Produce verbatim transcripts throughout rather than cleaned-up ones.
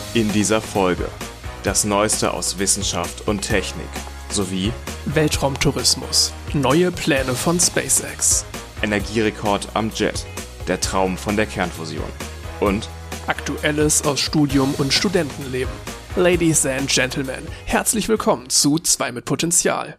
In dieser Folge das Neueste aus Wissenschaft und Technik sowie Weltraumtourismus, neue Pläne von SpaceX, Energierekord am Jet, der Traum von der Kernfusion und Aktuelles aus Studium und Studentenleben. Ladies and Gentlemen, herzlich willkommen zu zwei mit Potenzial.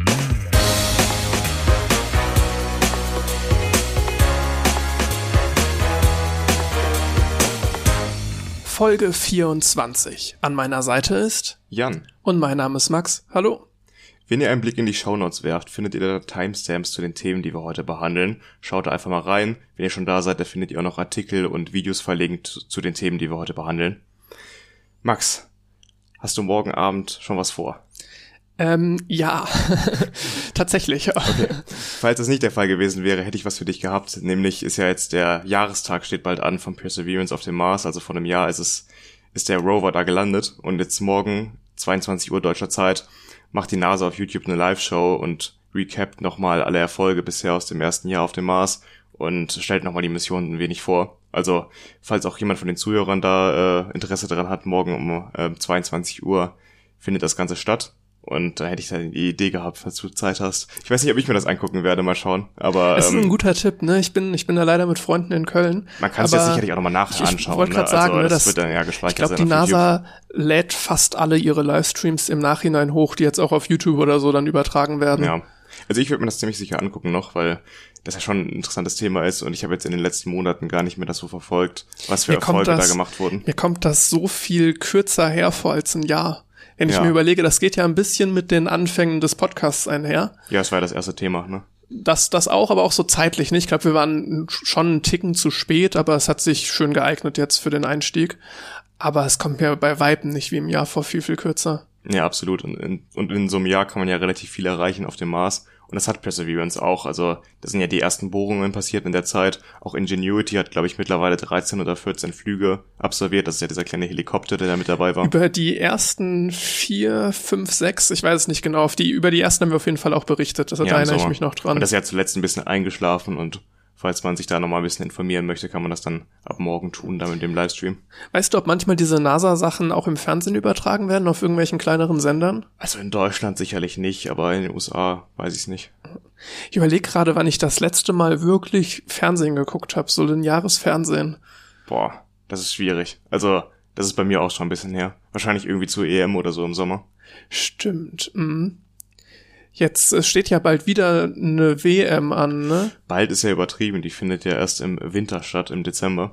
Folge vierundzwanzig. An meiner Seite ist Jan. Und mein Name ist Max. Hallo. Wenn ihr einen Blick in die Shownotes werft, findet ihr da Timestamps zu den Themen, die wir heute behandeln. Schaut da einfach mal rein. Wenn ihr schon da seid, da findet ihr auch noch Artikel und Videos verlinkt zu den Themen, die wir heute behandeln. Max, hast du morgen Abend schon was vor? Ähm, ja, tatsächlich. Okay. Falls das nicht der Fall gewesen wäre, hätte ich was für dich gehabt. Nämlich ist ja jetzt der Jahrestag, steht bald an, von Perseverance auf dem Mars. Also vor einem Jahr ist es, ist der Rover da gelandet. Und jetzt morgen, zweiundzwanzig Uhr deutscher Zeit, macht die NASA auf YouTube eine Live-Show und recapt nochmal alle Erfolge bisher aus dem ersten Jahr auf dem Mars und stellt nochmal die Mission ein wenig vor. Also, falls auch jemand von den Zuhörern da äh, Interesse daran hat, morgen um äh, zweiundzwanzig Uhr findet das Ganze statt. Und da hätte ich da die Idee gehabt, falls du Zeit hast. Ich weiß nicht, ob ich mir das angucken werde, mal schauen. Aber es ist ähm, ein guter Tipp, ne? Ich bin, ich bin da leider mit Freunden in Köln. Man kann es jetzt sicherlich auch nochmal nachher ich, anschauen. Ich wollte gerade ne? sagen, also, ne, das, das wird dann ja gespeichert ich glaube, sein die auf NASA YouTube. lädt fast alle ihre Livestreams im Nachhinein hoch, die jetzt auch auf YouTube oder so dann übertragen werden. Ja, also ich würde mir das ziemlich sicher angucken noch, weil das ja schon ein interessantes Thema ist und ich habe jetzt in den letzten Monaten gar nicht mehr das so verfolgt, was für mir Erfolge das, da gemacht wurden. Mir kommt das so viel kürzer her vor als ein Jahr. Wenn ich ja. mir überlege, das geht ja ein bisschen mit den Anfängen des Podcasts einher. Ja, das war ja das erste Thema, ne? Das, das auch, aber auch so zeitlich nicht. Ich glaube, wir waren schon einen Ticken zu spät, aber es hat sich schön geeignet jetzt für den Einstieg. Aber es kommt mir bei Weitem nicht wie im Jahr vor viel, viel kürzer. Ja, absolut. Und in, und in so einem Jahr kann man ja relativ viel erreichen auf dem Mars. Und das hat Perseverance auch. Also das sind ja die ersten Bohrungen passiert in der Zeit. Auch Ingenuity hat, glaube ich, mittlerweile dreizehn oder vierzehn Flüge absolviert. Das ist ja dieser kleine Helikopter, der da mit dabei war. Über die ersten vier, fünf, sechs, ich weiß es nicht genau, auf die, über die ersten haben wir auf jeden Fall auch berichtet. Das ja, erinnere ich mich noch dran. Und das ist ja zuletzt ein bisschen eingeschlafen und falls man sich da nochmal ein bisschen informieren möchte, kann man das dann ab morgen tun, dann mit dem Livestream. Weißt du, ob manchmal diese NASA-Sachen auch im Fernsehen übertragen werden, auf irgendwelchen kleineren Sendern? Also in Deutschland sicherlich nicht, aber in den U S A weiß ich es nicht. Ich überlege gerade, wann ich das letzte Mal wirklich Fernsehen geguckt habe, so lineares Fernsehen. Boah, das ist schwierig. Also, das ist bei mir auch schon ein bisschen her. Wahrscheinlich irgendwie zur E M oder so im Sommer. Stimmt, mhm. Jetzt es steht ja bald wieder eine W M an, ne? Bald ist ja übertrieben, die findet ja erst im Winter statt, im Dezember.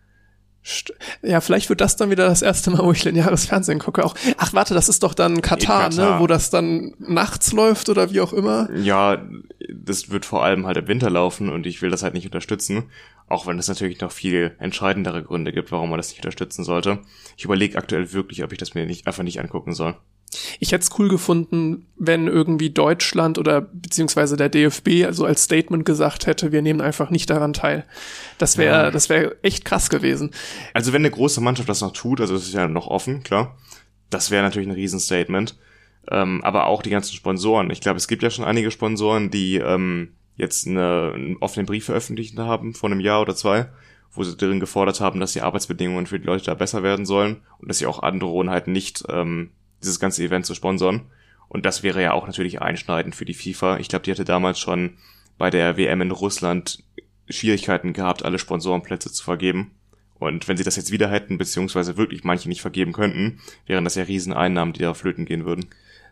St- ja, vielleicht wird das dann wieder das erste Mal, wo ich lineares Fernsehen gucke. Auch, ach warte, das ist doch dann Katar, Katar, ne? Wo das dann nachts läuft oder wie auch immer. Ja, das wird vor allem halt im Winter laufen und ich will das halt nicht unterstützen. Auch wenn es natürlich noch viel entscheidendere Gründe gibt, warum man das nicht unterstützen sollte. Ich überlege aktuell wirklich, ob ich das mir nicht einfach nicht angucken soll. Ich hätte es cool gefunden, wenn irgendwie Deutschland oder beziehungsweise der D F B also als Statement gesagt hätte, wir nehmen einfach nicht daran teil. Das wäre, ja. das wäre echt krass gewesen. Also wenn eine große Mannschaft das noch tut, also das ist ja noch offen, klar, das wäre natürlich ein Riesenstatement. Ähm, aber auch die ganzen Sponsoren. Ich glaube, es gibt ja schon einige Sponsoren, die ähm, jetzt eine, einen offenen Brief veröffentlicht haben vor einem Jahr oder zwei, wo sie darin gefordert haben, dass die Arbeitsbedingungen für die Leute da besser werden sollen und dass sie auch androhen, halt nicht ähm, dieses ganze Event zu sponsern. Und das wäre ja auch natürlich einschneidend für die FIFA. Ich glaube, die hatte damals schon bei der W M in Russland Schwierigkeiten gehabt, alle Sponsorenplätze zu vergeben. Und wenn sie das jetzt wieder hätten, beziehungsweise wirklich manche nicht vergeben könnten, wären das ja Rieseneinnahmen, die da flöten gehen würden.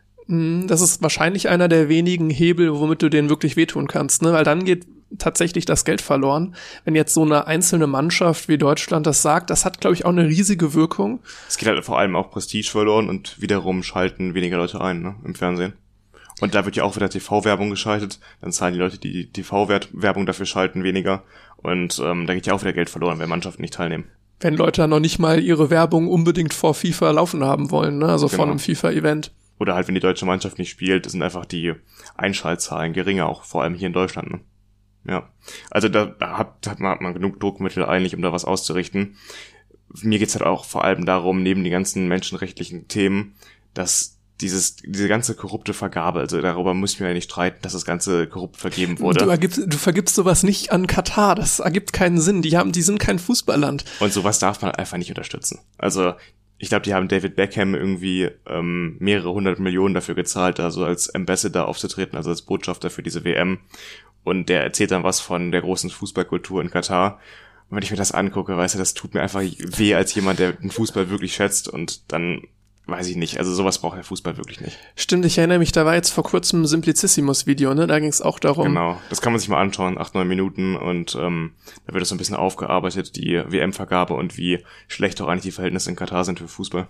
Das ist wahrscheinlich einer der wenigen Hebel, womit du denen wirklich wehtun kannst, ne? Weil dann geht tatsächlich das Geld verloren. Wenn jetzt so eine einzelne Mannschaft wie Deutschland das sagt, das hat, glaube ich, auch eine riesige Wirkung. Es geht halt vor allem auch Prestige verloren und wiederum schalten weniger Leute ein, ne, im Fernsehen. Und da wird ja auch wieder T V-Werbung geschaltet, dann zahlen die Leute, die die T V-Werbung dafür schalten, weniger. Und ähm, da geht ja auch wieder Geld verloren, wenn Mannschaften nicht teilnehmen. Wenn Leute dann noch nicht mal ihre Werbung unbedingt vor FIFA laufen haben wollen, ne? Also genau. Vor einem FIFA-Event. Oder halt, wenn die deutsche Mannschaft nicht spielt, sind einfach die Einschaltzahlen geringer, auch vor allem hier in Deutschland, ne? Ja, also da, da hat, hat, man, hat man genug Druckmittel eigentlich, um da was auszurichten. Mir geht's halt auch vor allem darum, neben den ganzen menschenrechtlichen Themen, dass dieses diese ganze korrupte Vergabe, also darüber müssen wir ja nicht streiten, dass das Ganze korrupt vergeben wurde. Du, ergibst, du vergibst sowas nicht an Katar, das ergibt keinen Sinn. Die haben, die sind kein Fußballland. Und sowas darf man einfach nicht unterstützen. Also ich glaube, die haben David Beckham irgendwie ähm, mehrere hundert Millionen dafür gezahlt, also als Ambassador aufzutreten, also als Botschafter für diese W M. Und der erzählt dann was von der großen Fußballkultur in Katar. Und wenn ich mir das angucke, weißt du, das tut mir einfach weh als jemand, der den Fußball wirklich schätzt. Und dann weiß ich nicht, also sowas braucht der Fußball wirklich nicht. Stimmt, ich erinnere mich, da war jetzt vor kurzem ein Simplicissimus-Video, ne? Da ging es auch darum. Genau, das kann man sich mal anschauen, acht, neun Minuten. Und ähm, da wird es so ein bisschen aufgearbeitet, die W M-Vergabe und wie schlecht auch eigentlich die Verhältnisse in Katar sind für Fußball.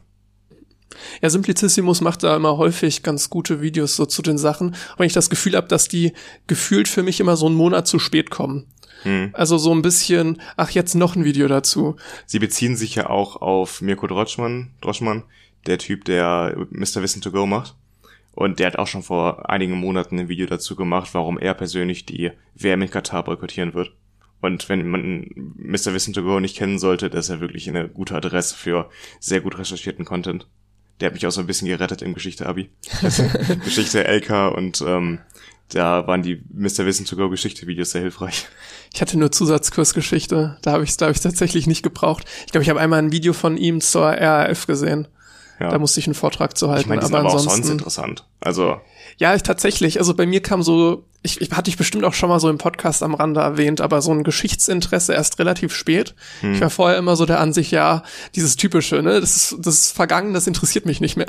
Ja, Simplicissimus macht da immer häufig ganz gute Videos so zu den Sachen. Und wenn ich das Gefühl habe, dass die gefühlt für mich immer so einen Monat zu spät kommen. Hm. Also so ein bisschen, ach, jetzt noch ein Video dazu. Sie beziehen sich ja auch auf Mirko Droschmann, Droschmann, der Typ, der Mister Wissen to Go macht. Und der hat auch schon vor einigen Monaten ein Video dazu gemacht, warum er persönlich die W M in Katar boykottieren wird. Und wenn man Mister Wissen to Go nicht kennen sollte, das ist ja wirklich eine gute Adresse für sehr gut recherchierten Content. Der hat mich auch so ein bisschen gerettet im Geschichte-Abi. Geschichte L K und ähm, da waren die Mister Wissen to Go Geschichte-Videos sehr hilfreich. Ich hatte nur Zusatzkursgeschichte, da habe ich es da hab ich tatsächlich nicht gebraucht. Ich glaube, ich habe einmal ein Video von ihm zur R A F gesehen. Ja. Da musste ich einen Vortrag zu halten. Ich meine, die sind aber, aber ansonsten, auch sonst interessant. Also ja, ich tatsächlich. Also bei mir kam so, ich, ich hatte ich bestimmt auch schon mal so im Podcast am Rande erwähnt, aber so ein Geschichtsinteresse erst relativ spät. Hm. Ich war vorher immer so der Ansicht, ja, dieses typische, ne, das ist, das ist vergangen, das interessiert mich nicht mehr.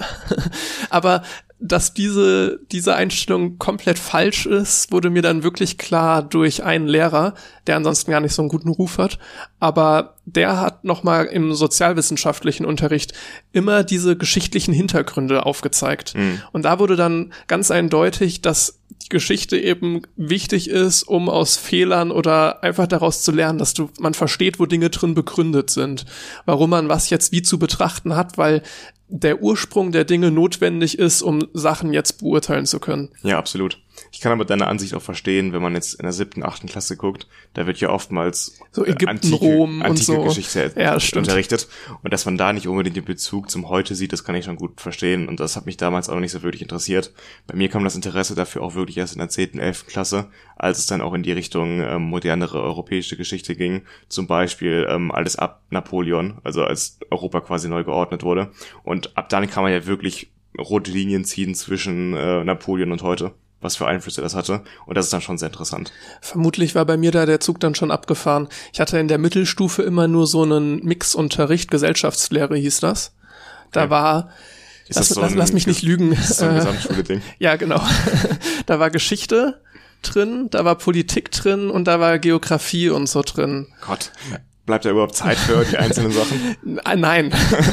Aber dass diese, diese Einstellung komplett falsch ist, wurde mir dann wirklich klar durch einen Lehrer, der ansonsten gar nicht so einen guten Ruf hat. Aber der hat nochmal im sozialwissenschaftlichen Unterricht immer diese geschichtlichen Hintergründe aufgezeigt. Mhm. Und da wurde dann ganz eindeutig, dass die Geschichte eben wichtig ist, um aus Fehlern oder einfach daraus zu lernen, dass du, man versteht, wo Dinge drin begründet sind. Warum man was jetzt wie zu betrachten hat, weil der Ursprung der Dinge notwendig ist, um Sachen jetzt beurteilen zu können. Ja, absolut. Ich kann aber deine Ansicht auch verstehen, wenn man jetzt in der siebten, achten Klasse guckt, da wird ja oftmals so Ägypten, antike, Rom antike und so. Geschichte ja, unterrichtet. Und dass man da nicht unbedingt den Bezug zum Heute sieht, das kann ich schon gut verstehen. Und das hat mich damals auch noch nicht so wirklich interessiert. Bei mir kam das Interesse dafür auch wirklich erst in der zehnten, elften Klasse, als es dann auch in die Richtung ähm, modernere europäische Geschichte ging. Zum Beispiel ähm, alles ab Napoleon, also als Europa quasi neu geordnet wurde. Und ab dann kann man ja wirklich rote Linien ziehen zwischen äh, Napoleon und heute, was für Einflüsse das hatte. Und das ist dann schon sehr interessant. Vermutlich war bei mir da der Zug dann schon abgefahren. Ich hatte in der Mittelstufe immer nur so einen Mixunterricht, Gesellschaftslehre hieß das. Da okay. war, ist lass, das so lass, ein, lass mich nicht lügen. Ist das so ein Gesamtschule-Ding? Ja, genau. Da war Geschichte drin, da war Politik drin und da war Geografie und so drin. Gott. Bleibt da überhaupt Zeit für die einzelnen Sachen? Nein.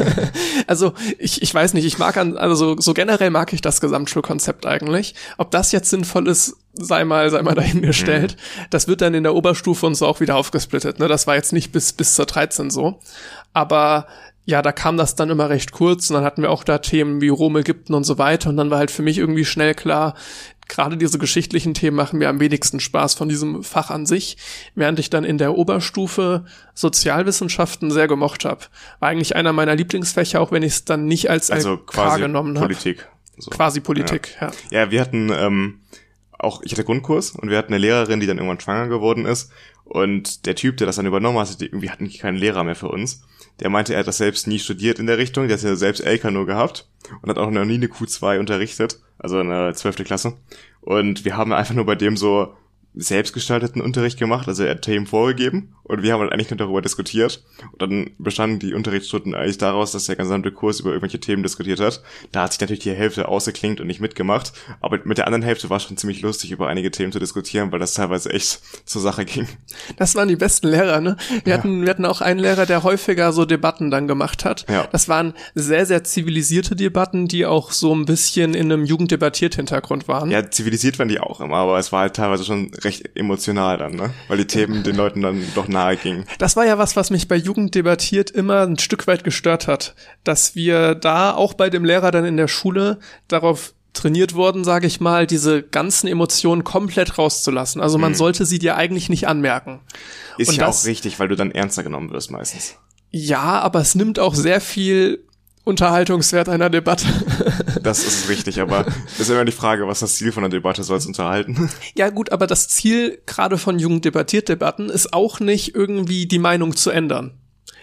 Also ich ich weiß nicht, ich mag an, also so generell mag ich das Gesamtschulkonzept eigentlich. Ob das jetzt sinnvoll ist, sei mal sei mal dahingestellt. Mhm. Das wird dann in der Oberstufe und so auch wieder aufgesplittet, ne? Das war jetzt nicht bis bis zur dreizehn so. Aber ja, da kam das dann immer recht kurz und dann hatten wir auch da Themen wie Rom, Ägypten und so weiter und dann war halt für mich irgendwie schnell klar, gerade diese geschichtlichen Themen machen mir am wenigsten Spaß von diesem Fach an sich, während ich dann in der Oberstufe Sozialwissenschaften sehr gemocht habe. War eigentlich einer meiner Lieblingsfächer, auch wenn ich es dann nicht als also L K genommen habe. Politik. So. Quasi Politik, ja. Ja, ja wir hatten ähm, auch, ich hatte Grundkurs und wir hatten eine Lehrerin, die dann irgendwann schwanger geworden ist und der Typ, der das dann übernommen hatte, die, irgendwie hatten keinen Lehrer mehr für uns. Der meinte, er hat das selbst nie studiert in der Richtung, der hat ja selbst L K nur gehabt und hat auch noch nie eine Q zwei unterrichtet, also in der zwölften Klasse. Und wir haben einfach nur bei dem so selbstgestalteten Unterricht gemacht, also er hat Themen vorgegeben und wir haben halt eigentlich nur darüber diskutiert und dann bestanden die Unterrichtsstunden eigentlich daraus, dass der gesamte Kurs über irgendwelche Themen diskutiert hat. Da hat sich natürlich die Hälfte ausgeklinkt und nicht mitgemacht, aber mit der anderen Hälfte war es schon ziemlich lustig, über einige Themen zu diskutieren, weil das teilweise echt zur Sache ging. Das waren die besten Lehrer, ne? Wir ja. hatten wir hatten auch einen Lehrer, der häufiger so Debatten dann gemacht hat. Ja. Das waren sehr, sehr zivilisierte Debatten, die auch so ein bisschen in einem Jugenddebattiert-Hintergrund waren. Ja, zivilisiert waren die auch immer, aber es war halt teilweise schon recht emotional dann, ne? Weil die Themen den Leuten dann doch nahe gingen. Das war ja was, was mich bei Jugend debattiert immer ein Stück weit gestört hat, dass wir da auch bei dem Lehrer dann in der Schule darauf trainiert wurden, sage ich mal, diese ganzen Emotionen komplett rauszulassen. Also man hm. sollte sie dir eigentlich nicht anmerken. Ist Und ja das, auch richtig, weil du dann ernster genommen wirst meistens. Ja, aber es nimmt auch sehr viel Unterhaltungswert einer Debatte. Das ist richtig, aber das ist immer die Frage, was das Ziel von einer Debatte soll, es unterhalten. Ja gut, aber das Ziel gerade von Jugenddebattiert-Debatten ist auch nicht irgendwie die Meinung zu ändern.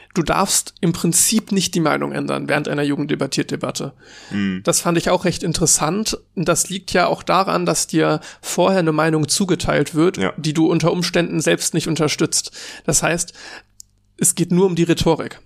du darfst im Prinzip nicht die Meinung ändern während einer Jugenddebattierdebatte. Mhm. Das fand ich auch recht interessant. Das liegt ja auch daran, dass dir vorher eine Meinung zugeteilt wird, ja. die du unter Umständen selbst nicht unterstützt. Das heißt, es geht nur um die Rhetorik.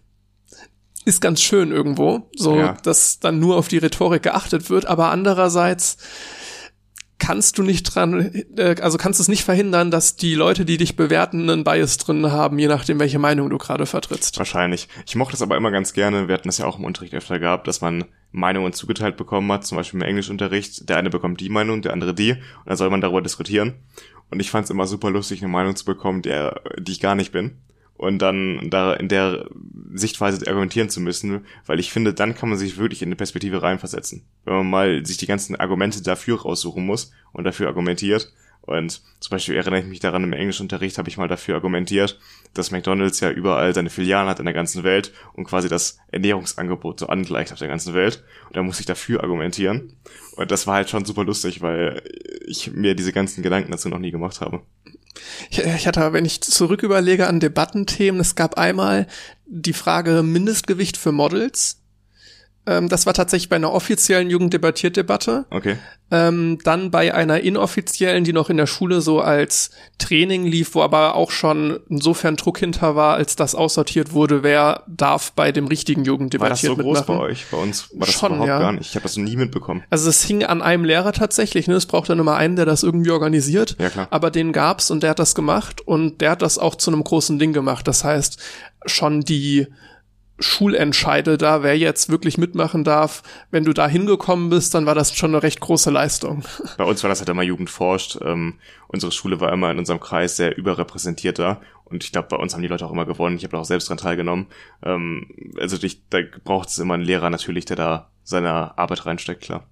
Ist ganz schön irgendwo, so ja. dass dann nur auf die Rhetorik geachtet wird, aber andererseits kannst du nicht dran, also kannst es nicht verhindern, dass die Leute, die dich bewerten, einen Bias drin haben, je nachdem, welche Meinung du gerade vertrittst. Wahrscheinlich. Ich mochte das aber immer ganz gerne, wir hatten das ja auch im Unterricht öfter gehabt, dass man Meinungen zugeteilt bekommen hat, zum Beispiel im Englischunterricht, der eine bekommt die Meinung, der andere die, und dann soll man darüber diskutieren. Und ich fand es immer super lustig, eine Meinung zu bekommen, der, die ich gar nicht bin. Und dann da in der Sichtweise argumentieren zu müssen, weil ich finde, dann kann man sich wirklich in eine Perspektive reinversetzen. Wenn man mal sich die ganzen Argumente dafür raussuchen muss und dafür argumentiert. Und zum Beispiel erinnere ich mich daran, im Englischunterricht habe ich mal dafür argumentiert, dass McDonald's ja überall seine Filialen hat in der ganzen Welt und quasi das Ernährungsangebot so angleicht auf der ganzen Welt. Und da musste ich dafür argumentieren. Und das war halt schon super lustig, weil ich mir diese ganzen Gedanken dazu noch nie gemacht habe. Ich, ich hatte, wenn ich zurück überlege an Debattenthemen, es gab einmal die Frage Mindestgewicht für Models. Ähm, das war tatsächlich bei einer offiziellen Jugenddebattierdebatte. Okay. Ähm, dann bei einer inoffiziellen, die noch in der Schule so als Training lief, wo aber auch schon insofern Druck hinter war, als das aussortiert wurde, wer darf bei dem richtigen Jugenddebattieren mitmachen. War das so groß bei euch? Bei uns war das schon, überhaupt ja. gar nicht. Ich habe das noch nie mitbekommen. Also es hing an einem Lehrer tatsächlich, ne? Es braucht dann immer einen, der das irgendwie organisiert. Ja, klar. Aber den gab's und der hat das gemacht und der hat das auch zu einem großen Ding gemacht. Das heißt, schon die Schulentscheide da, wer jetzt wirklich mitmachen darf. Wenn du da hingekommen bist, dann war das schon eine recht große Leistung. Bei uns war das halt immer Jugend forscht. Ähm, unsere Schule war immer in unserem Kreis sehr überrepräsentiert da. Und ich glaube, bei uns haben die Leute auch immer gewonnen. Ich habe da auch selbst dran teilgenommen. Ähm, also ich, da braucht es immer einen Lehrer natürlich, der da seine Arbeit reinsteckt, klar.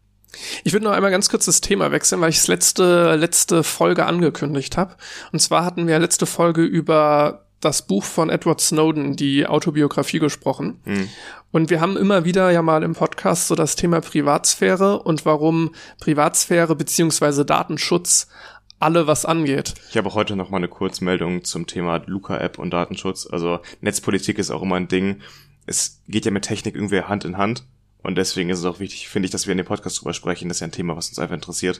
Ich würde noch einmal ganz kurz das Thema wechseln, weil ich es letzte, letzte Folge angekündigt habe. Und zwar hatten wir letzte Folge über das Buch von Edward Snowden, die Autobiografie, gesprochen. Hm. Und wir haben immer wieder ja mal im Podcast so das Thema Privatsphäre und warum Privatsphäre beziehungsweise Datenschutz alle was angeht. Ich habe auch heute noch mal eine Kurzmeldung zum Thema Luca-App und Datenschutz. Also Netzpolitik ist auch immer ein Ding. Es geht ja mit Technik irgendwie Hand in Hand. Und deswegen ist es auch wichtig, finde ich, dass wir in dem Podcast drüber sprechen. Das ist ja ein Thema, was uns einfach interessiert.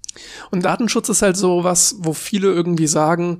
Und Datenschutz ist halt so was, wo viele irgendwie sagen,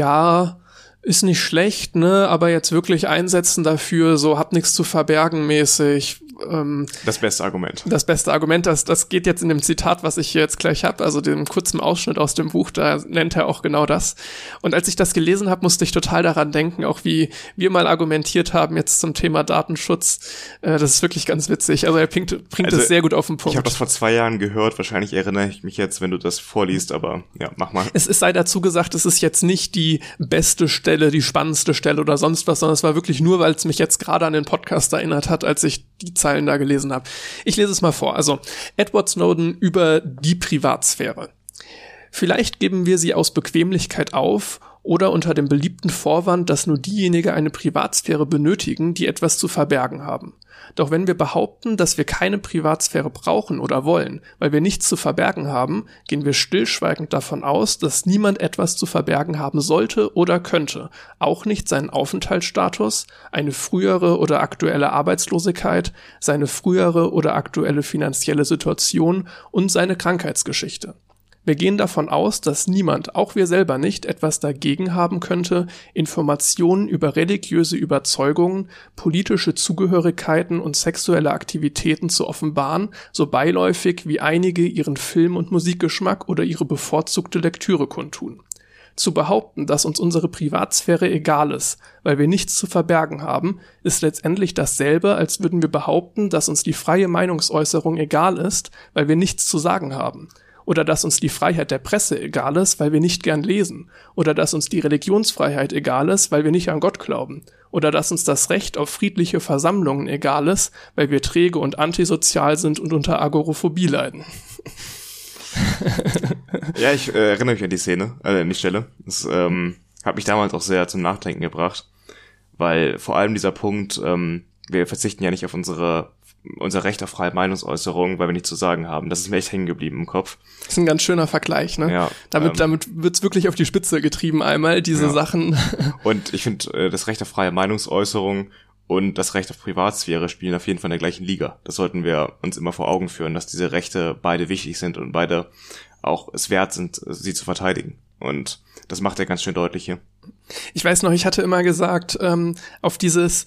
ja, ist nicht schlecht, ne, aber jetzt wirklich einsetzen dafür, so hab nichts zu verbergen mäßig. Ähm, das beste Argument. Das beste Argument, das, das geht jetzt in dem Zitat, was ich hier jetzt gleich habe, also dem kurzen Ausschnitt aus dem Buch, da nennt er auch genau das. Und als ich das gelesen habe, musste ich total daran denken, auch wie wir mal argumentiert haben jetzt zum Thema Datenschutz. Äh, das ist wirklich ganz witzig. Also er bringt, bringt also, es sehr gut auf den Punkt. Ich habe das vor zwei Jahren gehört, wahrscheinlich erinnere ich mich jetzt, wenn du das vorliest, aber ja, mach mal. Es ist sei dazu gesagt, es ist jetzt nicht die beste Stelle, die spannendste Stelle oder sonst was, sondern es war wirklich nur, weil es mich jetzt gerade an den Podcast erinnert hat, als ich die Zeilen da gelesen habe. Ich lese es mal vor. Also, Edward Snowden über die Privatsphäre. Vielleicht geben wir sie aus Bequemlichkeit auf oder unter dem beliebten Vorwand, dass nur diejenigen eine Privatsphäre benötigen, die etwas zu verbergen haben. Doch wenn wir behaupten, dass wir keine Privatsphäre brauchen oder wollen, weil wir nichts zu verbergen haben, gehen wir stillschweigend davon aus, dass niemand etwas zu verbergen haben sollte oder könnte, auch nicht seinen Aufenthaltsstatus, eine frühere oder aktuelle Arbeitslosigkeit, seine frühere oder aktuelle finanzielle Situation und seine Krankheitsgeschichte. Wir gehen davon aus, dass niemand, auch wir selber nicht, etwas dagegen haben könnte, Informationen über religiöse Überzeugungen, politische Zugehörigkeiten und sexuelle Aktivitäten zu offenbaren, so beiläufig wie einige ihren Film- und Musikgeschmack oder ihre bevorzugte Lektüre kundtun. Zu behaupten, dass uns unsere Privatsphäre egal ist, weil wir nichts zu verbergen haben, ist letztendlich dasselbe, als würden wir behaupten, dass uns die freie Meinungsäußerung egal ist, weil wir nichts zu sagen haben. Oder dass uns die Freiheit der Presse egal ist, weil wir nicht gern lesen. Oder dass uns die Religionsfreiheit egal ist, weil wir nicht an Gott glauben. Oder dass uns das Recht auf friedliche Versammlungen egal ist, weil wir träge und antisozial sind und unter Agoraphobie leiden. Ja, ich äh, erinnere mich an die Szene, äh, an die Stelle. Das ähm, hat mich damals auch sehr zum Nachdenken gebracht. Weil vor allem dieser Punkt, ähm, wir verzichten ja nicht auf unsere unser Recht auf freie Meinungsäußerung, weil wir nichts zu sagen haben. Das ist mir echt hängen geblieben im Kopf. Das ist ein ganz schöner Vergleich, ne? Ja, damit ähm, damit wird's wirklich auf die Spitze getrieben einmal, diese ja. Sachen. Und ich finde, das Recht auf freie Meinungsäußerung und das Recht auf Privatsphäre spielen auf jeden Fall in der gleichen Liga. Das sollten wir uns immer vor Augen führen, dass diese Rechte beide wichtig sind und beide auch es wert sind, sie zu verteidigen. Und das macht er ganz schön deutlich hier. Ich weiß noch, ich hatte immer gesagt, ähm, auf dieses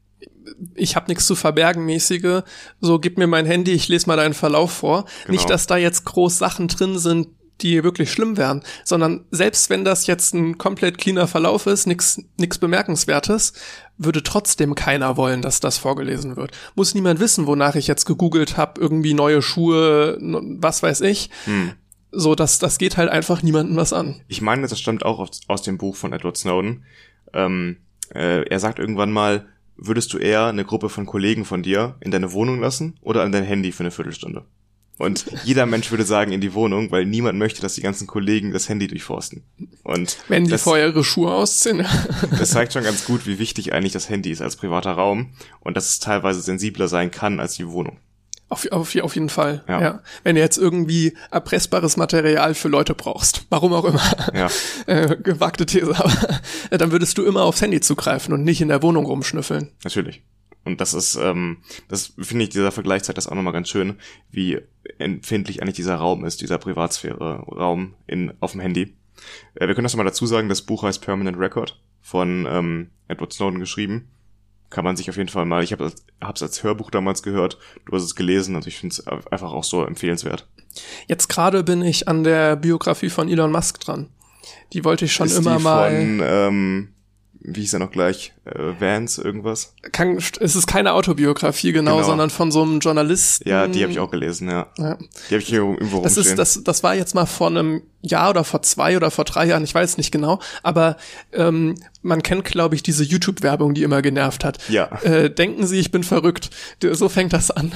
ich habe nichts zu verbergen mäßige, so gib mir mein Handy, ich lese mal deinen Verlauf vor. Genau. Nicht, dass da jetzt groß Sachen drin sind, die wirklich schlimm wären, sondern selbst wenn das jetzt ein komplett cleaner Verlauf ist, nix nix Bemerkenswertes, würde trotzdem keiner wollen, dass das vorgelesen wird. Muss niemand wissen, wonach ich jetzt gegoogelt habe, irgendwie neue Schuhe, was weiß ich. Hm. So, das das geht halt einfach niemandem was an. Ich meine, das stammt auch aus, aus dem Buch von Edward Snowden. Ähm, äh, er sagt irgendwann mal, würdest du eher eine Gruppe von Kollegen von dir in deine Wohnung lassen oder an dein Handy für eine Viertelstunde? Und jeder Mensch würde sagen in die Wohnung, weil niemand möchte, dass die ganzen Kollegen das Handy durchforsten. Und wenn die das, vorher ihre Schuhe ausziehen. Das zeigt schon ganz gut, wie wichtig eigentlich das Handy ist als privater Raum und dass es teilweise sensibler sein kann als die Wohnung. Auf, auf, auf jeden Fall, ja. ja. Wenn du jetzt irgendwie erpressbares Material für Leute brauchst, warum auch immer, ja. äh, gewagte These, aber dann würdest du immer aufs Handy zugreifen und nicht in der Wohnung rumschnüffeln. Natürlich. Und das ist, ähm, das finde ich, dieser Vergleich zeigt das auch nochmal ganz schön, wie empfindlich eigentlich dieser Raum ist, dieser Privatsphäre-Raum in, auf dem Handy. Äh, wir können das nochmal dazu sagen, das Buch heißt Permanent Record, von ähm, Edward Snowden geschrieben. Kann man sich auf jeden Fall mal, ich habe es als, als Hörbuch damals gehört, du hast es gelesen, also ich finde es einfach auch so empfehlenswert. Jetzt gerade bin ich an der Biografie von Elon Musk dran. Die wollte ich schon ist immer die mal... Von, ähm, wie hieß er noch gleich? Äh, Vance, irgendwas? Kann, es ist keine Autobiografie, genau, genau, sondern von so einem Journalisten. Ja, die habe ich auch gelesen, ja. ja. Die habe ich hier irgendwo das rumstehen. Ist, das, das war jetzt mal vor einem Jahr oder vor zwei oder vor drei Jahren, ich weiß nicht genau, aber ähm, man kennt, glaube ich, diese YouTube-Werbung, die immer genervt hat. Ja. Äh, denken Sie, ich bin verrückt. So fängt das an.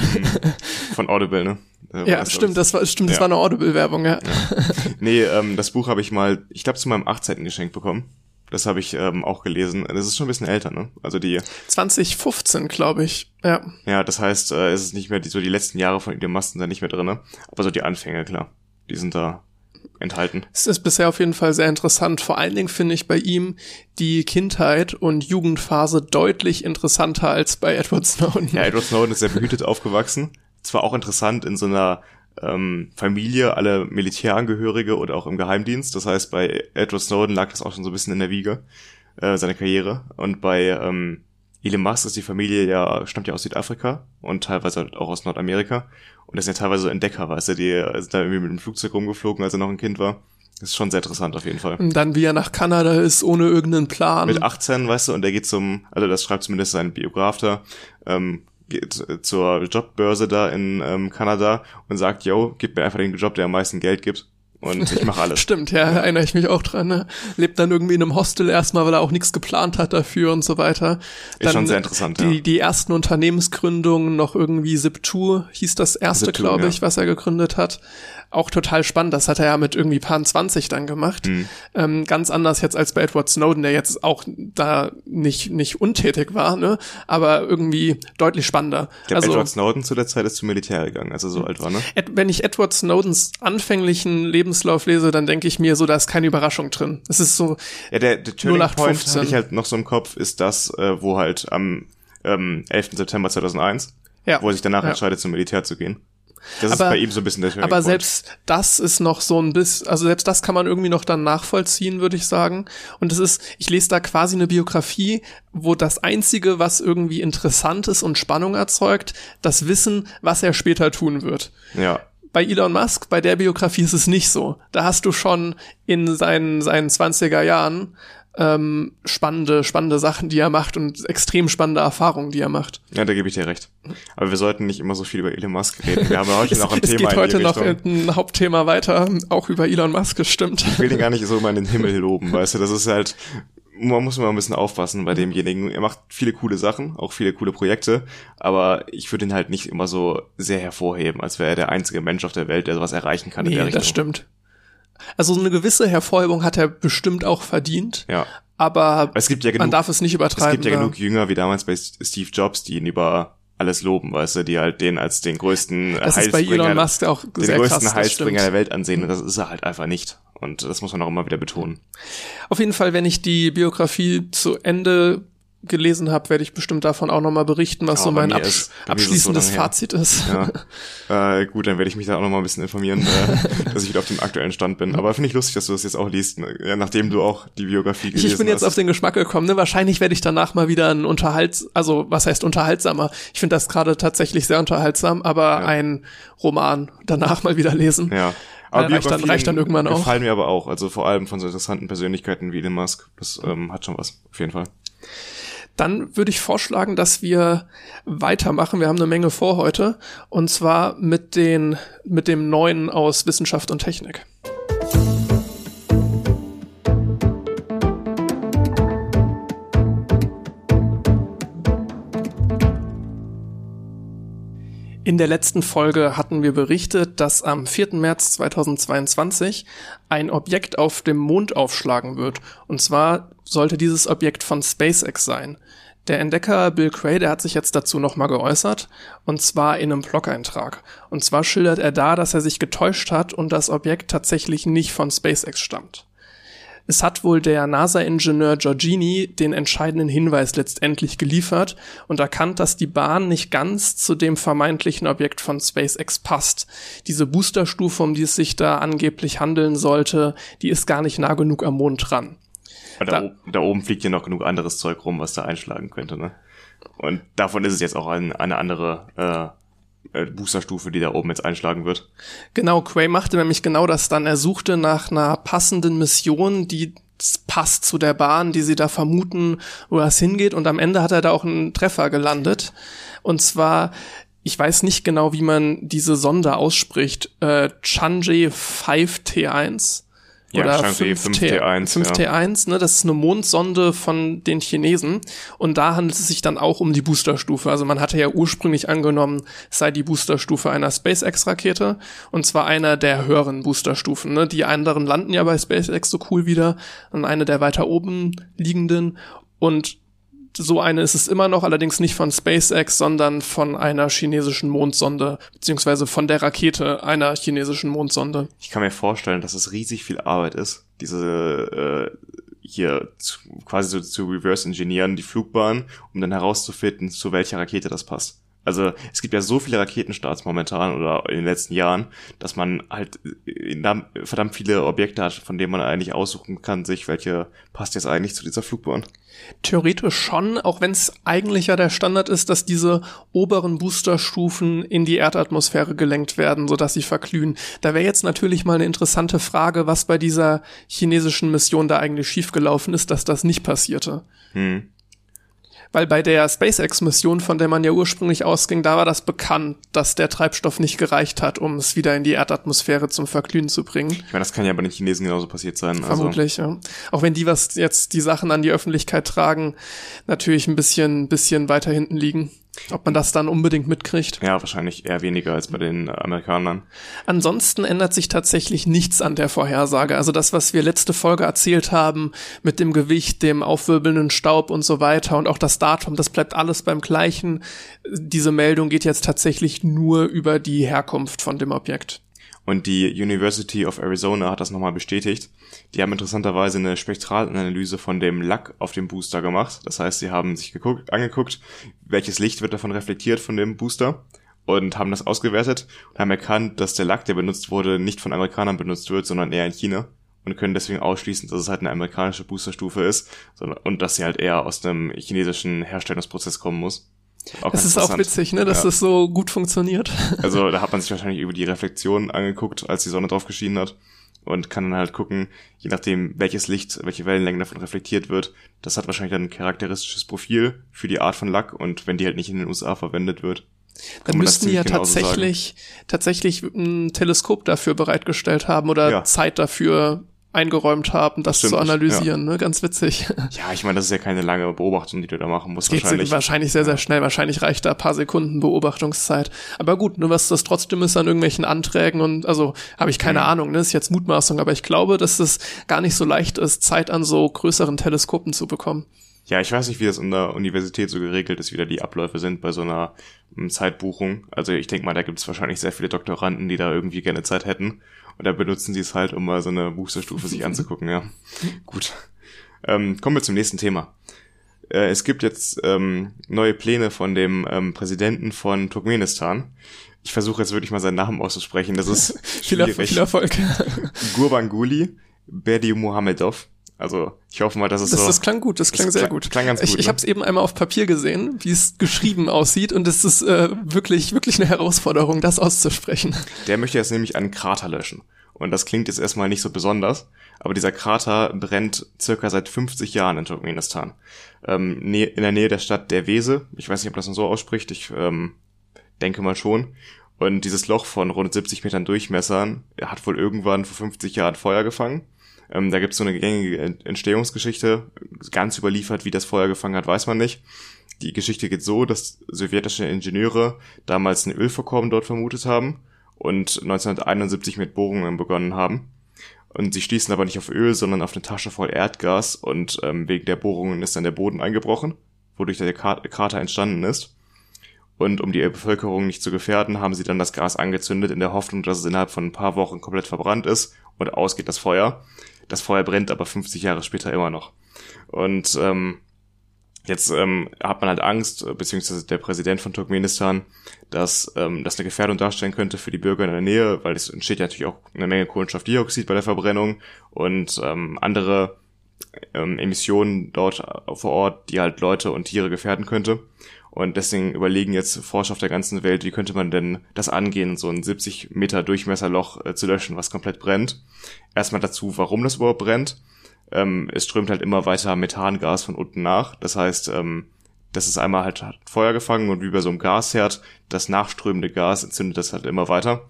Von Audible, ne? Äh, ja, stimmt, das war stimmt, das ja. war eine Audible-Werbung, ja. ja. Nee, ähm, das Buch habe ich mal, ich glaube, zu meinem achtzehnten geschenkt bekommen. Das habe ich ähm, auch gelesen. Das ist schon ein bisschen älter, ne? Also die zwanzig fünfzehn, glaube ich. Ja. Ja, das heißt, äh, es ist nicht mehr die, so die letzten Jahre von Elon Musk sind da nicht mehr drinne, aber so die Anfänge, klar, die sind da enthalten. Es ist bisher auf jeden Fall sehr interessant. Vor allen Dingen finde ich bei ihm die Kindheit und Jugendphase deutlich interessanter als bei Edward Snowden. Ja, Edward Snowden ist sehr behütet aufgewachsen. Zwar auch interessant in so einer ähm, Familie, alle Militärangehörige oder auch im Geheimdienst. Das heißt, bei Edward Snowden lag das auch schon so ein bisschen in der Wiege, äh, seine Karriere. Und bei ähm, Elon Musk ist die Familie ja, stammt ja aus Südafrika und teilweise auch aus Nordamerika. Und das sind ja teilweise so Entdecker, weißt du, die sind da irgendwie mit dem Flugzeug rumgeflogen, als er noch ein Kind war. Das ist schon sehr interessant auf jeden Fall. Und dann, wie er nach Kanada ist, ohne irgendeinen Plan. Mit achtzehn, weißt du, und er geht zum, also das schreibt zumindest sein Biograf da, ähm, geht zur Jobbörse da in ähm, Kanada und sagt, yo, gib mir einfach den Job, der am meisten Geld gibt. Und ich mache alles. Stimmt, ja, ja, erinnere ich mich auch dran. Ne? Lebt dann irgendwie in einem Hostel erstmal, weil er auch nichts geplant hat dafür und so weiter. Dann ist schon sehr interessant, die, ja. Die ersten Unternehmensgründungen, noch irgendwie Zip zwei hieß das erste, glaube ich, ja. was er gegründet hat. Auch total spannend. Das hat er ja mit irgendwie Paar zwanzig dann gemacht. Mhm. Ähm, ganz anders jetzt als bei Edward Snowden, der jetzt auch da nicht nicht untätig war, ne? Aber irgendwie deutlich spannender. Der also, Edward Snowden zu der Zeit ist zum Militär gegangen, als er so alt war, ne? Ed, wenn ich Edward Snowdens anfänglichen Lebenslauf lese, dann denke ich mir so, da ist keine Überraschung drin. Es ist so ja, der, der Turning Point hatte ich halt noch so im Kopf, ist das, äh, wo halt am ähm, elften September zweitausendeins, ja. wo er sich danach ja. entscheidet, zum Militär zu gehen. Das aber, ist bei ihm so ein bisschen der Turning Aber Point. selbst das ist noch so ein bisschen, also selbst das kann man irgendwie noch dann nachvollziehen, würde ich sagen. Und es ist, ich lese da quasi eine Biografie, wo das Einzige, was irgendwie interessant ist und Spannung erzeugt, das Wissen, was er später tun wird. Ja. Bei Elon Musk, bei der Biografie ist es nicht so. Da hast du schon in seinen, seinen zwanziger Jahren ähm, spannende, spannende Sachen, die er macht und extrem spannende Erfahrungen, die er macht. Ja, da gebe ich dir recht. Aber wir sollten nicht immer so viel über Elon Musk reden. Wir haben ja heute es, noch ein es Thema geht heute in die noch Richtung. ein Hauptthema weiter, auch über Elon Musk, gestimmt. Ich will den gar nicht so immer in den Himmel loben, weißt du, das ist halt, man muss mal ein bisschen aufpassen bei demjenigen. Er macht viele coole Sachen, auch viele coole Projekte, aber ich würde ihn halt nicht immer so sehr hervorheben, als wäre er der einzige Mensch auf der Welt, der sowas erreichen kann. Nee, in der Richtung. Das stimmt. Also so eine gewisse Hervorhebung hat er bestimmt auch verdient. Ja. aber es gibt ja genug, man darf es nicht übertreiben. Es gibt ja, ja genug Jünger wie damals bei Steve Jobs, die ihn über alles loben, weißt du, die halt den als den größten das Heilsbringer, ist bei Elon Musk auch den sehr größten krass, Heilsbringer der Welt ansehen, und das ist er halt einfach nicht. Und das muss man auch immer wieder betonen. Auf jeden Fall, wenn ich die Biografie zu Ende gelesen habe, werde ich bestimmt davon auch nochmal berichten, was ja, so mein absch- ist, abschließendes so Fazit ist. Ja. Äh, gut, dann werde ich mich da auch nochmal ein bisschen informieren, äh, dass ich wieder auf dem aktuellen Stand bin. Aber finde ich lustig, dass du das jetzt auch liest, ja, nachdem du auch die Biografie gelesen hast. Ich bin jetzt hast. auf den Geschmack gekommen, ne? Wahrscheinlich werde ich danach mal wieder ein Unterhalts, also was heißt unterhaltsamer? Ich finde das gerade tatsächlich sehr unterhaltsam, aber ja. ein Roman danach mal wieder lesen. Ja. Aber äh, reicht, dann, reicht dann irgendwann auch. Gefallen mir aber auch, also vor allem von so interessanten Persönlichkeiten wie Elon Musk. Das ähm, hat schon was, auf jeden Fall. Dann würde ich vorschlagen, dass wir weitermachen. Wir haben eine Menge vor heute. Und zwar mit den, mit dem Neuen aus Wissenschaft und Technik. In der letzten Folge hatten wir berichtet, dass am vierten März zweitausendzweiundzwanzig ein Objekt auf dem Mond aufschlagen wird. Und zwar sollte dieses Objekt von SpaceX sein. Der Entdecker Bill Cray, der hat sich jetzt dazu nochmal geäußert, und zwar in einem Blog-Eintrag. Und zwar schildert er da, dass er sich getäuscht hat und das Objekt tatsächlich nicht von SpaceX stammt. Es hat wohl der NASA-Ingenieur Giorgini den entscheidenden Hinweis letztendlich geliefert und erkannt, dass die Bahn nicht ganz zu dem vermeintlichen Objekt von SpaceX passt. Diese Boosterstufe, um die es sich da angeblich handeln sollte, die ist gar nicht nah genug am Mond dran. Da, da, da oben fliegt ja noch genug anderes Zeug rum, was da einschlagen könnte, ne? Und davon ist es jetzt auch ein, eine andere äh, Boosterstufe, die da oben jetzt einschlagen wird. Genau, Cray machte nämlich genau das dann. Er suchte nach einer passenden Mission, die passt zu der Bahn, die sie da vermuten, wo das hingeht. Und am Ende hat er da auch einen Treffer gelandet. Und zwar, ich weiß nicht genau, wie man diese Sonde ausspricht, äh, Chang'e fünf T eins. Ja, oder fünf T eins, fünf T eins, ja. Ne, das ist eine Mondsonde von den Chinesen und da handelt es sich dann auch um die Boosterstufe. Also man hatte ja ursprünglich angenommen, es sei die Boosterstufe einer SpaceX-Rakete und zwar einer der höheren Boosterstufen. Ne? Die anderen landen ja bei SpaceX so cool wieder und eine der weiter oben liegenden und so eine ist es immer noch, allerdings nicht von SpaceX, sondern von einer chinesischen Mondsonde, beziehungsweise von der Rakete einer chinesischen Mondsonde. Ich kann mir vorstellen, dass es riesig viel Arbeit ist, diese äh, hier zu, quasi so zu reverse engineeren, die Flugbahn, um dann herauszufinden, zu welcher Rakete das passt. Also es gibt ja so viele Raketenstarts momentan oder in den letzten Jahren, dass man halt verdammt viele Objekte hat, von denen man eigentlich aussuchen kann, sich welche passt jetzt eigentlich zu dieser Flugbahn. Theoretisch schon, auch wenn es eigentlich ja der Standard ist, dass diese oberen Boosterstufen in die Erdatmosphäre gelenkt werden, sodass sie verglühen. Da wäre jetzt natürlich mal eine interessante Frage, was bei dieser chinesischen Mission da eigentlich schiefgelaufen ist, dass das nicht passierte. Hm. Weil bei der SpaceX-Mission, von der man ja ursprünglich ausging, da war das bekannt, dass der Treibstoff nicht gereicht hat, um es wieder in die Erdatmosphäre zum Verglühen zu bringen. Ich meine, das kann ja bei den Chinesen genauso passiert sein. Vermutlich, also. Ja. Auch wenn die, was jetzt die Sachen an die Öffentlichkeit tragen, natürlich ein bisschen, bisschen weiter hinten liegen. Ob man das dann unbedingt mitkriegt? Ja, wahrscheinlich eher weniger als bei den Amerikanern. Ansonsten ändert sich tatsächlich nichts an der Vorhersage. Also das, was wir letzte Folge erzählt haben, mit dem Gewicht, dem aufwirbelnden Staub und so weiter und auch das Datum, das bleibt alles beim Gleichen. Diese Meldung geht jetzt tatsächlich nur über die Herkunft von dem Objekt. Und die University of Arizona hat das nochmal bestätigt. Die haben interessanterweise eine Spektralanalyse von dem Lack auf dem Booster gemacht. Das heißt, sie haben sich geguckt, angeguckt, welches Licht wird davon reflektiert von dem Booster und haben das ausgewertet und haben erkannt, dass der Lack, der benutzt wurde, nicht von Amerikanern benutzt wird, sondern eher in China und können deswegen ausschließen, dass es halt eine amerikanische Boosterstufe ist und dass sie halt eher aus einem chinesischen Herstellungsprozess kommen muss. Auch das ist auch witzig, ne, dass ja. das so gut funktioniert. Also da hat man sich wahrscheinlich über die Reflexion angeguckt, als die Sonne drauf geschienen hat und kann dann halt gucken, je nachdem welches Licht, welche Wellenlänge davon reflektiert wird, das hat wahrscheinlich dann ein charakteristisches Profil für die Art von Lack und wenn die halt nicht in den U S A verwendet wird, dann müssten die ja tatsächlich, tatsächlich ein Teleskop dafür bereitgestellt haben oder ja. Zeit dafür eingeräumt haben, das Stimmt, zu analysieren, ja. ne? Ganz witzig. Ja, ich meine, das ist ja keine lange Beobachtung, die du da machen musst. Geht wahrscheinlich. wahrscheinlich sehr, sehr schnell. Wahrscheinlich reicht da ein paar Sekunden Beobachtungszeit. Aber gut, nur was das trotzdem ist an irgendwelchen Anträgen und also habe ich keine Mhm. Ahnung, ne? Ist jetzt Mutmaßung, aber ich glaube, dass es gar nicht so leicht ist, Zeit an so größeren Teleskopen zu bekommen. Ja, ich weiß nicht, wie das in der Universität so geregelt ist, wie da die Abläufe sind bei so einer um, Zeitbuchung. Also ich denke mal, da gibt es wahrscheinlich sehr viele Doktoranden, die da irgendwie gerne Zeit hätten. Und da benutzen sie es halt, um mal so eine Boosterstufe sich anzugucken, ja. Gut. Ähm, kommen wir zum nächsten Thema. Äh, es gibt jetzt ähm, neue Pläne von dem ähm, Präsidenten von Turkmenistan. Ich versuche jetzt wirklich mal seinen Namen auszusprechen. Das ist viel, schwierig. viel Erfolg. Gurbanguly Berdimuhamedov. Also ich hoffe mal, dass es das, so... Das klang gut, das klang das sehr klang, gut. Klang ganz gut. Ich, ich ne? habe es eben einmal auf Papier gesehen, wie es geschrieben aussieht und es ist äh, wirklich, wirklich eine Herausforderung, das auszusprechen. Der möchte jetzt nämlich einen Krater löschen. Und das klingt jetzt erstmal nicht so besonders, aber dieser Krater brennt circa seit fünfzig Jahren in Turkmenistan. Ähm, in der Nähe der Stadt Derveze. Ich weiß nicht, ob das noch so ausspricht, ich ähm, denke mal schon. Und dieses Loch von rund siebzig Metern Durchmessern hat wohl irgendwann vor fünfzig Jahren Feuer gefangen. Ähm, da gibt es so eine gängige Entstehungsgeschichte. Ganz überliefert, wie das Feuer gefangen hat, weiß man nicht. Die Geschichte geht so, dass sowjetische Ingenieure damals ein Ölvorkommen dort vermutet haben und neunzehnhunderteinundsiebzig mit Bohrungen begonnen haben. Und sie stießen aber nicht auf Öl, sondern auf eine Tasche voll Erdgas und ähm, wegen der Bohrungen ist dann der Boden eingebrochen, wodurch der Krater entstanden ist. Und um die Bevölkerung nicht zu gefährden, haben sie dann das Gas angezündet in der Hoffnung, dass es innerhalb von ein paar Wochen komplett verbrannt ist und ausgeht das Feuer. Das Feuer brennt aber fünfzig Jahre später immer noch. Und ähm, jetzt ähm, hat man halt Angst, beziehungsweise der Präsident von Turkmenistan, dass ähm, das eine Gefährdung darstellen könnte für die Bürger in der Nähe, weil es entsteht ja natürlich auch eine Menge Kohlenstoffdioxid bei der Verbrennung und ähm, andere ähm, Emissionen dort vor Ort, die halt Leute und Tiere gefährden könnte. Und deswegen überlegen jetzt Forscher auf der ganzen Welt, wie könnte man denn das angehen, so ein siebzig Meter Durchmesserloch äh, zu löschen, was komplett brennt. Erstmal dazu, warum das überhaupt brennt. Ähm, es strömt halt immer weiter Methangas von unten nach. Das heißt, ähm, das ist einmal halt hat Feuer gefangen und wie bei so einem Gasherd, das nachströmende Gas entzündet das halt immer weiter.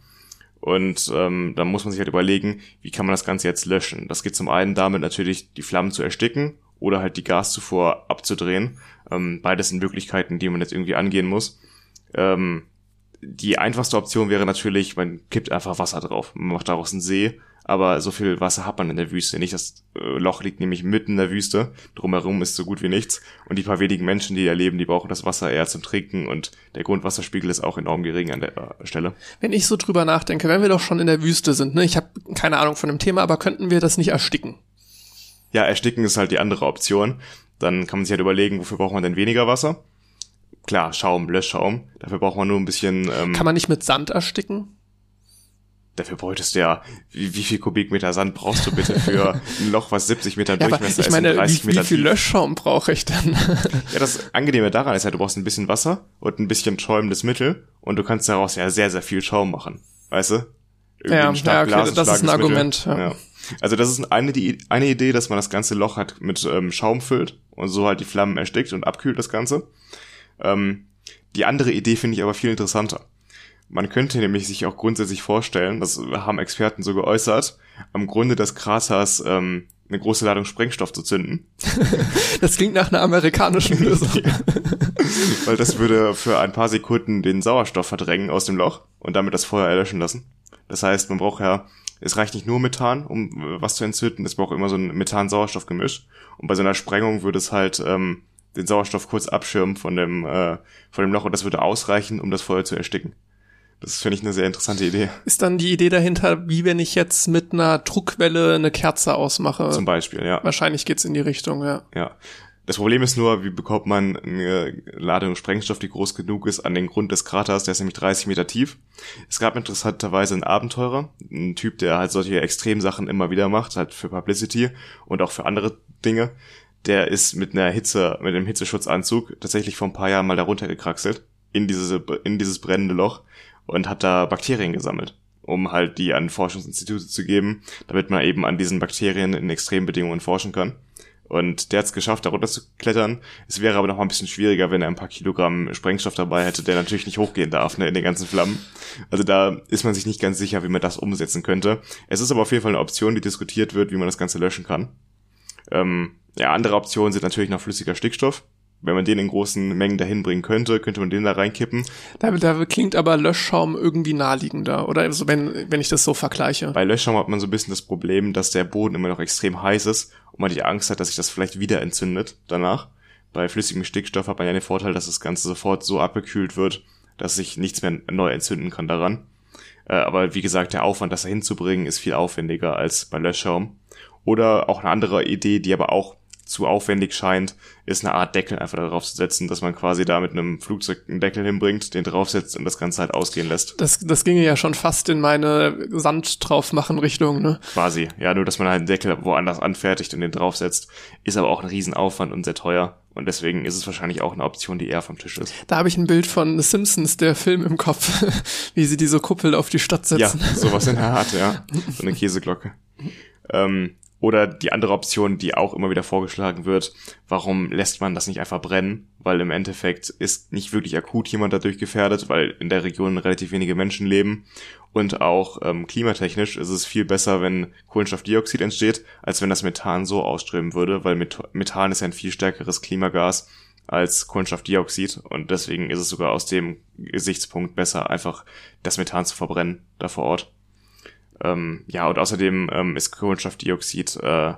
Und ähm, dann muss man sich halt überlegen, wie kann man das Ganze jetzt löschen. Das geht zum einen damit natürlich, die Flammen zu ersticken oder halt die Gaszufuhr abzudrehen. Ähm, beides sind Möglichkeiten, die man jetzt irgendwie angehen muss. Ähm, die einfachste Option wäre natürlich, man kippt einfach Wasser drauf. Man macht daraus einen See, aber so viel Wasser hat man in der Wüste nicht. Das äh, Loch liegt nämlich mitten in der Wüste. Drumherum ist so gut wie nichts. Und die paar wenigen Menschen, die da leben, die brauchen das Wasser eher zum Trinken. Und der Grundwasserspiegel ist auch enorm gering an der äh, Stelle. Wenn ich so drüber nachdenke, wenn wir doch schon in der Wüste sind, ne, ich habe keine Ahnung von dem Thema, aber könnten wir das nicht ersticken? Ja, ersticken ist halt die andere Option. Dann kann man sich halt überlegen, wofür braucht man denn weniger Wasser? Klar, Schaum, Löschschaum. Dafür braucht man nur ein bisschen... Ähm, kann man nicht mit Sand ersticken? Dafür bräuchtest du ja, wie, wie viel Kubikmeter Sand brauchst du bitte für ein Loch, was siebzig Meter ja, Durchmesser ich meine, ist und dreißig wie, Meter wie viel tief. Löschschaum brauche ich denn? Ja, das Angenehme daran ist ja, du brauchst ein bisschen Wasser und ein bisschen schäumendes Mittel und du kannst daraus ja sehr, sehr viel Schaum machen. Weißt du? Irgendwie Ja, ein stark ja, okay, das ist ein blasenschlagendes Argument. Mittel. Ja. Ja. Also das ist eine, die, eine Idee, dass man das ganze Loch halt mit ähm, Schaum füllt und so halt die Flammen erstickt und abkühlt das Ganze. Ähm, die andere Idee finde ich aber viel interessanter. Man könnte nämlich sich auch grundsätzlich vorstellen, das haben Experten so geäußert, am Grunde des Kraters ähm, eine große Ladung Sprengstoff zu zünden. Das klingt nach einer amerikanischen Lösung. Weil das würde für ein paar Sekunden den Sauerstoff verdrängen aus dem Loch und damit das Feuer erlöschen lassen. Das heißt, man braucht ja, es reicht nicht nur Methan, um was zu entzünden, es braucht immer so ein Methan-Sauerstoff-Gemisch. Und bei so einer Sprengung würde es halt ähm, den Sauerstoff kurz abschirmen von dem, äh, von dem Loch und das würde ausreichen, um das Feuer zu ersticken. Das finde ich eine sehr interessante Idee. Ist dann die Idee dahinter, wie wenn ich jetzt mit einer Druckwelle eine Kerze ausmache? Zum Beispiel, ja. Wahrscheinlich geht's in die Richtung, ja. Ja. Das Problem ist nur, wie bekommt man eine Ladung Sprengstoff, die groß genug ist, an den Grund des Kraters, der ist nämlich dreißig Meter tief. Es gab interessanterweise einen Abenteurer, einen Typ, der halt solche Extremsachen immer wieder macht, halt für Publicity und auch für andere Dinge. Der ist mit einer Hitze, mit einem Hitzeschutzanzug tatsächlich vor ein paar Jahren mal da runtergekraxelt, in diese, in dieses brennende Loch und hat da Bakterien gesammelt, um halt die an Forschungsinstitute zu geben, damit man eben an diesen Bakterien in Extrembedingungen forschen kann. Und der hat es geschafft, da runter zu klettern. Es wäre aber noch mal ein bisschen schwieriger, wenn er ein paar Kilogramm Sprengstoff dabei hätte, der natürlich nicht hochgehen darf, ne, in den ganzen Flammen. Also da ist man sich nicht ganz sicher, wie man das umsetzen könnte. Es ist aber auf jeden Fall eine Option, die diskutiert wird, wie man das Ganze löschen kann. Ähm, ja, andere Optionen sind natürlich noch flüssiger Stickstoff. Wenn man den in großen Mengen dahin bringen könnte, könnte man den da reinkippen. Da, da klingt aber Löschschaum irgendwie naheliegender, oder? Also wenn, wenn ich das so vergleiche. Bei Löschschaum hat man so ein bisschen das Problem, dass der Boden immer noch extrem heiß ist und man die Angst hat, dass sich das vielleicht wieder entzündet danach. Bei flüssigem Stickstoff hat man ja den Vorteil, dass das Ganze sofort so abgekühlt wird, dass sich nichts mehr neu entzünden kann daran. Äh, aber wie gesagt, der Aufwand, das da hinzubringen, ist viel aufwendiger als bei Löschschaum. Oder auch eine andere Idee, die aber auch zu aufwendig scheint, ist eine Art Deckel einfach darauf zu setzen, dass man quasi da mit einem Flugzeug einen Deckel hinbringt, den draufsetzt und das Ganze halt ausgehen lässt. Das, das ginge ja schon fast in meine Sand drauf machen Richtung, ne? Quasi, ja, nur dass man halt einen Deckel woanders anfertigt und den draufsetzt, ist aber auch ein Riesenaufwand und sehr teuer. Und deswegen ist es wahrscheinlich auch eine Option, die eher vom Tisch ist. Da habe ich ein Bild von The Simpsons, der Film im Kopf, wie sie diese Kuppel auf die Stadt setzen. Ja, sowas in der Art, ja. So eine Käseglocke. Ähm, Oder die andere Option, die auch immer wieder vorgeschlagen wird, warum lässt man das nicht einfach brennen? Weil im Endeffekt ist nicht wirklich akut jemand dadurch gefährdet, weil in der Region relativ wenige Menschen leben. Und auch ähm, klimatechnisch ist es viel besser, wenn Kohlenstoffdioxid entsteht, als wenn das Methan so ausströmen würde, weil Methan ist ja ein viel stärkeres Klimagas als Kohlenstoffdioxid. Und deswegen ist es sogar aus dem Gesichtspunkt besser, einfach das Methan zu verbrennen da vor Ort. Ähm, ja, und außerdem ähm, ist Kohlenstoffdioxid äh,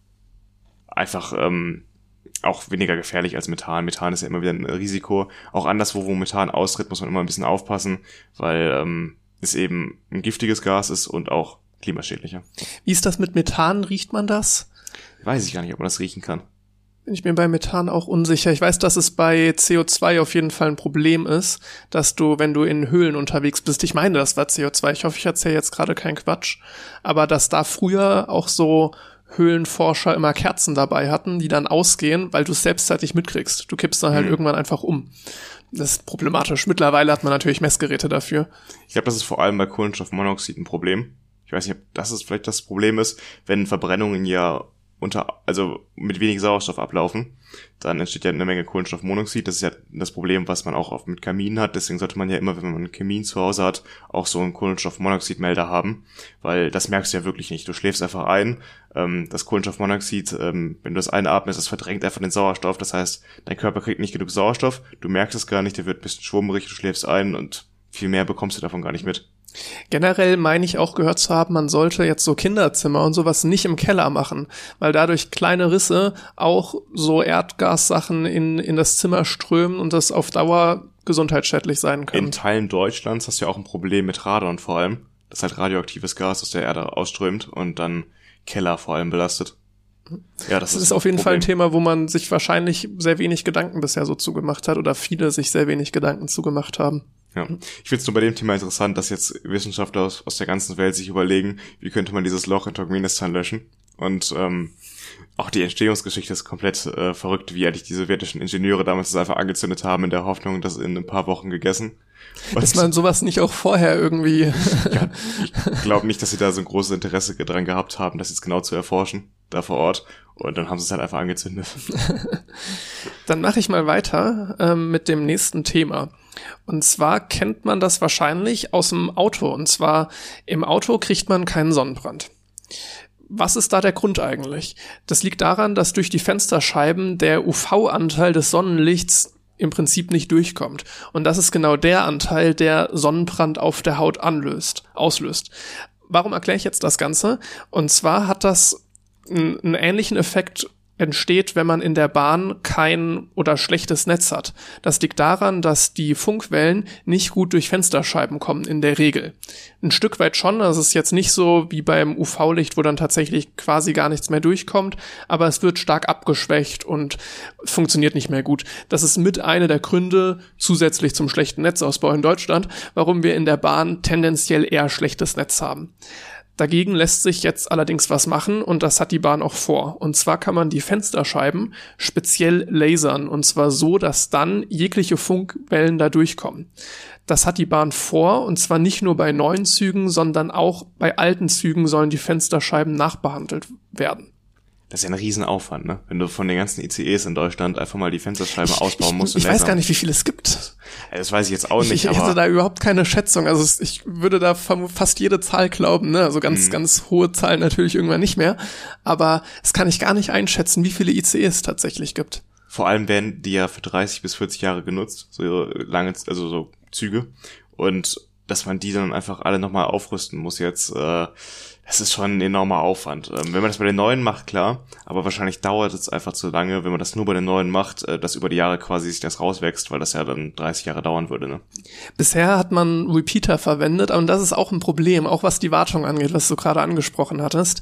einfach ähm, auch weniger gefährlich als Methan. Methan ist ja immer wieder ein Risiko. Auch anderswo, wo Methan austritt, muss man immer ein bisschen aufpassen, weil ähm, es eben ein giftiges Gas ist und auch klimaschädlicher. Wie ist das mit Methan? Riecht man das? Weiß ich gar nicht, ob man das riechen kann. Bin ich mir bei Methan auch unsicher. Ich weiß, dass es bei C O zwei auf jeden Fall ein Problem ist, dass du, wenn du in Höhlen unterwegs bist, ich meine, das war C O zwei, ich hoffe, ich erzähle jetzt gerade keinen Quatsch, aber dass da früher auch so Höhlenforscher immer Kerzen dabei hatten, die dann ausgehen, weil du es selbstzeitig mitkriegst. Du kippst dann halt mhm. irgendwann einfach um. Das ist problematisch. Mittlerweile hat man natürlich Messgeräte dafür. Ich glaube, das ist vor allem bei Kohlenstoffmonoxid ein Problem. Ich weiß nicht, ob das ist vielleicht das Problem ist, wenn Verbrennungen ja unter, also mit wenig Sauerstoff ablaufen, dann entsteht ja eine Menge Kohlenstoffmonoxid. Das ist ja das Problem, was man auch oft mit Kaminen hat. Deswegen sollte man ja immer, wenn man einen Kamin zu Hause hat, auch so einen Kohlenstoffmonoxidmelder haben, weil das merkst du ja wirklich nicht. Du schläfst einfach ein, ähm, das Kohlenstoffmonoxid, ähm, wenn du das einatmest, das verdrängt einfach den Sauerstoff. Das heißt, dein Körper kriegt nicht genug Sauerstoff, du merkst es gar nicht, der wird ein bisschen schwummrig, du schläfst ein und viel mehr bekommst du davon gar nicht mit. Generell meine ich auch gehört zu haben, man sollte jetzt so Kinderzimmer und sowas nicht im Keller machen, weil dadurch kleine Risse auch so Erdgassachen in in das Zimmer strömen und das auf Dauer gesundheitsschädlich sein kann. In Teilen Deutschlands hast du ja auch ein Problem mit Radon vor allem, das halt radioaktives Gas aus der Erde ausströmt und dann Keller vor allem belastet. Ja, das, das ist, ist auf jeden Problem. Fall ein Thema, wo man sich wahrscheinlich sehr wenig Gedanken bisher so zugemacht hat oder viele sich sehr wenig Gedanken zugemacht haben. Ja, ich finde es nur bei dem Thema interessant, dass jetzt Wissenschaftler aus, aus der ganzen Welt sich überlegen, wie könnte man dieses Loch in Turkmenistan löschen. Und ähm, auch die Entstehungsgeschichte ist komplett äh, verrückt, wie eigentlich die sowjetischen Ingenieure damals das einfach angezündet haben, in der Hoffnung, das in ein paar Wochen gegessen. Und dass man sowas nicht auch vorher irgendwie... ja, ich glaube nicht, dass sie da so ein großes Interesse dran gehabt haben, das jetzt genau zu erforschen, da vor Ort. Und dann haben sie es halt einfach angezündet. Dann mache ich mal weiter ähm, mit dem nächsten Thema. Und zwar kennt man das wahrscheinlich aus dem Auto. Und zwar im Auto kriegt man keinen Sonnenbrand. Was ist da der Grund eigentlich? Das liegt daran, dass durch die Fensterscheiben der U V-Anteil des Sonnenlichts im Prinzip nicht durchkommt. Und das ist genau der Anteil, der Sonnenbrand auf der Haut anlöst, auslöst. Warum erkläre ich jetzt das Ganze? Und zwar hat das einen ähnlichen Effekt entsteht, wenn man in der Bahn kein oder schlechtes Netz hat. Das liegt daran, dass die Funkwellen nicht gut durch Fensterscheiben kommen, in der Regel. Ein Stück weit schon, das ist jetzt nicht so wie beim U V-Licht, wo dann tatsächlich quasi gar nichts mehr durchkommt, aber es wird stark abgeschwächt und funktioniert nicht mehr gut. Das ist mit einer der Gründe, zusätzlich zum schlechten Netzausbau in Deutschland, warum wir in der Bahn tendenziell eher schlechtes Netz haben. Dagegen lässt sich jetzt allerdings was machen und das hat die Bahn auch vor. Und zwar kann man die Fensterscheiben speziell lasern und zwar so, dass dann jegliche Funkwellen da durchkommen. Das hat die Bahn vor und zwar nicht nur bei neuen Zügen, sondern auch bei alten Zügen sollen die Fensterscheiben nachbehandelt werden. Das ist ja ein Riesenaufwand, ne? Wenn du von den ganzen I C Es in Deutschland einfach mal die Fensterscheiben ich, ausbauen musst. Ich, und ich weiß gar nicht, wie viele es gibt. Ja, das weiß ich jetzt auch nicht. Ich, ich aber hätte da überhaupt keine Schätzung. Also es, ich würde da fast jede Zahl glauben, ne? Also ganz, mhm. ganz hohe Zahlen natürlich irgendwann nicht mehr. Aber das kann ich gar nicht einschätzen, wie viele I C Es es tatsächlich gibt. Vor allem werden die ja für dreißig bis vierzig Jahre genutzt, so lange, also so Züge. Und dass man die dann einfach alle nochmal aufrüsten muss jetzt, äh, das ist schon ein enormer Aufwand. Ähm, wenn man das bei den neuen macht, klar, aber wahrscheinlich dauert es einfach zu lange, wenn man das nur bei den neuen macht, äh, dass über die Jahre quasi sich das rauswächst, weil das ja dann dreißig Jahre dauern würde, ne? Bisher hat man Repeater verwendet, und das ist auch ein Problem, auch was die Wartung angeht, was du gerade angesprochen hattest,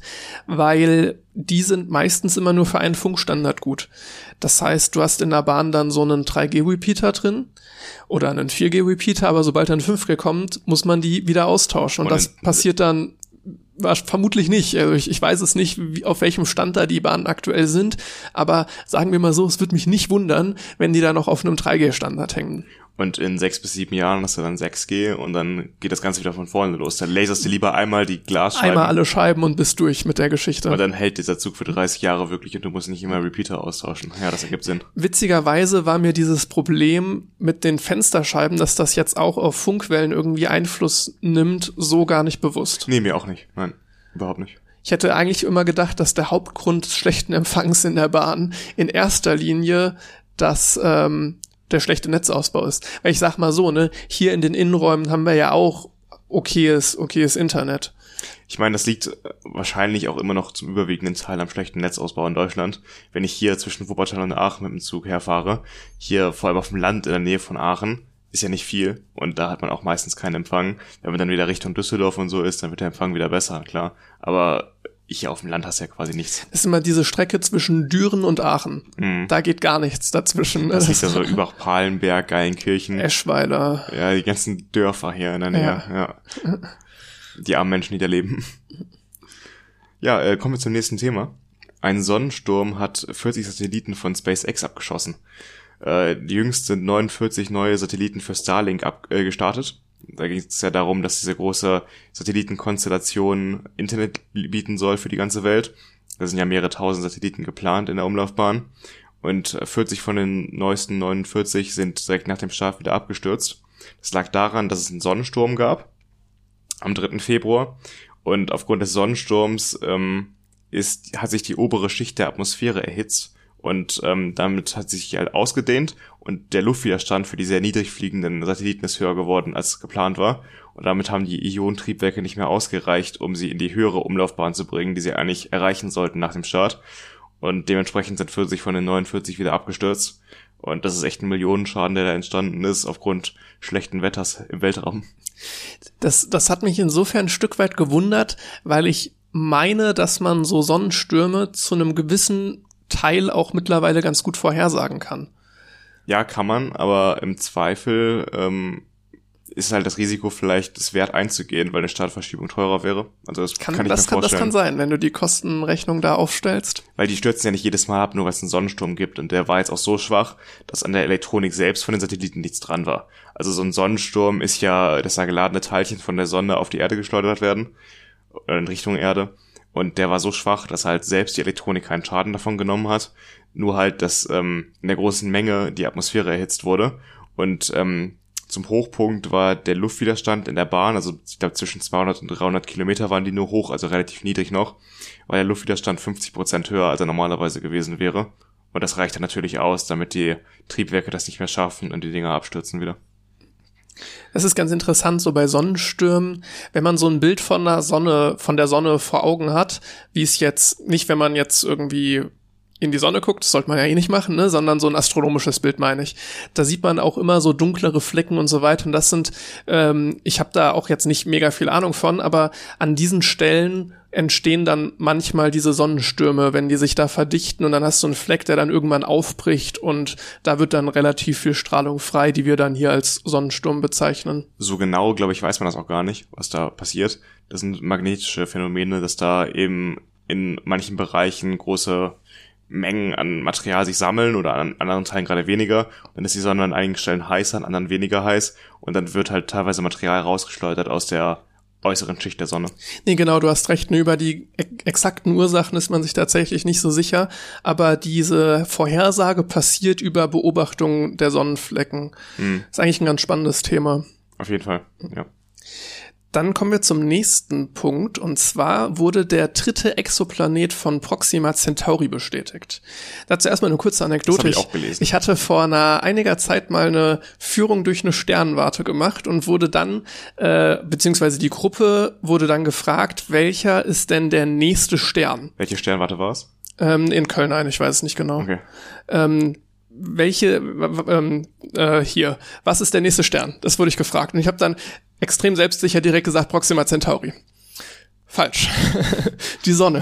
weil die sind meistens immer nur für einen Funkstandard gut. Das heißt, du hast in der Bahn dann so einen drei G Repeater drin oder einen vier G Repeater, aber sobald ein fünf G kommt, muss man die wieder austauschen, und, und das passiert dann vermutlich nicht. Also ich, ich weiß es nicht, wie, auf welchem Stand da die Bahnen aktuell sind, aber sagen wir mal so, es würde mich nicht wundern, wenn die da noch auf einem drei G Standard hängen. Und in sechs bis sieben Jahren hast du dann sechs G und dann geht das Ganze wieder von vorne los. Dann laserst du lieber einmal die Glasscheiben. Einmal alle Scheiben und bist durch mit der Geschichte. Und dann hält dieser Zug für dreißig Jahre wirklich und du musst nicht immer Repeater austauschen. Ja, das ergibt Sinn. Witzigerweise war mir dieses Problem mit den Fensterscheiben, dass das jetzt auch auf Funkwellen irgendwie Einfluss nimmt, so gar nicht bewusst. Nee, mir auch nicht. Nein, überhaupt nicht. Ich hätte eigentlich immer gedacht, dass der Hauptgrund des schlechten Empfangs in der Bahn in erster Linie das ähm, der schlechte Netzausbau ist. Weil ich sag mal so, ne, hier in den Innenräumen haben wir ja auch okayes, okayes Internet. Ich meine, das liegt wahrscheinlich auch immer noch zum überwiegenden Teil am schlechten Netzausbau in Deutschland. Wenn ich hier zwischen Wuppertal und Aachen mit dem Zug herfahre, hier vor allem auf dem Land in der Nähe von Aachen, ist ja nicht viel und da hat man auch meistens keinen Empfang. Wenn man dann wieder Richtung Düsseldorf und so ist, dann wird der Empfang wieder besser, klar. Aber hier auf dem Land hast du ja quasi nichts. Das ist immer diese Strecke zwischen Düren und Aachen. Mhm. Da geht gar nichts dazwischen. Das liegt ja so über Palenberg, Geilenkirchen. Eschweiler. Ja, die ganzen Dörfer hier in der Nähe. Ja. Ja. Die armen Menschen, die da leben. Ja, äh, kommen wir zum nächsten Thema. Ein Sonnensturm hat vierzig Satelliten von SpaceX abgeschossen. Äh, die jüngst sind neunundvierzig neue Satelliten für Starlink ab, äh, gestartet. Da ging es ja darum, dass diese große Satellitenkonstellation Internet bieten soll für die ganze Welt. Da sind ja mehrere tausend Satelliten geplant in der Umlaufbahn. Und vierzig von den neuesten neunundvierzig sind direkt nach dem Start wieder abgestürzt. Das lag daran, dass es einen Sonnensturm gab am dritten Februar. Und aufgrund des Sonnensturms ähm, ist, hat sich die obere Schicht der Atmosphäre erhitzt. Und ähm, damit hat sich halt ausgedehnt und der Luftwiderstand für die sehr niedrig fliegenden Satelliten ist höher geworden, als geplant war. Und damit haben die Ionentriebwerke nicht mehr ausgereicht, um sie in die höhere Umlaufbahn zu bringen, die sie eigentlich erreichen sollten nach dem Start. Und dementsprechend sind vierzig von den neunundvierzig wieder abgestürzt. Und das ist echt ein Millionenschaden, der da entstanden ist aufgrund schlechten Wetters im Weltraum. Das, das hat mich insofern ein Stück weit gewundert, weil ich meine, dass man so Sonnenstürme zu einem gewissen Teil auch mittlerweile ganz gut vorhersagen kann. Ja, kann man, aber im Zweifel ähm, ist halt das Risiko vielleicht es wert einzugehen, weil eine Startverschiebung teurer wäre. Also das kann, kann ich das mir kann, vorstellen. Das kann sein, wenn du die Kostenrechnung da aufstellst. Weil die stürzen ja nicht jedes Mal ab, nur weil es einen Sonnensturm gibt. Und der war jetzt auch so schwach, dass an der Elektronik selbst von den Satelliten nichts dran war. Also so ein Sonnensturm ist ja, dass da geladene Teilchen von der Sonne auf die Erde geschleudert werden, oder in Richtung Erde. Und der war so schwach, dass halt selbst die Elektronik keinen Schaden davon genommen hat. Nur halt, dass ähm, in der großen Menge die Atmosphäre erhitzt wurde. Und ähm, zum Hochpunkt war der Luftwiderstand in der Bahn, also ich glaube zwischen zweihundert und dreihundert Kilometer waren die nur hoch, also relativ niedrig noch, war der Luftwiderstand fünfzig Prozent höher, als er normalerweise gewesen wäre. Und das reicht dann natürlich aus, damit die Triebwerke das nicht mehr schaffen und die Dinger abstürzen wieder. Es ist ganz interessant, so bei Sonnenstürmen, wenn man so ein Bild von der Sonne, von der Sonne vor Augen hat, wie es jetzt, nicht wenn man jetzt irgendwie in die Sonne guckt, das sollte man ja eh nicht machen, ne, sondern so ein astronomisches Bild meine ich. Da sieht man auch immer so dunklere Flecken und so weiter und das sind, ähm, ich habe da auch jetzt nicht mega viel Ahnung von, aber an diesen Stellen entstehen dann manchmal diese Sonnenstürme, wenn die sich da verdichten und dann hast du einen Fleck, der dann irgendwann aufbricht und da wird dann relativ viel Strahlung frei, die wir dann hier als Sonnensturm bezeichnen. So genau, glaube ich, weiß man das auch gar nicht, was da passiert. Das sind magnetische Phänomene, dass da eben in manchen Bereichen große Mengen an Material sich sammeln oder an anderen Teilen gerade weniger. Und dann ist die Sonne an einigen Stellen heißer, an anderen weniger heiß und dann wird halt teilweise Material rausgeschleudert aus der äußeren Schicht der Sonne. Nee, genau, du hast recht. Nur über die e- exakten Ursachen ist man sich tatsächlich nicht so sicher. Aber diese Vorhersage passiert über Beobachtung der Sonnenflecken. Mhm. Ist eigentlich ein ganz spannendes Thema. Auf jeden Fall, ja. Dann kommen wir zum nächsten Punkt, und zwar wurde der dritte Exoplanet von Proxima Centauri bestätigt. Dazu erstmal eine kurze Anekdote. Das habe ich auch gelesen. Ich hatte vor einer einiger Zeit mal eine Führung durch eine Sternwarte gemacht und wurde dann, äh, beziehungsweise die Gruppe wurde dann gefragt, welcher ist denn der nächste Stern? Welche Sternwarte war es? Ähm, in Köln, nein, ich weiß es nicht genau. Okay. Ähm, welche, ähm, äh, hier, was ist der nächste Stern? Das wurde ich gefragt. Und ich habe dann extrem selbstsicher direkt gesagt, Proxima Centauri. Falsch. Die Sonne.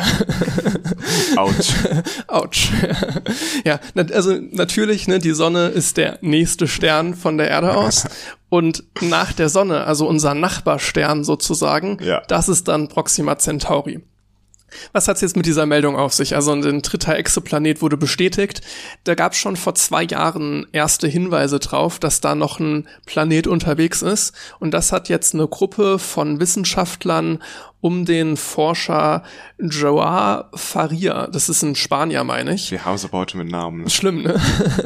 Autsch. Autsch. Ja, also natürlich, ne, die Sonne ist der nächste Stern von der Erde aus. Und nach der Sonne, also unser Nachbarstern sozusagen, ja. Das ist dann Proxima Centauri. Was hat's jetzt mit dieser Meldung auf sich? Also ein dritter Exoplanet wurde bestätigt. Da gab's schon vor zwei Jahren erste Hinweise drauf, dass da noch ein Planet unterwegs ist. Und das hat jetzt eine Gruppe von Wissenschaftlern um den Forscher Joao Faria, das ist ein Spanier, meine ich. Wir haben es aber heute mit Namen. Ne? Schlimm, ne?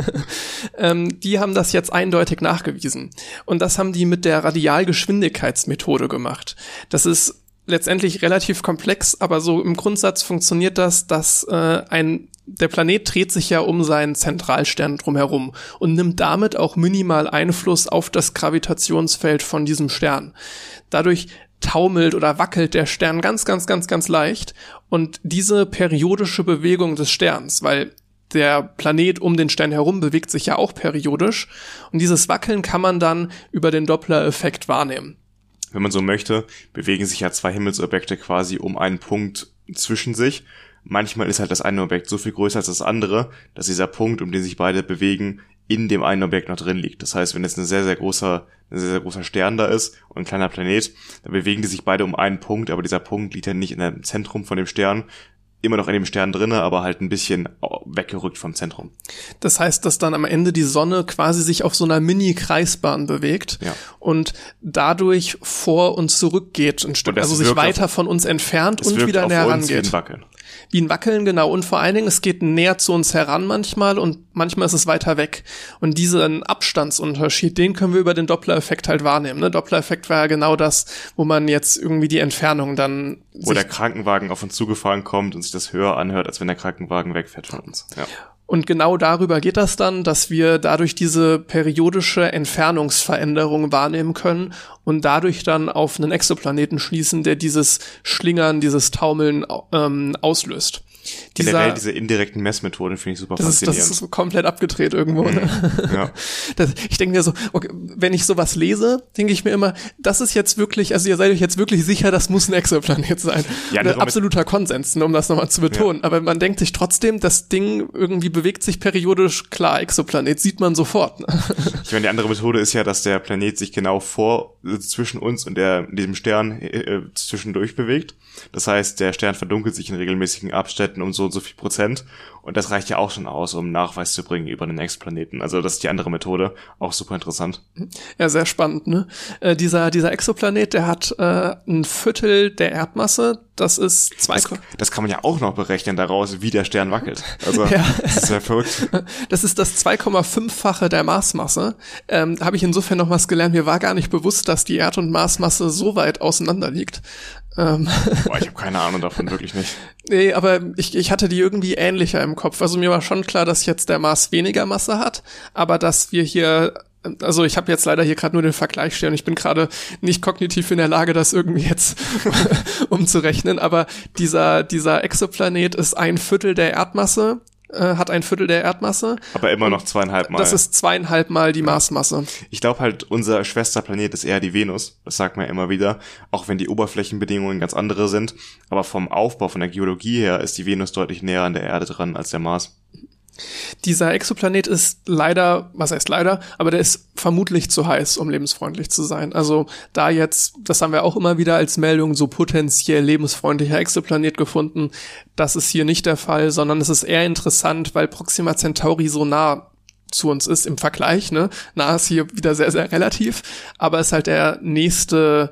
ähm, die haben das jetzt eindeutig nachgewiesen. Und das haben die mit der Radialgeschwindigkeitsmethode gemacht. Das ist letztendlich relativ komplex, aber so im Grundsatz funktioniert das, dass äh, ein der Planet dreht sich ja um seinen Zentralstern drumherum und nimmt damit auch minimal Einfluss auf das Gravitationsfeld von diesem Stern. Dadurch taumelt oder wackelt der Stern ganz, ganz, ganz, ganz leicht, und diese periodische Bewegung des Sterns, weil der Planet um den Stern herum bewegt sich ja auch periodisch, und dieses Wackeln kann man dann über den Doppler-Effekt wahrnehmen. Wenn man so möchte, bewegen sich ja zwei Himmelsobjekte quasi um einen Punkt zwischen sich. Manchmal ist halt das eine Objekt so viel größer als das andere, dass dieser Punkt, um den sich beide bewegen, in dem einen Objekt noch drin liegt. Das heißt, wenn jetzt ein sehr, sehr großer, ein sehr, sehr großer Stern da ist und ein kleiner Planet, dann bewegen die sich beide um einen Punkt, aber dieser Punkt liegt ja nicht in dem Zentrum von dem Stern, immer noch in dem Stern drinne, aber halt ein bisschen weggerückt vom Zentrum. Das heißt, dass dann am Ende die Sonne quasi sich auf so einer Mini-Kreisbahn bewegt, ja, und dadurch vor und zurück geht ein Stück, also sich weiter auf, von uns entfernt und wieder näher rangeht. Wie ein Wackeln, genau. Und vor allen Dingen, es geht näher zu uns heran manchmal und manchmal ist es weiter weg. Und diesen Abstandsunterschied, den können wir über den Doppler-Effekt halt wahrnehmen. Ne? Doppler-Effekt war ja genau das, wo man jetzt irgendwie die Entfernung dann... Wo der Krankenwagen auf uns zugefahren kommt und sich das höher anhört, als wenn der Krankenwagen wegfährt von uns. Ja. Und genau darüber geht das dann, dass wir dadurch diese periodische Entfernungsveränderung wahrnehmen können und dadurch dann auf einen Exoplaneten schließen, der dieses Schlingern, dieses Taumeln ähm, auslöst. Dieser, Generell diese indirekten Messmethoden finde ich super das faszinierend. Ist, das ist komplett abgedreht irgendwo. Mhm. Ne? Ja. Das, ich denke mir so, okay, wenn ich sowas lese, denke ich mir immer, das ist jetzt wirklich, also ihr seid euch jetzt wirklich sicher, das muss ein Exoplanet sein. Ja, absoluter Konsens, um das nochmal zu betonen. Ja. Aber man denkt sich trotzdem, das Ding irgendwie bewegt sich periodisch, klar, Exoplanet, sieht man sofort. Ne? Ich meine, die andere Methode ist ja, dass der Planet sich genau vor, zwischen uns und der, diesem Stern äh, zwischendurch bewegt. Das heißt, der Stern verdunkelt sich in regelmäßigen Abständen um so und so viel Prozent. Und das reicht ja auch schon aus, um Nachweis zu bringen über einen Exoplaneten. Also das ist die andere Methode. Auch super interessant. Ja, sehr spannend, ne? Äh, dieser, dieser Exoplanet, der hat äh, ein Viertel der Erdmasse. Das ist zwei... Das, das kann man ja auch noch berechnen daraus, wie der Stern wackelt. Also ja. Das ist ja verrückt. Das ist das zwei Komma fünf-fache der Marsmasse. Ähm, da habe ich insofern noch was gelernt. Mir war gar nicht bewusst, dass die Erd- und Marsmasse so weit auseinander liegt. Ähm. Boah, ich habe keine Ahnung davon, wirklich nicht. Nee, aber ich, ich hatte die irgendwie ähnlicher im Kopf. Also mir war schon klar, dass jetzt der Mars weniger Masse hat, aber dass wir hier... Also ich habe jetzt leider hier gerade nur den Vergleich stehen. Ich bin gerade nicht kognitiv in der Lage, das irgendwie jetzt umzurechnen. Aber dieser dieser Exoplanet ist ein Viertel der Erdmasse, äh, hat ein Viertel der Erdmasse. Aber immer noch zweieinhalb Mal. Das ist zweieinhalb Mal die Marsmasse. Ich glaube halt, unser Schwesterplanet ist eher die Venus. Das sagt man ja immer wieder. Auch wenn die Oberflächenbedingungen ganz andere sind. Aber vom Aufbau, von der Geologie her ist die Venus deutlich näher an der Erde dran als der Mars. Dieser Exoplanet ist leider, was heißt leider, aber der ist vermutlich zu heiß, um lebensfreundlich zu sein. Also da jetzt, das haben wir auch immer wieder als Meldung, so potenziell lebensfreundlicher Exoplanet gefunden. Das ist hier nicht der Fall, sondern es ist eher interessant, weil Proxima Centauri so nah zu uns ist im Vergleich, ne? Nah ist hier wieder sehr, sehr relativ, aber ist halt der nächste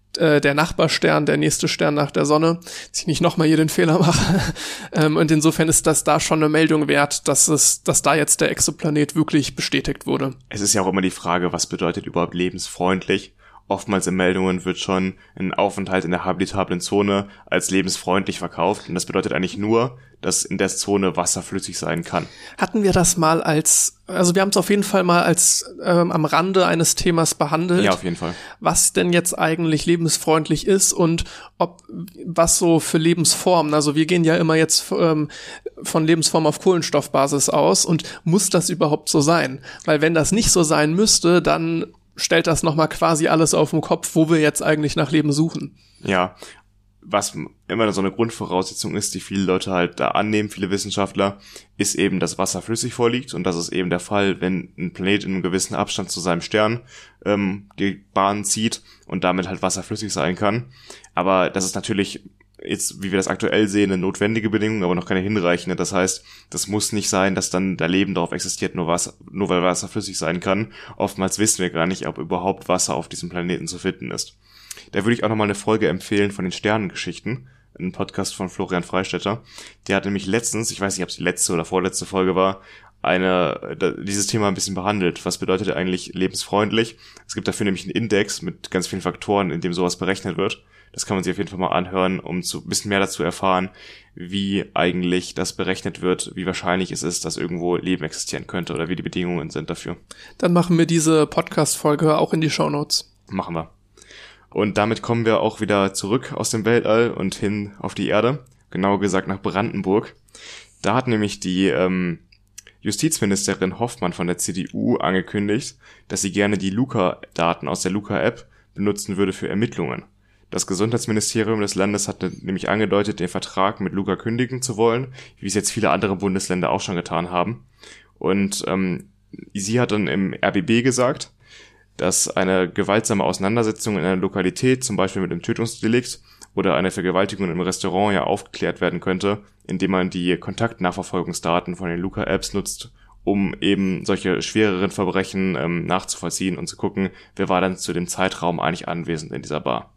äh, der Nachbarstern, der nächste Stern nach der Sonne, dass ich nicht nochmal hier den Fehler mache. ähm, und insofern ist das da schon eine Meldung wert, dass es, dass da jetzt der Exoplanet wirklich bestätigt wurde. Es ist ja auch immer die Frage, was bedeutet überhaupt lebensfreundlich? Oftmals in Meldungen wird schon ein Aufenthalt in der habitablen Zone als lebensfreundlich verkauft. Und das bedeutet eigentlich nur, dass in der Zone Wasser flüssig sein kann. Hatten wir das mal als, also wir haben es auf jeden Fall mal als ähm, am Rande eines Themas behandelt. Ja, auf jeden Fall. Was denn jetzt eigentlich lebensfreundlich ist und ob was so für Lebensformen, also wir gehen ja immer jetzt ähm, von Lebensformen auf Kohlenstoffbasis aus und muss das überhaupt so sein? Weil wenn das nicht so sein müsste, dann stellt das nochmal quasi alles auf den Kopf, wo wir jetzt eigentlich nach Leben suchen. Ja, was immer so eine Grundvoraussetzung ist, die viele Leute halt da annehmen, viele Wissenschaftler, ist eben, dass Wasser flüssig vorliegt. Und das ist eben der Fall, wenn ein Planet in einem gewissen Abstand zu seinem Stern ähm, die Bahn zieht und damit halt Wasser flüssig sein kann. Aber das ist natürlich jetzt, wie wir das aktuell sehen, eine notwendige Bedingung, aber noch keine hinreichende. Das heißt, das muss nicht sein, dass dann da Leben darauf existiert, nur Wasser, nur weil Wasser flüssig sein kann. Oftmals wissen wir gar nicht, ob überhaupt Wasser auf diesem Planeten zu finden ist. Da würde ich auch nochmal eine Folge empfehlen von den Sternengeschichten, ein Podcast von Florian Freistetter. Der hat nämlich letztens, ich weiß nicht, ob es die letzte oder vorletzte Folge war, eine dieses Thema ein bisschen behandelt. Was bedeutet eigentlich lebensfreundlich? Es gibt dafür nämlich einen Index mit ganz vielen Faktoren, in dem sowas berechnet wird. Das kann man sich auf jeden Fall mal anhören, um zu ein bisschen mehr dazu erfahren, wie eigentlich das berechnet wird, wie wahrscheinlich es ist, dass irgendwo Leben existieren könnte oder wie die Bedingungen sind dafür. Dann machen wir diese Podcast-Folge auch in die Shownotes. Machen wir. Und damit kommen wir auch wieder zurück aus dem Weltall und hin auf die Erde, genauer gesagt nach Brandenburg. Da hat nämlich die ähm, Justizministerin Hoffmann von der C D U angekündigt, dass sie gerne die Luca-Daten aus der Luca-App benutzen würde für Ermittlungen. Das Gesundheitsministerium des Landes hatte nämlich angedeutet, den Vertrag mit Luca kündigen zu wollen, wie es jetzt viele andere Bundesländer auch schon getan haben. Und ähm, sie hat dann im R B B gesagt, dass eine gewaltsame Auseinandersetzung in einer Lokalität, zum Beispiel mit einem Tötungsdelikt oder eine Vergewaltigung im Restaurant, ja aufgeklärt werden könnte, indem man die Kontaktnachverfolgungsdaten von den Luca-Apps nutzt, um eben solche schwereren Verbrechen ähm, nachzuvollziehen und zu gucken, wer war dann zu dem Zeitraum eigentlich anwesend in dieser Bar.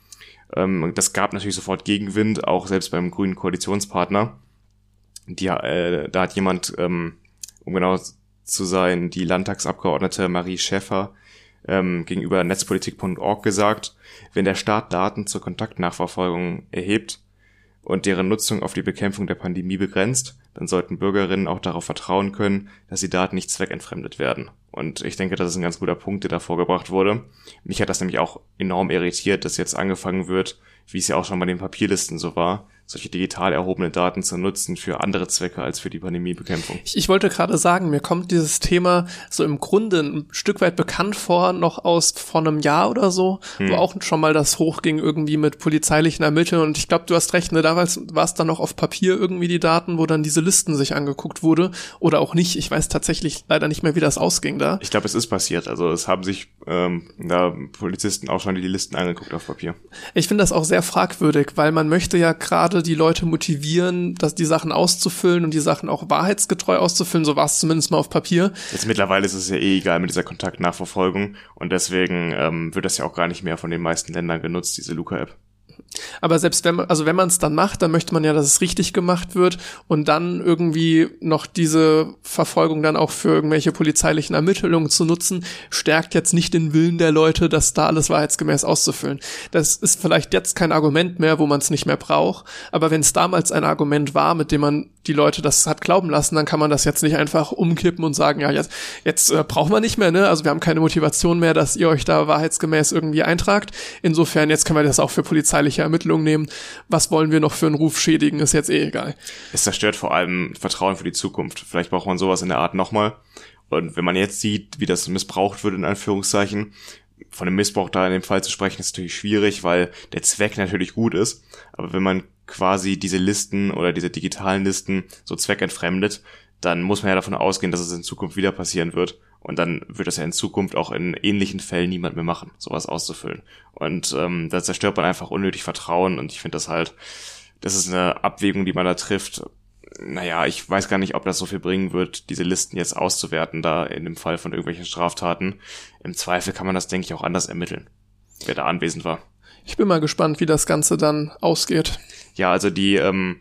Ähm, das gab natürlich sofort Gegenwind, auch selbst beim grünen Koalitionspartner. Die, äh, da hat jemand, ähm, um genau zu sein, die Landtagsabgeordnete Marie Schäffer ähm, gegenüber netzpolitik punkt org gesagt, wenn der Staat Daten zur Kontaktnachverfolgung erhebt und deren Nutzung auf die Bekämpfung der Pandemie begrenzt, dann sollten Bürgerinnen auch darauf vertrauen können, dass die Daten nicht zweckentfremdet werden. Und ich denke, das ist ein ganz guter Punkt, der da vorgebracht wurde. Mich hat das nämlich auch enorm irritiert, dass jetzt angefangen wird, wie es ja auch schon bei den Papierlisten so war, solche digital erhobene Daten zu nutzen für andere Zwecke als für die Pandemiebekämpfung. Ich, ich wollte gerade sagen, mir kommt dieses Thema so im Grunde ein Stück weit bekannt vor, noch aus vor einem Jahr oder so, hm. wo auch schon mal das hochging irgendwie mit polizeilichen Ermittlungen. Und ich glaube, du hast recht, ne, damals war es dann noch auf Papier irgendwie die Daten, wo dann diese Listen sich angeguckt wurde oder auch nicht. Ich weiß tatsächlich leider nicht mehr, wie das ausging da. Ich glaube, es ist passiert. Also es haben sich ähm, da Polizisten auch schon die Listen angeguckt auf Papier. Ich finde das auch sehr fragwürdig, weil man möchte ja gerade die Leute motivieren, dass die Sachen auszufüllen und die Sachen auch wahrheitsgetreu auszufüllen. So war es zumindest mal auf Papier. Jetzt mittlerweile ist es ja eh egal mit dieser Kontaktnachverfolgung und deswegen ähm, wird das ja auch gar nicht mehr von den meisten Ländern genutzt, diese Luca-App. Aber selbst wenn man, also wenn man es dann macht, dann möchte man ja, dass es richtig gemacht wird und dann irgendwie noch diese Verfolgung dann auch für irgendwelche polizeilichen Ermittlungen zu nutzen, stärkt jetzt nicht den Willen der Leute, das da alles wahrheitsgemäß auszufüllen. Das ist vielleicht jetzt kein Argument mehr, wo man es nicht mehr braucht, aber wenn es damals ein Argument war, mit dem man die Leute das hat glauben lassen, dann kann man das jetzt nicht einfach umkippen und sagen, ja, jetzt, jetzt äh, brauchen wir nicht mehr, ne? Also wir haben keine Motivation mehr, dass ihr euch da wahrheitsgemäß irgendwie eintragt. Insofern, jetzt können wir das auch für polizeiliche Ermittlungen nehmen. Was wollen wir noch für einen Ruf schädigen, ist jetzt eh egal. Es zerstört vor allem Vertrauen für die Zukunft. Vielleicht braucht man sowas in der Art nochmal. Und wenn man jetzt sieht, wie das missbraucht wird, in Anführungszeichen, von dem Missbrauch da in dem Fall zu sprechen, ist natürlich schwierig, weil der Zweck natürlich gut ist. Aber wenn man quasi diese Listen oder diese digitalen Listen so zweckentfremdet, dann muss man ja davon ausgehen, dass es in Zukunft wieder passieren wird. Und dann wird das ja in Zukunft auch in ähnlichen Fällen niemand mehr machen, sowas auszufüllen. Und ähm, da zerstört man einfach unnötig Vertrauen. Und ich finde das halt, das ist eine Abwägung, die man da trifft. Naja, ich weiß gar nicht, ob das so viel bringen wird, diese Listen jetzt auszuwerten, da in dem Fall von irgendwelchen Straftaten. Im Zweifel kann man das, denke ich, auch anders ermitteln, wer da anwesend war. Ich bin mal gespannt, wie das Ganze dann ausgeht. Ja, also die, ähm,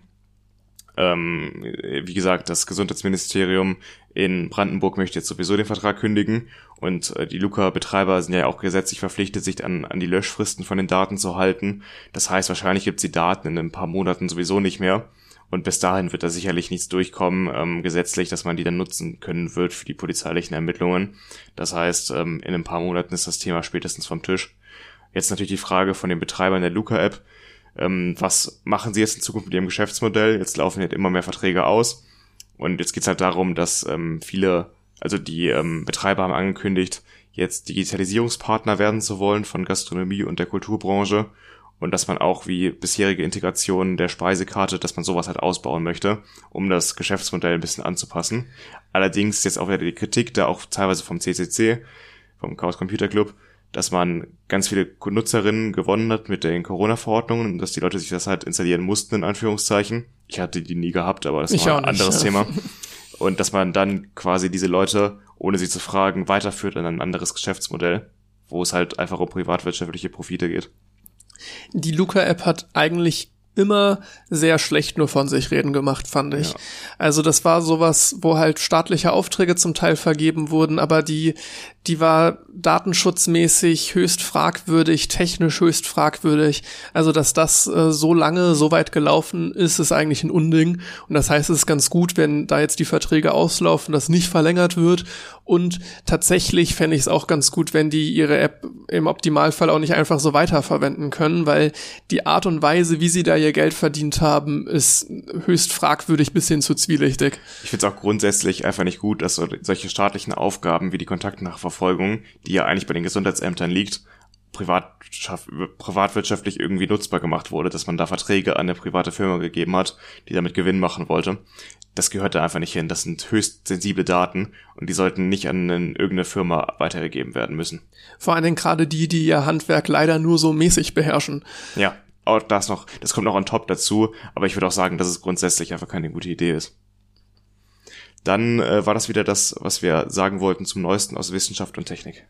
ähm, wie gesagt, das Gesundheitsministerium in Brandenburg möchte jetzt sowieso den Vertrag kündigen und äh, die Luca-Betreiber sind ja auch gesetzlich verpflichtet, sich an, an die Löschfristen von den Daten zu halten. Das heißt, wahrscheinlich gibt es die Daten in ein paar Monaten sowieso nicht mehr und bis dahin wird da sicherlich nichts durchkommen, ähm, gesetzlich, dass man die dann nutzen können wird für die polizeilichen Ermittlungen. Das heißt, ähm, in ein paar Monaten ist das Thema spätestens vom Tisch. Jetzt natürlich die Frage von den Betreibern der Luca-App. Ähm, was machen sie jetzt in Zukunft mit ihrem Geschäftsmodell? Jetzt laufen halt immer mehr Verträge aus. Und jetzt geht's halt darum, dass ähm, viele, also die ähm, Betreiber haben angekündigt, jetzt Digitalisierungspartner werden zu wollen von Gastronomie und der Kulturbranche. Und dass man auch wie bisherige Integrationen der Speisekarte, dass man sowas halt ausbauen möchte, um das Geschäftsmodell ein bisschen anzupassen. Allerdings jetzt auch wieder die Kritik, da auch teilweise vom C C C, vom Chaos Computer Club, dass man ganz viele Nutzerinnen gewonnen hat mit den Corona-Verordnungen und dass die Leute sich das halt installieren mussten, in Anführungszeichen. Ich hatte die nie gehabt, aber das ich war ein nicht, anderes ja. Thema. Und dass man dann quasi diese Leute, ohne sie zu fragen, weiterführt in ein anderes Geschäftsmodell, wo es halt einfach um privatwirtschaftliche Profite geht. Die Luca-App hat eigentlich immer sehr schlecht nur von sich reden gemacht, fand ich. Ja. Also das war sowas, wo halt staatliche Aufträge zum Teil vergeben wurden, aber die die war datenschutzmäßig höchst fragwürdig, technisch höchst fragwürdig. Also dass das äh, so lange so weit gelaufen ist, ist eigentlich ein Unding. Und das heißt, es ist ganz gut, wenn da jetzt die Verträge auslaufen, das nicht verlängert wird. Und tatsächlich fände ich es auch ganz gut, wenn die ihre App im Optimalfall auch nicht einfach so weiterverwenden können, weil die Art und Weise, wie sie da ihr Geld verdient haben, ist höchst fragwürdig bis hin zu zwielichtig. Ich finde es auch grundsätzlich einfach nicht gut, dass so solche staatlichen Aufgaben wie die Kontaktnachverfolgung, die ja eigentlich bei den Gesundheitsämtern liegt, privatschaft, privatwirtschaftlich irgendwie nutzbar gemacht wurde, dass man da Verträge an eine private Firma gegeben hat, die damit Gewinn machen wollte. Das gehört da einfach nicht hin. Das sind höchst sensible Daten und die sollten nicht an eine, irgendeine Firma weitergegeben werden müssen. Vor allen Dingen gerade die, die ihr Handwerk leider nur so mäßig beherrschen. Ja, auch das noch, das kommt noch on top dazu, aber ich würde auch sagen, dass es grundsätzlich einfach keine gute Idee ist. Dann äh, war das wieder das, was wir sagen wollten zum Neuesten aus Wissenschaft und Technik.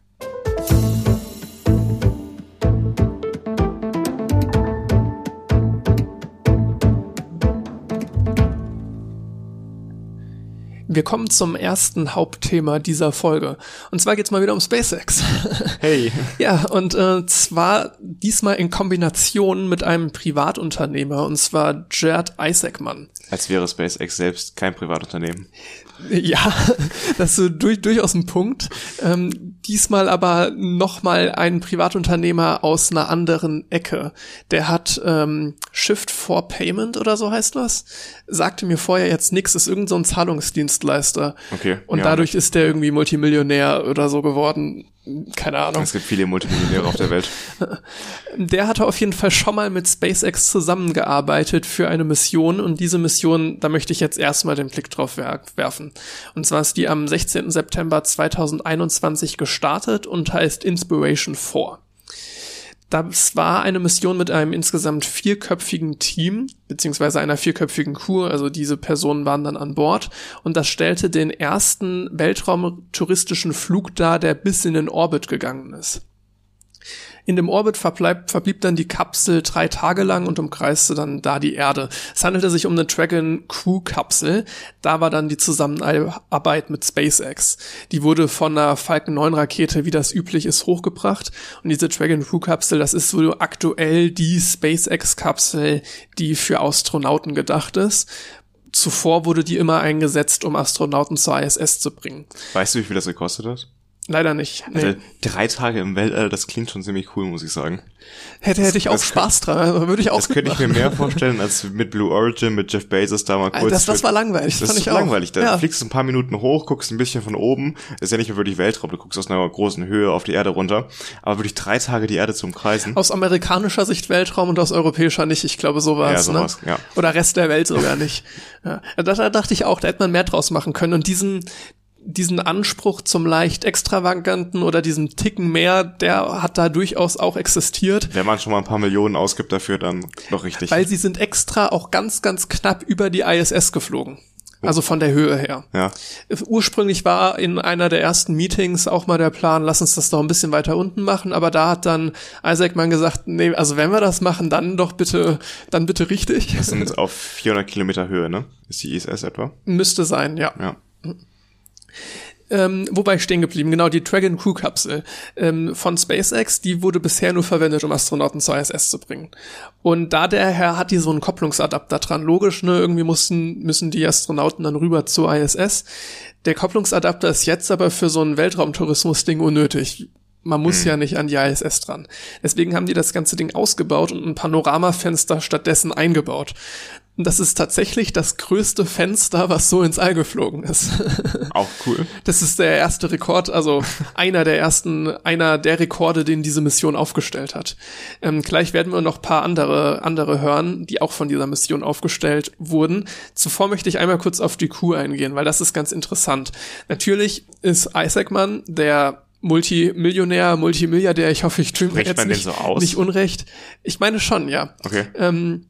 Wir kommen zum ersten Hauptthema dieser Folge. Und zwar geht's mal wieder um SpaceX. Hey. Ja, und äh, zwar diesmal in Kombination mit einem Privatunternehmer, und zwar Gerd Isaacman. Als wäre SpaceX selbst kein Privatunternehmen. Ja, das ist durch, durchaus ein Punkt. Ähm, diesmal aber nochmal ein Privatunternehmer aus einer anderen Ecke. Der hat ähm, Shift for Payment oder so heißt was. Sagte mir vorher jetzt nix, ist irgend so ein Zahlungsdienstleister. Okay. Und ja. dadurch ist der irgendwie Multimillionär oder so geworden. Keine Ahnung. Es gibt viele Multimillionäre auf der Welt. Der hatte auf jeden Fall schon mal mit SpaceX zusammengearbeitet für eine Mission und diese Mission, da möchte ich jetzt erstmal den Blick drauf wer- werfen. Und zwar ist die am sechzehnten September zweitausendeinundzwanzig gestartet und heißt Inspiration vier. Das war eine Mission mit einem insgesamt vierköpfigen Team, beziehungsweise einer vierköpfigen Crew, also diese Personen waren dann an Bord und das stellte den ersten weltraumtouristischen Flug dar, der bis in den Orbit gegangen ist. In dem Orbit verbleib, verblieb dann die Kapsel drei Tage lang und umkreiste dann da die Erde. Es handelte sich um eine Dragon Crew Kapsel. Da war dann die Zusammenarbeit mit SpaceX. Die wurde von einer Falcon neun Rakete, wie das üblich ist, hochgebracht. Und diese Dragon Crew Kapsel, das ist so aktuell die SpaceX Kapsel, die für Astronauten gedacht ist. Zuvor wurde die immer eingesetzt, um Astronauten zur I S S zu bringen. Weißt du, wie viel das gekostet hat? Leider nicht. Nee. Also, drei Tage im Weltall, das klingt schon ziemlich cool, muss ich sagen. Hätte, hätte ich auch das Spaß dran, also würde ich auch Das könnte ich mir mehr vorstellen, als mit Blue Origin, mit Jeff Bezos da mal kurz. Das, das war langweilig, das, das fand ist ich auch. langweilig. Da ja. fliegst du ein paar Minuten hoch, guckst ein bisschen von oben. Das ist ja nicht mehr wirklich Weltraum, du guckst aus einer großen Höhe auf die Erde runter. Aber wirklich drei Tage die Erde zu umkreisen. Aus amerikanischer Sicht Weltraum und aus europäischer nicht. Ich glaube, so war Ja, es. sowas, ne? ja. Oder Rest der Welt sogar nicht. Ja. Da, da dachte ich auch, da hätte man mehr draus machen können. Und diesen diesen Anspruch zum leicht extravaganten oder diesem Ticken mehr, der hat da durchaus auch existiert. Wenn man schon mal ein paar Millionen ausgibt dafür, dann doch richtig. Weil sie sind extra auch ganz, ganz knapp über die I S S geflogen. Also von der Höhe her. Ja. Ursprünglich war in einer der ersten Meetings auch mal der Plan, lass uns das doch ein bisschen weiter unten machen, aber da hat dann Isaacman gesagt, nee, also wenn wir das machen, dann doch bitte, dann bitte richtig. Das sind auf vierhundert Kilometer Höhe, ne? Ist die I S S etwa? Müsste sein, ja. Ja. Ähm, wobei ich stehen geblieben, genau, die Dragon Crew Kapsel ähm, von SpaceX, die wurde bisher nur verwendet, um Astronauten zur I S S zu bringen. Und da der Herr hat die so einen Kopplungsadapter dran, logisch, ne, irgendwie mussten, müssen die Astronauten dann rüber zur I S S. Der Kopplungsadapter ist jetzt aber für so ein Weltraumtourismus-Ding unnötig. Man muss hm. ja nicht an die I S S dran. Deswegen haben die das ganze Ding ausgebaut und ein Panoramafenster stattdessen eingebaut. Und das ist tatsächlich das größte Fenster, was so ins All geflogen ist. Auch cool. Das ist der erste Rekord, also einer der ersten, einer der Rekorde, den diese Mission aufgestellt hat. Ähm, gleich werden wir noch ein paar andere, andere hören, die auch von dieser Mission aufgestellt wurden. Zuvor möchte ich einmal kurz auf die Crew eingehen, weil das ist ganz interessant. Natürlich ist Isaacman der Multimillionär, Multimilliardär, ich hoffe, ich tue mir jetzt nicht, so aus? nicht unrecht. Ich meine schon, ja. Okay. Ähm,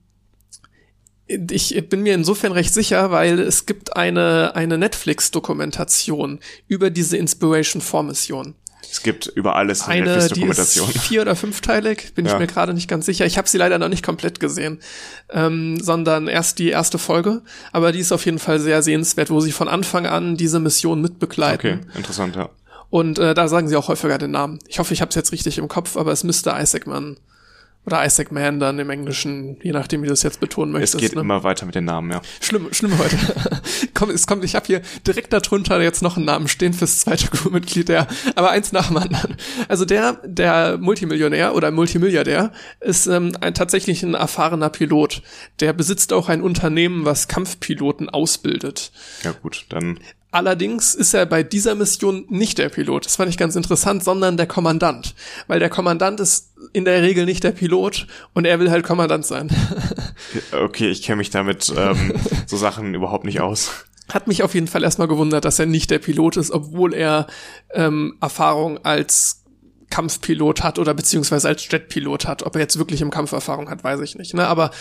Ich bin mir insofern recht sicher, weil es gibt eine eine Netflix-Dokumentation über diese Inspiration four Mission. Es gibt über alles eine, eine Netflix-Dokumentation. Die ist vier- oder fünfteilig, bin ja. ich mir gerade nicht ganz sicher. Ich habe sie leider noch nicht komplett gesehen, ähm, sondern erst die erste Folge. Aber die ist auf jeden Fall sehr sehenswert, wo sie von Anfang an diese Mission mitbegleiten. Okay, interessant, ja. Und äh, da sagen sie auch häufiger den Namen. Ich hoffe, ich habe es jetzt richtig im Kopf, aber es müsste Isaacman oder Isaacman dann im Englischen, je nachdem, wie du es jetzt betonen möchtest. Es geht ne? immer weiter mit den Namen, ja. Schlimm, schlimm heute. Komm, es kommt, ich habe hier direkt darunter jetzt noch einen Namen stehen fürs zweite Crewmitglied, der, aber eins nach dem anderen. Also der, der Multimillionär oder Multimilliardär ist ähm, ein, tatsächlich ein erfahrener Pilot. Der besitzt auch ein Unternehmen, was Kampfpiloten ausbildet. Ja gut, dann... Allerdings ist er bei dieser Mission nicht der Pilot, das fand ich ganz interessant, sondern der Kommandant. Weil der Kommandant ist in der Regel nicht der Pilot und er will halt Kommandant sein. Okay, ich kenne mich damit ähm, so Sachen überhaupt nicht aus. Hat mich auf jeden Fall erstmal gewundert, dass er nicht der Pilot ist, obwohl er ähm, Erfahrung als Kampfpilot hat oder beziehungsweise als Jetpilot hat. Ob er jetzt wirklich im Kampf Erfahrung hat, weiß ich nicht. Ne? Aber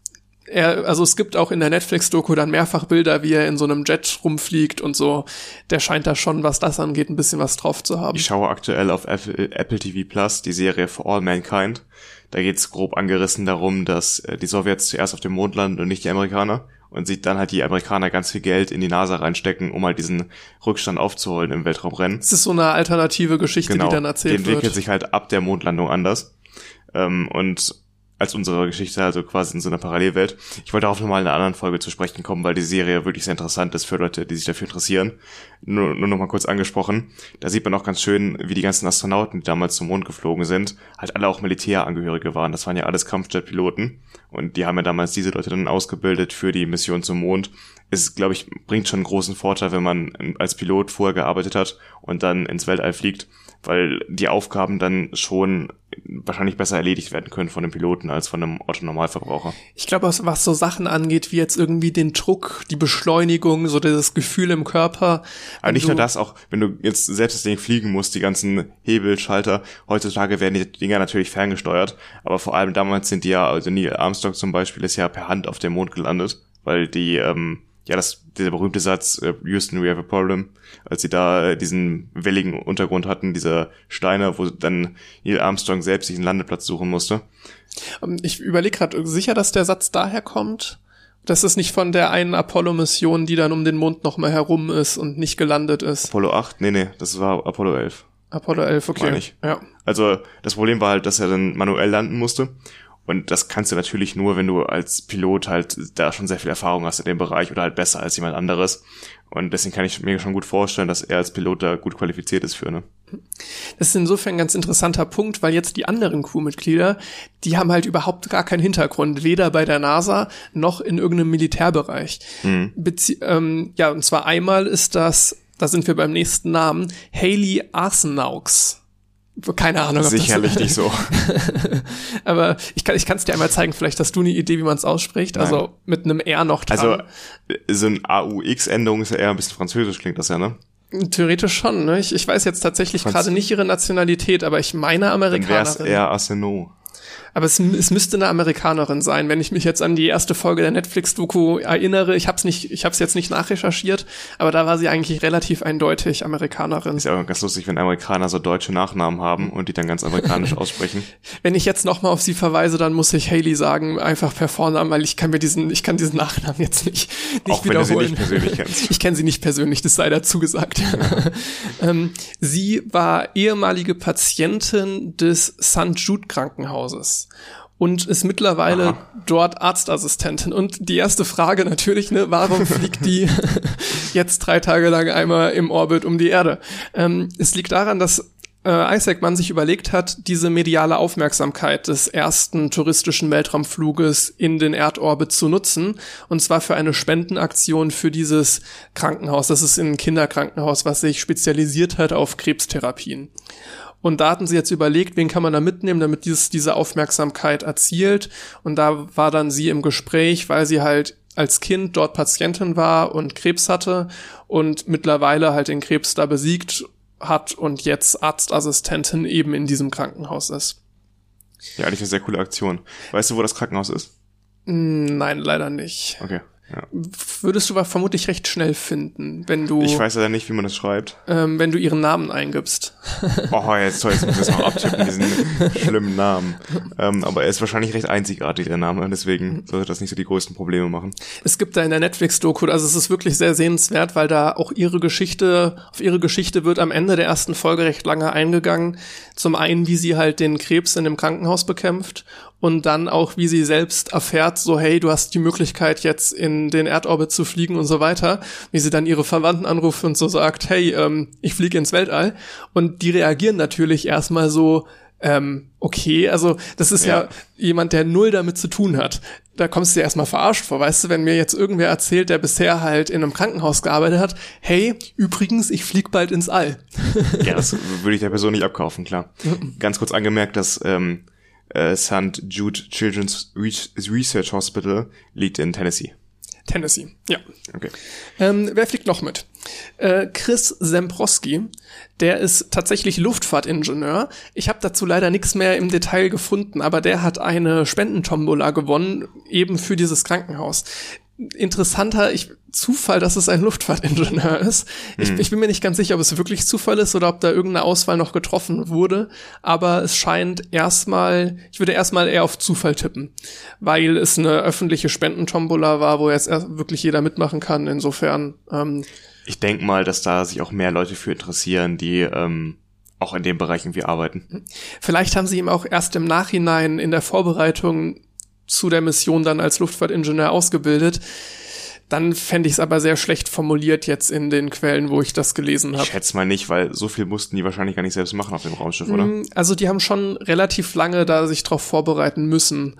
er, also es gibt auch in der Netflix-Doku dann mehrfach Bilder, wie er in so einem Jet rumfliegt und so. Der scheint da schon, was das angeht, ein bisschen was drauf zu haben. Ich schaue aktuell auf Apple, Apple T V Plus die Serie For All Mankind. Da geht's grob angerissen darum, dass äh, die Sowjets zuerst auf dem Mond landen und nicht die Amerikaner. Und sich dann halt die Amerikaner ganz viel Geld in die NASA reinstecken, um halt diesen Rückstand aufzuholen im Weltraumrennen. Es ist so eine alternative Geschichte, genau, die dann erzählt wird. Die entwickelt sich halt ab der Mondlandung anders. Ähm, und als unsere Geschichte, also quasi in so einer Parallelwelt. Ich wollte darauf nochmal in einer anderen Folge zu sprechen kommen, weil die Serie wirklich sehr interessant ist für Leute, die sich dafür interessieren. Nur, nur nochmal kurz angesprochen. Da sieht man auch ganz schön, wie die ganzen Astronauten, die damals zum Mond geflogen sind, halt alle auch Militärangehörige waren. Das waren ja alles Kampfjetpiloten. Und die haben ja damals diese Leute dann ausgebildet für die Mission zum Mond. Es, glaube ich, bringt schon einen großen Vorteil, wenn man als Pilot vorher gearbeitet hat und dann ins Weltall fliegt, weil die Aufgaben dann schon wahrscheinlich besser erledigt werden können von dem Piloten als von einem Otto-Normalverbraucher. Ich glaube, was so Sachen angeht, wie jetzt irgendwie den Druck, die Beschleunigung, so das Gefühl im Körper. Aber nicht nur das, auch wenn du jetzt selbst das Ding fliegen musst, die ganzen Hebel, Schalter, heutzutage werden die Dinger natürlich ferngesteuert, aber vor allem damals sind die ja, also Neil Armstrong zum Beispiel ist ja per Hand auf dem Mond gelandet, weil die, ähm, ja, das, dieser berühmte Satz, uh, Houston, we have a problem, als sie da äh, diesen welligen Untergrund hatten, diese Steine, wo dann Neil Armstrong selbst sich einen Landeplatz suchen musste. Ich überlege gerade, sicher, dass der Satz daher kommt? Das ist nicht von der einen Apollo-Mission, die dann um den Mond nochmal herum ist und nicht gelandet ist. Apollo acht? Nee, nee, das war Apollo elf. Apollo elf, okay. Meine ich. Ja. Also das Problem war halt, dass er dann manuell landen musste. Und das kannst du natürlich nur, wenn du als Pilot halt da schon sehr viel Erfahrung hast in dem Bereich oder halt besser als jemand anderes. Und deswegen kann ich mir schon gut vorstellen, dass er als Pilot da gut qualifiziert ist für, ne? Das ist insofern ein ganz interessanter Punkt, weil jetzt die anderen Crewmitglieder, die haben halt überhaupt gar keinen Hintergrund, weder bei der NASA noch in irgendeinem Militärbereich. Mhm. Bezie- ähm, ja, und zwar einmal ist das, da sind wir beim nächsten Namen, Haley Arsenaux. Keine Ahnung. Ob Sicherlich das nicht so. Aber ich kann ich kann es dir einmal zeigen, vielleicht hast du eine Idee, wie man es ausspricht. Nein. Also mit einem R noch dran. Also so ein A U X-Endung ist ja eher ein bisschen französisch, klingt das ja, ne? Theoretisch schon, ne? Ich, ich weiß jetzt tatsächlich gerade nicht ihre Nationalität, aber ich meine Amerikanerin. Dann wär's eher Arsenault. Aber es, es müsste eine Amerikanerin sein, wenn ich mich jetzt an die erste Folge der Netflix-Doku erinnere. Ich habe es nicht, ich habe es jetzt nicht nachrecherchiert, aber da war sie eigentlich relativ eindeutig Amerikanerin. Ist ja auch ganz lustig, wenn Amerikaner so deutsche Nachnamen haben und die dann ganz amerikanisch aussprechen. Wenn ich jetzt nochmal auf sie verweise, dann muss ich Hayley sagen, einfach per Vornamen, weil ich kann mir diesen, ich kann diesen Nachnamen jetzt nicht, nicht auch wenn wiederholen. du sie nicht persönlich kennst. Ich kenne sie nicht persönlich, das sei dazu gesagt. Ja. ähm, sie war ehemalige Patientin des Sankt Jude Krankenhauses und ist mittlerweile Aha. dort Arztassistentin. Und die erste Frage natürlich, ne, warum fliegt die jetzt drei Tage lang einmal im Orbit um die Erde? Ähm, es liegt daran, dass äh, Isaac Mann sich überlegt hat, diese mediale Aufmerksamkeit des ersten touristischen Weltraumfluges in den Erdorbit zu nutzen, und zwar für eine Spendenaktion für dieses Krankenhaus. Das ist ein Kinderkrankenhaus, was sich spezialisiert hat auf Krebstherapien. Und da hatten sie jetzt überlegt, wen kann man da mitnehmen, damit dieses, diese Aufmerksamkeit erzielt. Und da war dann sie im Gespräch, weil sie halt als Kind dort Patientin war und Krebs hatte und mittlerweile halt den Krebs da besiegt hat und jetzt Arztassistentin eben in diesem Krankenhaus ist. Ja, eigentlich eine sehr coole Aktion. Weißt du, wo das Krankenhaus ist? Nein, leider nicht. Okay. Ja. Würdest du aber vermutlich recht schnell finden, wenn du... Ich weiß ja nicht, wie man das schreibt. Ähm, wenn du ihren Namen eingibst. Oh, jetzt soll ich das noch abtippen, diesen schlimmen Namen. Ähm, aber er ist wahrscheinlich recht einzigartig, der Name, deswegen sollte das nicht so die größten Probleme machen. Es gibt da in der Netflix-Doku, also es ist wirklich sehr sehenswert, weil da auch ihre Geschichte, auf ihre Geschichte wird am Ende der ersten Folge recht lange eingegangen. Zum einen, wie sie halt den Krebs in dem Krankenhaus bekämpft und dann auch, wie sie selbst erfährt, so hey, du hast die Möglichkeit jetzt in den Erdorbit zu fliegen und so weiter, wie sie dann ihre Verwandten anruft und so sagt, hey, ähm, ich fliege ins Weltall, und die reagieren natürlich erstmal so, ähm, okay, also das ist ja. ja jemand, der null damit zu tun hat. Da kommst du dir erstmal verarscht vor, weißt du, wenn mir jetzt irgendwer erzählt, der bisher halt in einem Krankenhaus gearbeitet hat, hey, übrigens, ich flieg bald ins All. Ja, das würde ich der Person nicht abkaufen, klar. Ganz kurz angemerkt, dass ähm, äh, Sankt Jude Children's Research Hospital liegt in Tennessee. Tennessee, ja. Okay. Ähm, wer fliegt noch mit? Äh, Chris Zembrowski, der ist tatsächlich Luftfahrtingenieur. Ich habe dazu leider nichts mehr im Detail gefunden, aber der hat eine Spendentombola gewonnen, eben für dieses Krankenhaus. Interessanter ich, Zufall, dass es ein Luftfahrtingenieur ist. Ich, hm. ich bin mir nicht ganz sicher, ob es wirklich Zufall ist oder ob da irgendeine Auswahl noch getroffen wurde. Aber es scheint erstmal, ich würde erstmal eher auf Zufall tippen, weil es eine öffentliche Spendentombola war, wo jetzt wirklich jeder mitmachen kann. Insofern. Ähm, ich denke mal, dass da sich auch mehr Leute für interessieren, die ähm, auch in dem Bereich irgendwie arbeiten. Vielleicht haben sie ihm auch erst im Nachhinein in der Vorbereitung zu der Mission dann als Luftfahrtingenieur ausgebildet. Dann fände ich es aber sehr schlecht formuliert jetzt in den Quellen, wo ich das gelesen habe. Ich schätze mal nicht, weil so viel mussten die wahrscheinlich gar nicht selbst machen auf dem Raumschiff, oder? Also die haben schon relativ lange da sich drauf vorbereiten müssen.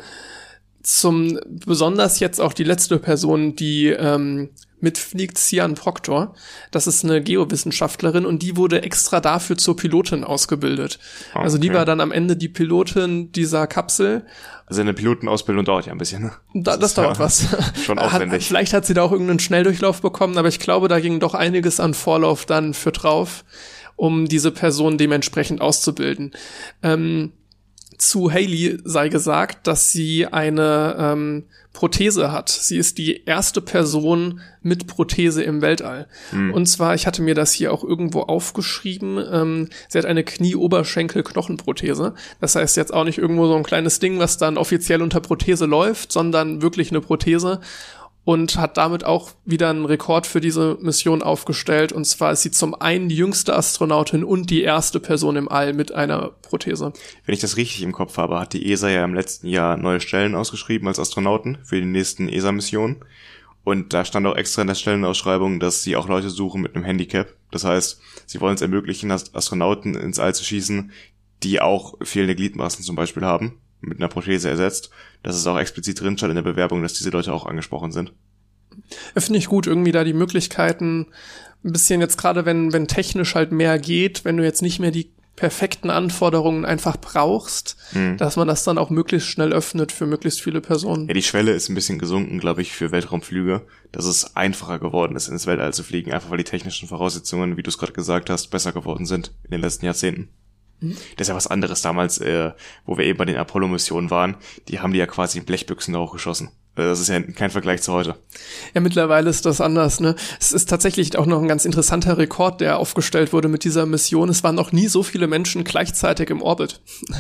Zum besonders jetzt auch die letzte Person, die ähm, mitfliegt, Sian Proctor. Das ist eine Geowissenschaftlerin und die wurde extra dafür zur Pilotin ausgebildet. Okay. Also die war dann am Ende die Pilotin dieser Kapsel. Also eine Pilotenausbildung dauert ja ein bisschen, ne? Da, das, das dauert ja was. Schon aufwendig. Hat, vielleicht hat sie da auch irgendeinen Schnelldurchlauf bekommen, aber ich glaube, da ging doch einiges an Vorlauf dann für drauf, um diese Person dementsprechend auszubilden. Ähm, Zu Hayley sei gesagt, dass sie eine ähm, Prothese hat. Sie ist die erste Person mit Prothese im Weltall. Mhm. Und zwar, ich hatte mir das hier auch irgendwo aufgeschrieben, ähm, sie hat eine Knie-Oberschenkel-Knochenprothese. Das heißt jetzt auch nicht irgendwo so ein kleines Ding, was dann offiziell unter Prothese läuft, sondern wirklich eine Prothese. Und hat damit auch wieder einen Rekord für diese Mission aufgestellt. Und zwar ist sie zum einen die jüngste Astronautin und die erste Person im All mit einer Prothese. Wenn ich das richtig im Kopf habe, hat die E S A ja im letzten Jahr neue Stellen ausgeschrieben als Astronauten für die nächsten E S A-Missionen. Und da stand auch extra in der Stellenausschreibung, dass sie auch Leute suchen mit einem Handicap. Das heißt, sie wollen es ermöglichen, Astronauten ins All zu schießen, die auch fehlende Gliedmaßen zum Beispiel haben, mit einer Prothese ersetzt. Dass es auch explizit drin stand in der Bewerbung, dass diese Leute auch angesprochen sind. Finde ich gut, irgendwie da die Möglichkeiten, ein bisschen jetzt gerade, wenn wenn technisch halt mehr geht, wenn du jetzt nicht mehr die perfekten Anforderungen einfach brauchst, hm. dass man das dann auch möglichst schnell öffnet für möglichst viele Personen. Ja, die Schwelle ist ein bisschen gesunken, glaube ich, für Weltraumflüge, dass es einfacher geworden ist, ins Weltall zu fliegen, einfach weil die technischen Voraussetzungen, wie du es gerade gesagt hast, besser geworden sind in den letzten Jahrzehnten. Mhm. Das ist ja was anderes damals, äh, wo wir eben bei den Apollo-Missionen waren. Die haben die ja quasi in Blechbüchsen da hochgeschossen. Das ist ja kein Vergleich zu heute. Ja, mittlerweile ist das anders, ne? Es ist tatsächlich auch noch ein ganz interessanter Rekord, der aufgestellt wurde mit dieser Mission. Es waren noch nie so viele Menschen gleichzeitig im Orbit.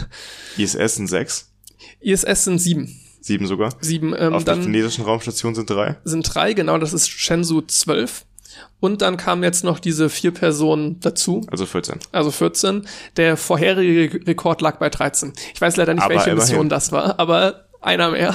I S S sind sechs? I S S sind sieben. Sieben sogar? Sieben. Ähm, Auf der dann chinesischen Raumstation sind drei? Sind drei, genau, das ist Shenzhou zwölf. Und dann kamen jetzt noch diese vier Personen dazu. Also vierzehn. Also vierzehn. Der vorherige Rekord lag bei dreizehn. Ich weiß leider nicht, aber welche immerhin. Mission das war, aber einer mehr.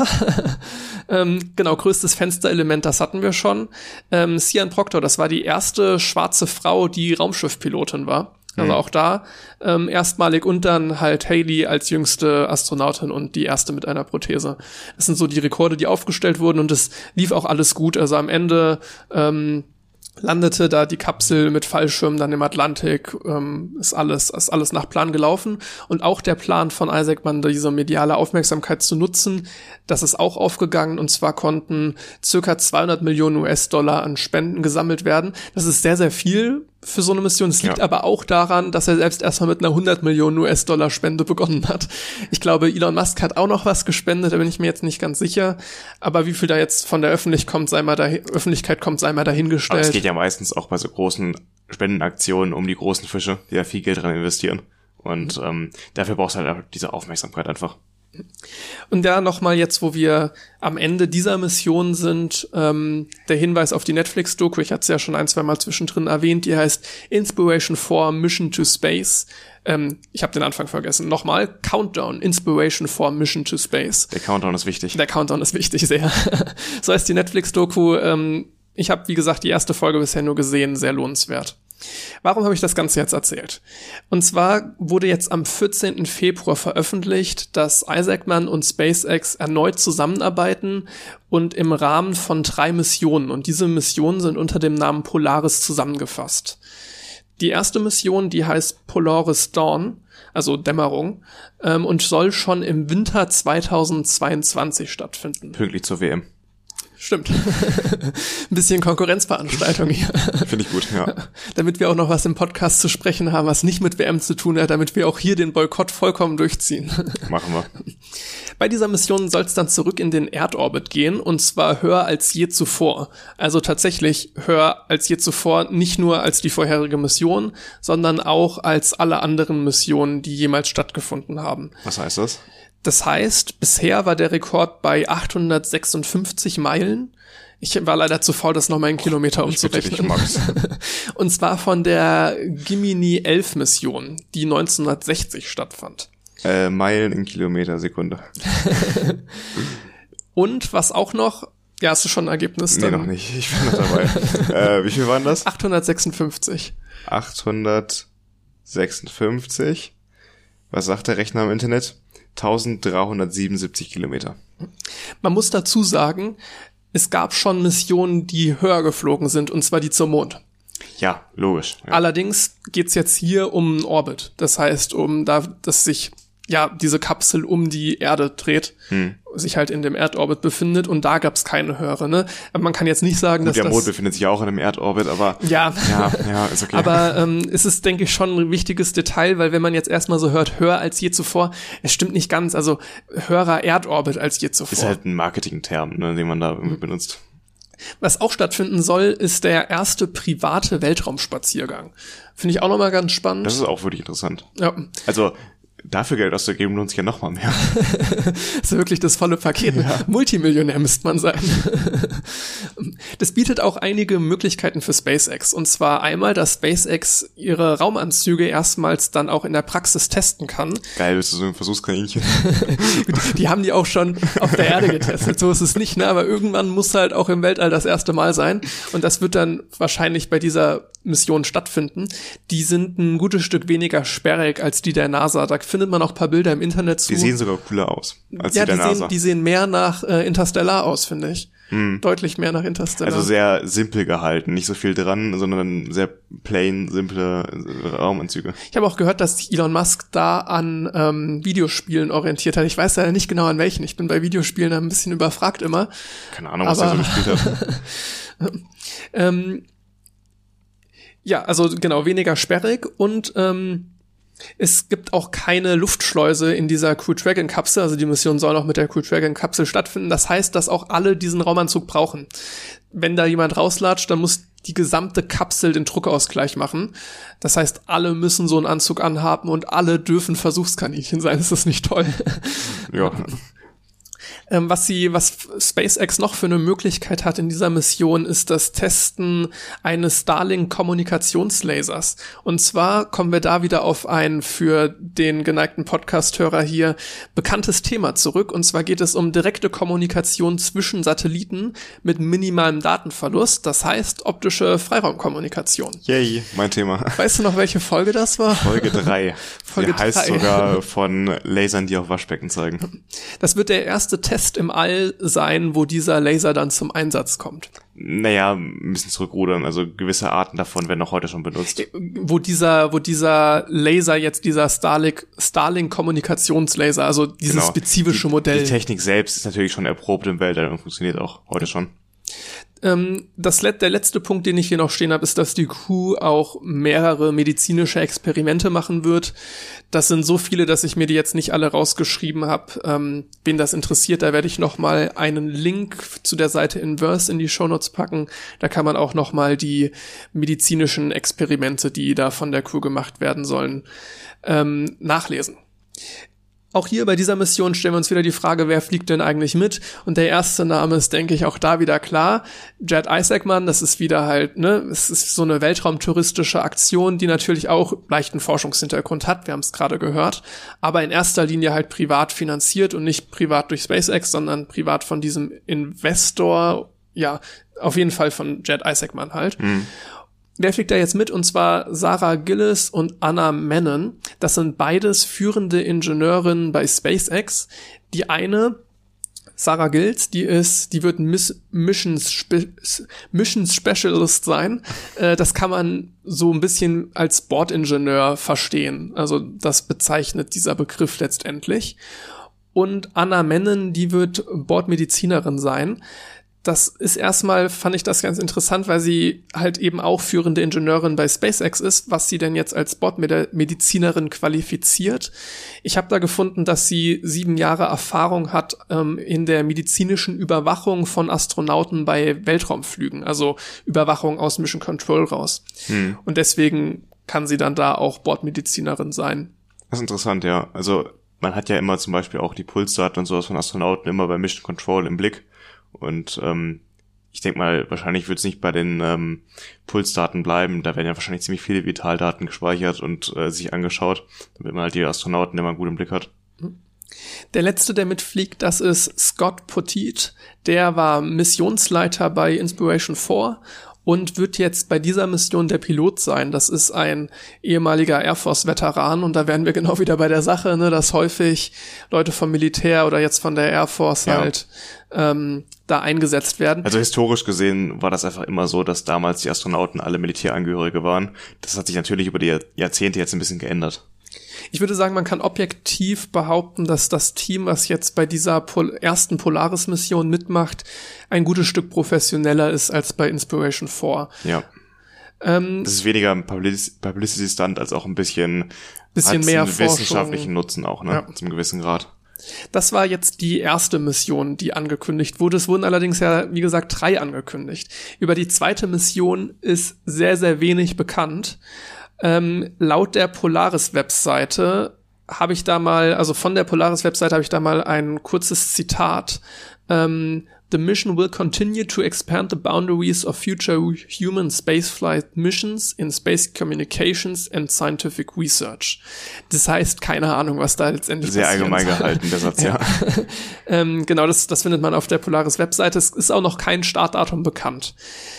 ähm, genau, größtes Fensterelement, das hatten wir schon. Ähm, Sian Proctor, das war die erste schwarze Frau, die Raumschiffpilotin war. Also auch da ähm, erstmalig, und dann halt Haley als jüngste Astronautin und die erste mit einer Prothese. Das sind so die Rekorde, die aufgestellt wurden, und es lief auch alles gut. Also am Ende ähm, landete da die Kapsel mit Fallschirm dann im Atlantik, ähm, ist alles ist alles nach Plan gelaufen. Und auch der Plan von Isaacman, diese mediale Aufmerksamkeit zu nutzen, das ist auch aufgegangen, und zwar konnten circa zweihundert Millionen U S-Dollar an Spenden gesammelt werden. Das ist sehr, sehr viel für so eine Mission. Es liegt ja. aber auch daran, dass er selbst erstmal mit einer hundert Millionen U S-Dollar Spende begonnen hat. Ich glaube, Elon Musk hat auch noch was gespendet, da bin ich mir jetzt nicht ganz sicher. Aber wie viel da jetzt von der Öffentlich kommt, sei mal dahin, Öffentlichkeit kommt, sei mal dahingestellt. Aber es geht ja meistens auch bei so großen Spendenaktionen um die großen Fische, die da viel Geld dran investieren. Und ähm, dafür brauchst du halt diese Aufmerksamkeit einfach. Und da nochmal jetzt, wo wir am Ende dieser Mission sind, ähm, der Hinweis auf die Netflix-Doku, ich hatte es ja schon ein, zwei Mal zwischendrin erwähnt, die heißt Inspiration four Mission to Space. Ähm, ich habe den Anfang vergessen. Nochmal, Countdown, Inspiration four Mission to Space. Der Countdown ist wichtig. Der Countdown ist wichtig, sehr. So heißt die Netflix-Doku. Ähm, ich habe, wie gesagt, die erste Folge bisher nur gesehen, sehr lohnenswert. Warum habe ich das Ganze jetzt erzählt? Und zwar wurde jetzt am vierzehnten Februar veröffentlicht, dass Isaacman und SpaceX erneut zusammenarbeiten und im Rahmen von drei Missionen. Und diese Missionen sind unter dem Namen Polaris zusammengefasst. Die erste Mission, die heißt Polaris Dawn, also Dämmerung, ähm, und soll schon im Winter zweitausendzweiundzwanzig stattfinden. Pünktlich zur W M. Stimmt. Ein bisschen Konkurrenzveranstaltung hier. Finde ich gut, ja. Damit wir auch noch was im Podcast zu sprechen haben, was nicht mit W M zu tun hat, damit wir auch hier den Boykott vollkommen durchziehen. Machen wir. Bei dieser Mission soll es dann zurück in den Erdorbit gehen, und zwar höher als je zuvor. Also tatsächlich höher als je zuvor, nicht nur als die vorherige Mission, sondern auch als alle anderen Missionen, die jemals stattgefunden haben. Was heißt das? Das heißt, bisher war der Rekord bei achthundertsechsundfünfzig Meilen. Ich war leider zu faul, das nochmal in Kilometer umzurechnen. Und zwar von der Gemini elf Mission, die neunzehnhundertsechzig stattfand. Äh, Meilen in Kilometer Sekunde. Und was auch noch, ja, hast du schon ein Ergebnis? Nee, noch nicht. Ich bin noch dabei. äh, wie viel waren das? achthundertsechsundfünfzig. achthundertsechsundfünfzig. Was sagt der Rechner im Internet? eintausenddreihundertsiebenundsiebzig Kilometer. Man muss dazu sagen, es gab schon Missionen, die höher geflogen sind, und zwar die zum Mond. Ja, logisch. Ja. Allerdings geht's jetzt hier um einen Orbit. Das heißt, um da, dass sich ja diese Kapsel um die Erde dreht, hm. sich halt in dem Erdorbit befindet, und da gab's keine höhere. Ne? Aber man kann jetzt nicht sagen, Gut, dass der das... Mond befindet sich auch in einem Erdorbit, aber ja, ja, ja, ist okay. Aber ähm, es ist, denke ich, schon ein wichtiges Detail, weil wenn man jetzt erstmal so hört, höher als je zuvor, es stimmt nicht ganz, also höherer Erdorbit als je zuvor. Ist halt ein Marketingterm, ne, den man da irgendwie benutzt. Was auch stattfinden soll, ist der erste private Weltraumspaziergang. Finde ich auch nochmal ganz spannend. Das ist auch wirklich interessant. Ja. Also dafür Geld auszugeben lohnt sich ja noch mal mehr. Das ist wirklich das volle Paket. Ja. Multimillionär müsste man sein. Das bietet auch einige Möglichkeiten für SpaceX. Und zwar einmal, dass SpaceX ihre Raumanzüge erstmals dann auch in der Praxis testen kann. Geil, bist du so ein Versuchskaninchen. Die haben die auch schon auf der Erde getestet. So ist es nicht, ne? Aber irgendwann muss halt auch im Weltall das erste Mal sein. Und das wird dann wahrscheinlich bei dieser Mission stattfinden. Die sind ein gutes Stück weniger sperrig als die der NASA. Da findet man auch ein paar Bilder im Internet zu. Die sehen sogar cooler aus als ja, die der die NASA. Sehen, die sehen mehr nach äh, Interstellar aus, finde ich. Hm. Deutlich mehr nach Interstellar. Also sehr simpel gehalten, nicht so viel dran, sondern sehr plain, simple Raumanzüge. Ich habe auch gehört, dass sich Elon Musk da an ähm, Videospielen orientiert hat. Ich weiß ja nicht genau an welchen. Ich bin bei Videospielen ein bisschen überfragt immer. Keine Ahnung, was er so gespielt hat. ähm, ja, also genau, weniger sperrig, und ähm, Es gibt auch keine Luftschleuse in dieser Crew Dragon Kapsel, also die Mission soll noch mit der Crew Dragon Kapsel stattfinden. Das heißt, dass auch alle diesen Raumanzug brauchen. Wenn da jemand rauslatscht, dann muss die gesamte Kapsel den Druckausgleich machen. Das heißt, alle müssen so einen Anzug anhaben und alle dürfen Versuchskaninchen sein. Ist das nicht toll? Ja. Ähm, was sie, was SpaceX noch für eine Möglichkeit hat in dieser Mission, ist das Testen eines Starlink-Kommunikationslasers. Und zwar kommen wir da wieder auf ein für den geneigten Podcast-Hörer hier bekanntes Thema zurück. Und zwar geht es um direkte Kommunikation zwischen Satelliten mit minimalem Datenverlust. Das heißt optische Freiraumkommunikation. Yay, mein Thema. Weißt du noch, welche Folge das war? Folge drei. Folge Die heißt drei. sogar von Lasern, die auf Waschbecken zeigen. Das wird der erste Test im All sein, wo dieser Laser dann zum Einsatz kommt. Naja, ein bisschen zurückrudern. Also gewisse Arten davon werden auch heute schon benutzt. Wo dieser, wo dieser Laser jetzt, dieser Starlink, Starlink-Kommunikationslaser, also dieses Genau. spezifische die, Modell. Die Technik selbst ist natürlich schon erprobt im Weltall und funktioniert auch heute schon. Ähm, das, der letzte Punkt, den ich hier noch stehen habe, ist, dass die Crew auch mehrere medizinische Experimente machen wird. Das sind so viele, dass ich mir die jetzt nicht alle rausgeschrieben habe. Ähm, wen das interessiert, da werde ich noch mal einen Link zu der Seite Inverse in die Shownotes packen. Da kann man auch noch mal die medizinischen Experimente, die da von der Crew gemacht werden sollen, ähm, nachlesen. Auch hier bei dieser Mission stellen wir uns wieder die Frage, wer fliegt denn eigentlich mit? Und der erste Name ist, denke ich, auch da wieder klar. Jed Isaacman, das ist wieder halt, ne, es ist so eine weltraumtouristische Aktion, die natürlich auch leichten Forschungshintergrund hat, wir haben es gerade gehört, aber in erster Linie halt privat finanziert und nicht privat durch SpaceX, sondern privat von diesem Investor, ja, auf jeden Fall von Jed Isaacman halt. Mhm. Wer fliegt da jetzt mit? Und zwar Sarah Gillis und Anna Menon. Das sind beides führende Ingenieurinnen bei SpaceX. Die eine, Sarah Gillis, die ist, die wird Miss Missions, Spe Missions Specialist sein. Äh, das kann man so ein bisschen als Bordingenieur verstehen. Also das bezeichnet dieser Begriff letztendlich. Und Anna Menon, die wird Bordmedizinerin sein. Das ist erstmal, fand ich das ganz interessant, weil sie halt eben auch führende Ingenieurin bei SpaceX ist, was sie denn jetzt als Bordmedizinerin qualifiziert. Ich habe da gefunden, dass sie sieben Jahre Erfahrung hat ähm, in der medizinischen Überwachung von Astronauten bei Weltraumflügen, also Überwachung aus Mission Control raus. Hm. Und deswegen kann sie dann da auch Bordmedizinerin sein. Das ist interessant, ja. Also man hat ja immer zum Beispiel auch die Pulsdaten und sowas von Astronauten immer bei Mission Control im Blick. Und ähm, ich denke mal, wahrscheinlich wird es nicht bei den ähm, Pulsdaten bleiben. Da werden ja wahrscheinlich ziemlich viele Vitaldaten gespeichert und äh, sich angeschaut, damit man halt die Astronauten immer gut im Blick hat. Der letzte, der mitfliegt, das ist Scott Poteet. Der war Missionsleiter bei Inspiration vier und wird jetzt bei dieser Mission der Pilot sein. Das ist ein ehemaliger Air Force-Veteran und da wären wir genau wieder bei der Sache, ne, dass häufig Leute vom Militär oder jetzt von der Air Force ja. halt ähm, da eingesetzt werden. Also historisch gesehen war das einfach immer so, dass damals die Astronauten alle Militärangehörige waren. Das hat sich natürlich über die Jahrzehnte jetzt ein bisschen geändert. Ich würde sagen, man kann objektiv behaupten, dass das Team, was jetzt bei dieser Pol- ersten Polaris-Mission mitmacht, ein gutes Stück professioneller ist als bei Inspiration vier. Ja. Ähm, das ist weniger ein Public- Publicity-Stunt als auch ein bisschen, bisschen mehr einen Forschung. Wissenschaftlichen Nutzen auch, ne, ja. Zum gewissen Grad. Das war jetzt die erste Mission, die angekündigt wurde. Es wurden allerdings ja, wie gesagt, drei angekündigt. Über die zweite Mission ist sehr, sehr wenig bekannt. Ähm, laut der Polaris-Webseite habe ich da mal, also von der Polaris-Webseite habe ich da mal ein kurzes Zitat. Ähm, The mission will continue to expand the boundaries of future human spaceflight missions in space communications and scientific research. Das heißt, keine Ahnung, was da letztendlich sehr passieren allgemein soll. gehalten, der Satz, ja. ähm, genau, das, das findet man auf der Polaris-Webseite. Es ist auch noch kein Startdatum bekannt.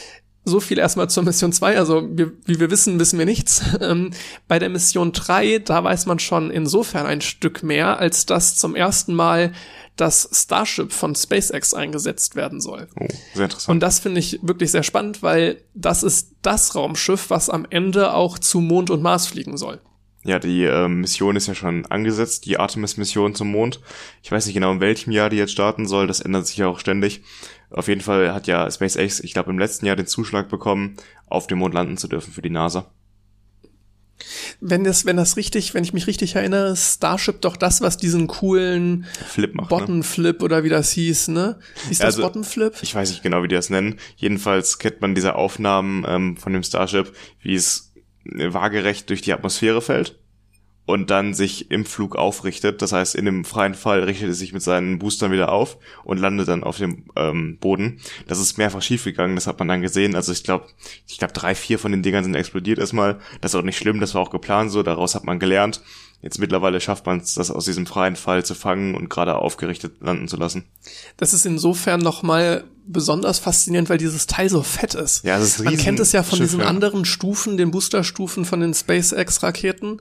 So viel erstmal zur Mission zwei, also wir, wie wir wissen, wissen wir nichts. Ähm, bei der Mission drei, da weiß man schon insofern ein Stück mehr, als dass zum ersten Mal das Starship von SpaceX eingesetzt werden soll. Oh, sehr interessant. Und das finde ich wirklich sehr spannend, weil das ist das Raumschiff, was am Ende auch zu Mond und Mars fliegen soll. Ja, die äh, Mission ist ja schon angesetzt, die Artemis-Mission zum Mond. Ich weiß nicht genau, in welchem Jahr die jetzt starten soll, das ändert sich ja auch ständig. Auf jeden Fall hat ja SpaceX, ich glaube, im letzten Jahr den Zuschlag bekommen, auf dem Mond landen zu dürfen für die NASA. Wenn das, wenn das richtig, wenn ich mich richtig erinnere, ist Starship doch das, was diesen coolen Flip macht, Bottom-Flip, ne? Oder wie das hieß, ne? Hieß das also, Bottom-Flip? Ich weiß nicht genau, wie die das nennen. Jedenfalls kennt man diese Aufnahmen ähm, von dem Starship, wie es waagerecht durch die Atmosphäre fällt und dann sich im Flug aufrichtet. Das heißt, in dem freien Fall richtet es sich mit seinen Boostern wieder auf und landet dann auf dem ähm, Boden. Das ist mehrfach schiefgegangen, das hat man dann gesehen. Also ich glaube, ich glaube drei, vier von den Dingern sind explodiert erstmal. Das ist auch nicht schlimm, das war auch geplant so, daraus hat man gelernt. Jetzt mittlerweile schafft man es, das aus diesem freien Fall zu fangen und gerade aufgerichtet landen zu lassen. Das ist insofern nochmal besonders faszinierend, weil dieses Teil so fett ist. Ja, es ist riesen. Man kennt es ja von Schiff, diesen ja. anderen Stufen, den Boosterstufen von den SpaceX-Raketen.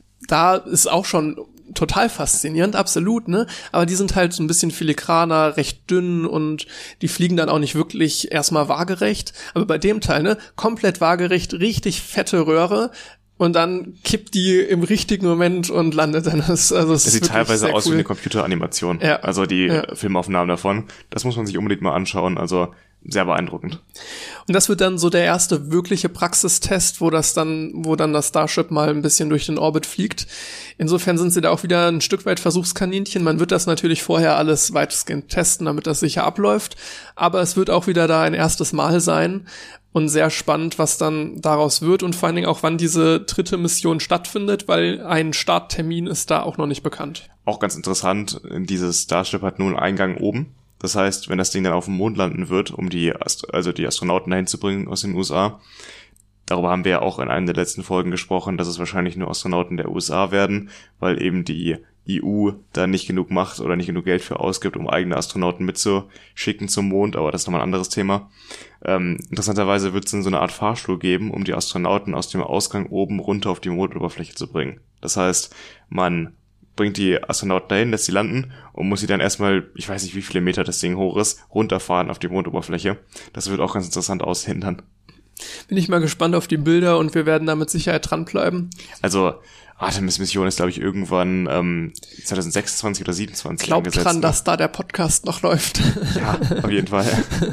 Da ist auch schon total faszinierend, absolut, ne? Aber die sind halt so ein bisschen filigraner, recht dünn und die fliegen dann auch nicht wirklich erstmal waagerecht. Aber bei dem Teil, ne, komplett waagerecht, richtig fette Röhre. Und dann kippt die im richtigen Moment und landet dann. Das, also das, das sieht teilweise aus cool. wie eine Computeranimation. Ja. Also die ja. Filmaufnahmen davon. Das muss man sich unbedingt mal anschauen. Also sehr beeindruckend. Und das wird dann so der erste wirkliche Praxistest, wo das dann, wo dann das Starship mal ein bisschen durch den Orbit fliegt. Insofern sind sie da auch wieder ein Stück weit Versuchskaninchen. Man wird das natürlich vorher alles weitestgehend testen, damit das sicher abläuft. Aber es wird auch wieder da ein erstes Mal sein. Und sehr spannend, was dann daraus wird und vor allen Dingen auch, wann diese dritte Mission stattfindet, weil ein Starttermin ist da auch noch nicht bekannt. Auch ganz interessant, dieses Starship hat nun einen Eingang oben. Das heißt, wenn das Ding dann auf dem Mond landen wird, um die Ast- also die Astronauten dahin zu bringen aus den U S A, darüber haben wir ja auch in einer der letzten Folgen gesprochen, dass es wahrscheinlich nur Astronauten der U S A werden, weil eben die E U da nicht genug macht oder nicht genug Geld für ausgibt, um eigene Astronauten mitzuschicken zum Mond, aber das ist nochmal ein anderes Thema. Ähm, interessanterweise wird es dann so eine Art Fahrstuhl geben, um die Astronauten aus dem Ausgang oben runter auf die Mondoberfläche zu bringen. Das heißt, man bringt die Astronauten dahin, lässt sie landen und muss sie dann erstmal, ich weiß nicht, wie viele Meter das Ding hoch ist, runterfahren auf die Mondoberfläche. Das wird auch ganz interessant aussehen dann. Bin ich mal gespannt auf die Bilder und wir werden da mit Sicherheit dranbleiben. Also Artemis-Mission ist, glaube ich, irgendwann ähm, zwanzig sechsundzwanzig oder siebenundzwanzig Glaubt angesetzt. dran, dass da der Podcast noch läuft. Ja, auf jeden Fall.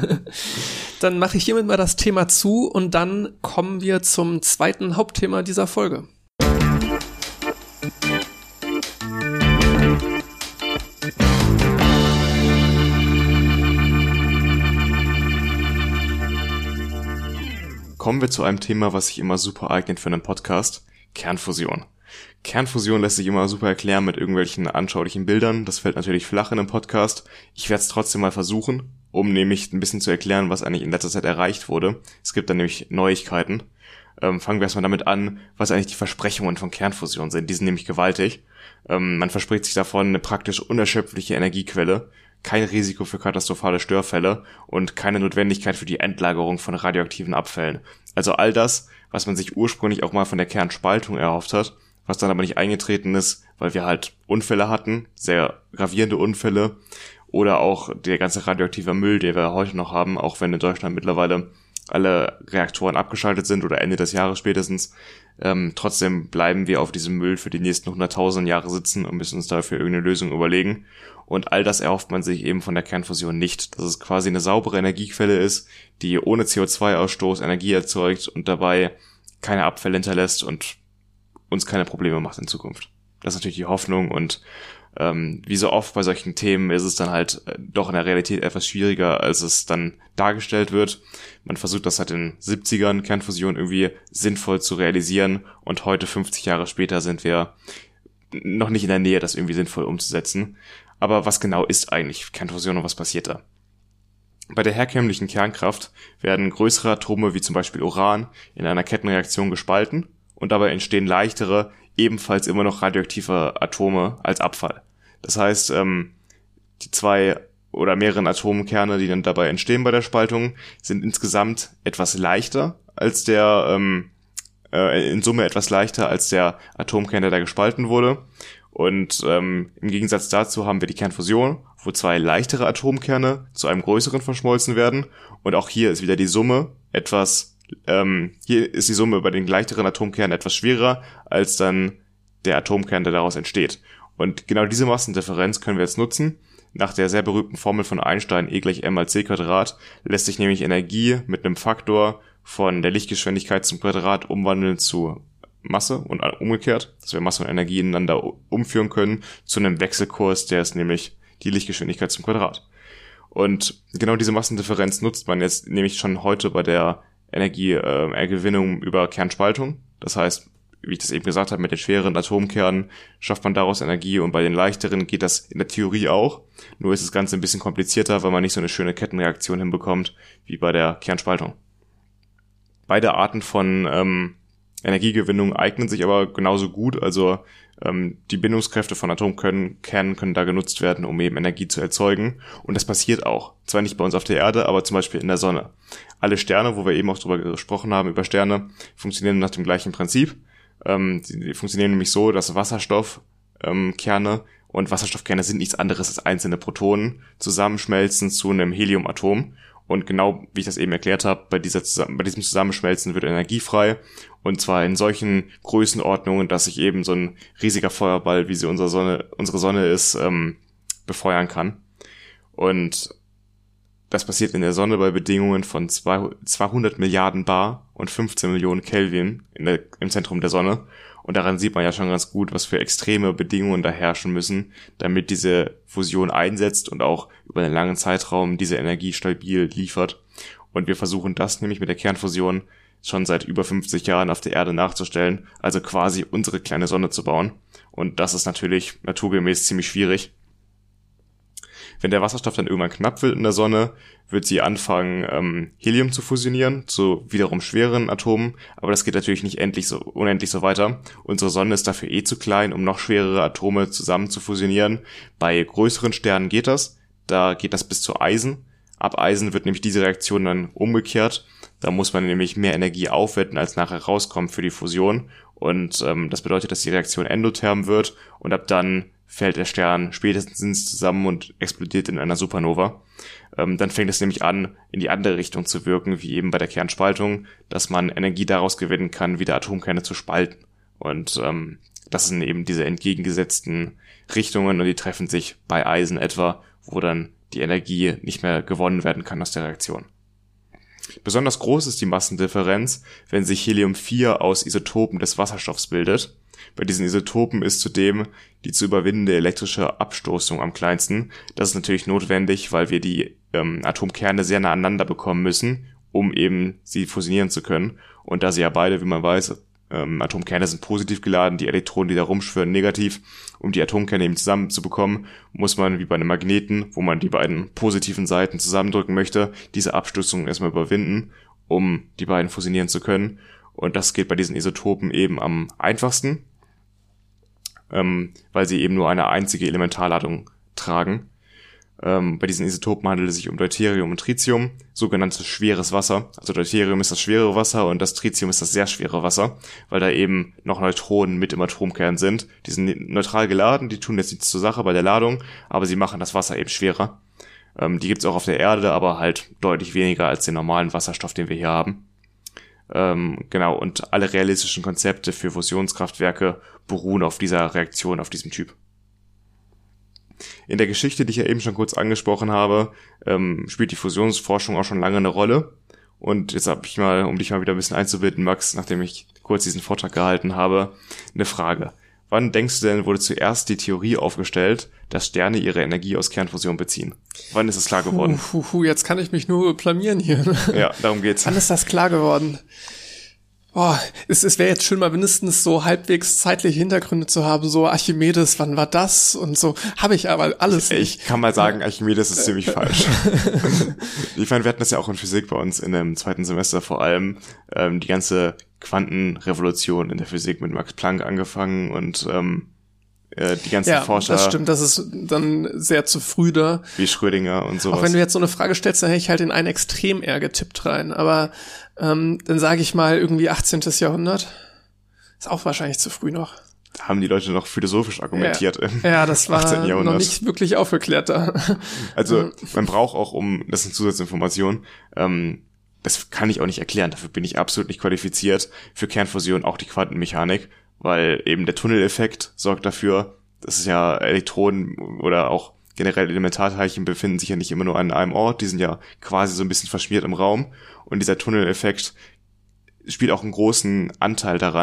Dann mache ich hiermit mal das Thema zu und dann kommen wir zum zweiten Hauptthema dieser Folge. Kommen wir zu einem Thema, was sich immer super eignet für einen Podcast. Kernfusion. Kernfusion lässt sich immer super erklären mit irgendwelchen anschaulichen Bildern. Das fällt natürlich flach in einem Podcast. Ich werde es trotzdem mal versuchen, um nämlich ein bisschen zu erklären, was eigentlich in letzter Zeit erreicht wurde. Es gibt dann nämlich Neuigkeiten. Ähm, fangen wir erstmal damit an, was eigentlich die Versprechungen von Kernfusion sind. Die sind nämlich gewaltig. Ähm, man verspricht sich davon eine praktisch unerschöpfliche Energiequelle, kein Risiko für katastrophale Störfälle und keine Notwendigkeit für die Endlagerung von radioaktiven Abfällen. Also all das, was man sich ursprünglich auch mal von der Kernspaltung erhofft hat, was dann aber nicht eingetreten ist, weil wir halt Unfälle hatten, sehr gravierende Unfälle, oder auch der ganze radioaktive Müll, den wir heute noch haben, auch wenn in Deutschland mittlerweile alle Reaktoren abgeschaltet sind oder Ende des Jahres spätestens. Ähm, trotzdem bleiben wir auf diesem Müll für die nächsten hunderttausend Jahre sitzen und müssen uns dafür irgendeine Lösung überlegen. Und all das erhofft man sich eben von der Kernfusion nicht, dass es quasi eine saubere Energiequelle ist, die ohne C O zwei Ausstoß Energie erzeugt und dabei keine Abfälle hinterlässt und uns keine Probleme macht in Zukunft. Das ist natürlich die Hoffnung und ähm, wie so oft bei solchen Themen ist es dann halt äh, doch in der Realität etwas schwieriger, als es dann dargestellt wird. Man versucht das seit den siebzigern, Kernfusion irgendwie sinnvoll zu realisieren und heute, fünfzig Jahre später, sind wir noch nicht in der Nähe, das irgendwie sinnvoll umzusetzen. Aber was genau ist eigentlich Kernfusion und was passiert da? Bei der herkömmlichen Kernkraft werden größere Atome wie zum Beispiel Uran in einer Kettenreaktion gespalten und dabei entstehen leichtere, ebenfalls immer noch radioaktive Atome als Abfall. Das heißt, ähm, die zwei oder mehreren Atomkerne, die dann dabei entstehen bei der Spaltung, sind insgesamt etwas leichter als der, ähm, äh, in Summe etwas leichter als der Atomkern, der da gespalten wurde. Und ähm, im Gegensatz dazu haben wir die Kernfusion, wo zwei leichtere Atomkerne zu einem größeren verschmolzen werden. Und auch hier ist wieder die Summe etwas, ähm, hier ist die Summe bei den leichteren Atomkernen etwas schwerer als dann der Atomkern, der daraus entsteht. Und genau diese Massendifferenz können wir jetzt nutzen. Nach der sehr berühmten Formel von Einstein, E gleich m mal c Quadrat, lässt sich nämlich Energie mit einem Faktor von der Lichtgeschwindigkeit zum Quadrat umwandeln zu Masse und umgekehrt, dass wir Masse und Energie ineinander umführen können zu einem Wechselkurs, der ist nämlich die Lichtgeschwindigkeit zum Quadrat. Und genau diese Massendifferenz nutzt man jetzt nämlich schon heute bei der Energiegewinnung äh, über Kernspaltung. Das heißt, wie ich das eben gesagt habe, mit den schweren Atomkernen schafft man daraus Energie und bei den leichteren geht das in der Theorie auch. Nur ist das Ganze ein bisschen komplizierter, weil man nicht so eine schöne Kettenreaktion hinbekommt wie bei der Kernspaltung. Beide Arten von ähm, Energiegewinnung eignen sich aber genauso gut, also ähm, die Bindungskräfte von Atomkernen können da genutzt werden, um eben Energie zu erzeugen und das passiert auch. Zwar nicht bei uns auf der Erde, aber zum Beispiel in der Sonne. Alle Sterne, wo wir eben auch drüber gesprochen haben, über Sterne, funktionieren nach dem gleichen Prinzip. Ähm, die, die funktionieren nämlich so, dass Wasserstoffkerne ähm, und Wasserstoffkerne sind nichts anderes als einzelne Protonen zusammenschmelzen zu einem Heliumatom. Und genau, wie ich das eben erklärt habe, bei, dieser, bei diesem Zusammenschmelzen wird Energie frei. Und zwar in solchen Größenordnungen, dass sich eben so ein riesiger Feuerball, wie sie unsere Sonne, unsere Sonne ist, ähm, befeuern kann. Und das passiert in der Sonne bei Bedingungen von zweihundert Milliarden Bar und fünfzehn Millionen Kelvin in der, im Zentrum der Sonne. Und daran sieht man ja schon ganz gut, was für extreme Bedingungen da herrschen müssen, damit diese Fusion einsetzt und auch über einen langen Zeitraum diese Energie stabil liefert. Und wir versuchen das nämlich mit der Kernfusion schon seit über fünfzig Jahren auf der Erde nachzustellen, also quasi unsere kleine Sonne zu bauen. Und das ist natürlich naturgemäß ziemlich schwierig. Wenn der Wasserstoff dann irgendwann knapp wird in der Sonne, wird sie anfangen, ähm, Helium zu fusionieren zu wiederum schweren Atomen, aber das geht natürlich nicht endlich so, unendlich so weiter. Unsere Sonne ist dafür eh zu klein, um noch schwerere Atome zusammen zu fusionieren. Bei größeren Sternen geht das, da geht das bis zu Eisen. Ab Eisen wird nämlich diese Reaktion dann umgekehrt. Da muss man nämlich mehr Energie aufwenden, als nachher rauskommt für die Fusion. Und ähm, das bedeutet, dass die Reaktion endotherm wird und ab dann fällt der Stern spätestens zusammen und explodiert in einer Supernova. Ähm, dann fängt es nämlich an, in die andere Richtung zu wirken, wie eben bei der Kernspaltung, dass man Energie daraus gewinnen kann, wieder Atomkerne zu spalten. Und ähm, das sind eben diese entgegengesetzten Richtungen und die treffen sich bei Eisen etwa, wo dann die Energie nicht mehr gewonnen werden kann aus der Reaktion. Besonders groß ist die Massendifferenz, wenn sich Helium vier aus Isotopen des Wasserstoffs bildet. Bei diesen Isotopen ist zudem die zu überwindende elektrische Abstoßung am kleinsten. Das ist natürlich notwendig, weil wir die ähm, Atomkerne sehr nah aneinander bekommen müssen, um eben sie fusionieren zu können. Und da sie ja beide, wie man weiß, ähm, Atomkerne sind positiv geladen, die Elektronen, die da rumschwirren, negativ. Um die Atomkerne eben zusammenzubekommen, muss man wie bei einem Magneten, wo man die beiden positiven Seiten zusammendrücken möchte, diese Abstoßung erstmal überwinden, um die beiden fusionieren zu können. Und das geht bei diesen Isotopen eben am einfachsten, ähm, weil sie eben nur eine einzige Elementarladung tragen. Ähm, bei diesen Isotopen handelt es sich um Deuterium und Tritium, sogenanntes schweres Wasser. Also Deuterium ist das schwere Wasser und das Tritium ist das sehr schwere Wasser, weil da eben noch Neutronen mit im Atomkern sind. Die sind neutral geladen, die tun jetzt nichts zur Sache bei der Ladung, aber sie machen das Wasser eben schwerer. Ähm, die gibt's auch auf der Erde, aber halt deutlich weniger als den normalen Wasserstoff, den wir hier haben. Ähm, genau, und alle realistischen Konzepte für Fusionskraftwerke beruhen auf dieser Reaktion, auf diesem Typ. In der Geschichte, die ich ja eben schon kurz angesprochen habe, ähm, spielt die Fusionsforschung auch schon lange eine Rolle. Und jetzt habe ich mal, um dich mal wieder ein bisschen einzubinden, Max, nachdem ich kurz diesen Vortrag gehalten habe, eine Frage. Wann denkst du denn, wurde zuerst die Theorie aufgestellt, dass Sterne ihre Energie aus Kernfusion beziehen? Wann ist es klar geworden? Puh, puh, puh, jetzt kann ich mich nur blamieren hier. Ja, darum geht's. Wann ist das klar geworden? Boah, es, es wäre jetzt schön, mal mindestens so halbwegs zeitliche Hintergründe zu haben, so Archimedes, wann war das und so. Habe ich aber alles ich, nicht. Ich kann mal sagen, Archimedes ist ziemlich falsch. Ich meine, wir hatten das ja auch in Physik bei uns in dem zweiten Semester vor allem, ähm, die ganze Quantenrevolution in der Physik mit Max Planck angefangen und ähm, äh, die ganzen ja, Forscher. Das stimmt, das ist dann sehr zu früh da. Wie Schrödinger und sowas. Auch wenn du jetzt so eine Frage stellst, dann hätte ich halt in ein Extrem eher getippt rein. Aber ähm, dann sage ich mal irgendwie achtzehntes Jahrhundert. Ist auch wahrscheinlich zu früh noch. Da haben die Leute noch philosophisch argumentiert ja. im ja, das war achtzehnten Jahrhundert. Noch nicht wirklich aufgeklärt da. Also man braucht auch, um, das ist eine Zusatzinformation, ähm, das kann ich auch nicht erklären, dafür bin ich absolut nicht qualifiziert, für Kernfusion auch die Quantenmechanik, weil eben der Tunneleffekt sorgt dafür, dass es ja Elektronen oder auch generell Elementarteilchen befinden sich ja nicht immer nur an einem Ort, die sind ja quasi so ein bisschen verschmiert im Raum und dieser Tunneleffekt spielt auch einen großen Anteil daran,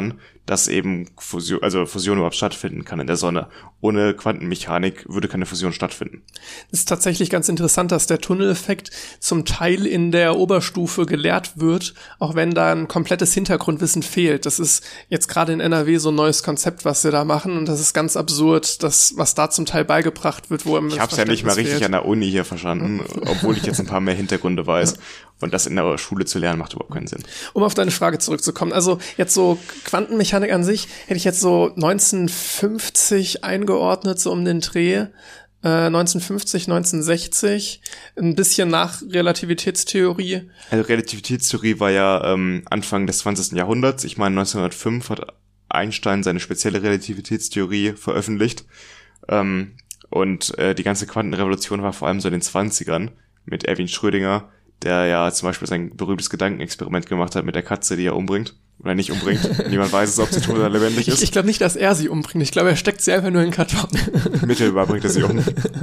dass eben Fusion, also Fusion überhaupt stattfinden kann in der Sonne. Ohne Quantenmechanik würde keine Fusion stattfinden. Es ist tatsächlich ganz interessant, dass der Tunneleffekt zum Teil in der Oberstufe gelehrt wird, auch wenn da ein komplettes Hintergrundwissen fehlt. Das ist jetzt gerade in N R W so ein neues Konzept, was sie da machen, und das ist ganz absurd, das, was da zum Teil beigebracht wird, wo ich habe es ja nicht mal richtig fehlt. An der Uni hier verstanden, obwohl ich jetzt ein paar mehr Hintergründe weiß. Und das in der Schule zu lernen, macht überhaupt keinen Sinn. Um auf deine Frage zurückzukommen, also jetzt so Quantenmechanik an sich, hätte ich jetzt so neunzehnhundertfünfzig eingeordnet, so um den Dreh, äh, neunzehnhundertfünfzig, neunzehnhundertsechzig, ein bisschen nach Relativitätstheorie. Also Relativitätstheorie war ja ähm, Anfang des zwanzigsten Jahrhunderts. Ich meine, neunzehnhundertfünf hat Einstein seine spezielle Relativitätstheorie veröffentlicht. Ähm, und äh, die ganze Quantenrevolution war vor allem so in den zwanzigern mit Erwin Schrödinger, der ja zum Beispiel sein berühmtes Gedankenexperiment gemacht hat mit der Katze, die er umbringt. Oder nicht umbringt. Niemand weiß es, ob sie tot oder lebendig ist. Ich, ich glaube nicht, dass er sie umbringt. Ich glaube, er steckt sie einfach nur in den Karton. Mittelbar bringt er sie um.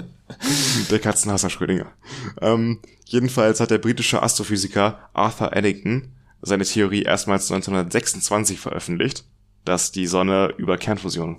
Der Katzenhasser Schrödinger. Ähm, jedenfalls hat der britische Astrophysiker Arthur Eddington seine Theorie erstmals neunzehnhundertsechsundzwanzig veröffentlicht, dass die Sonne über Kernfusion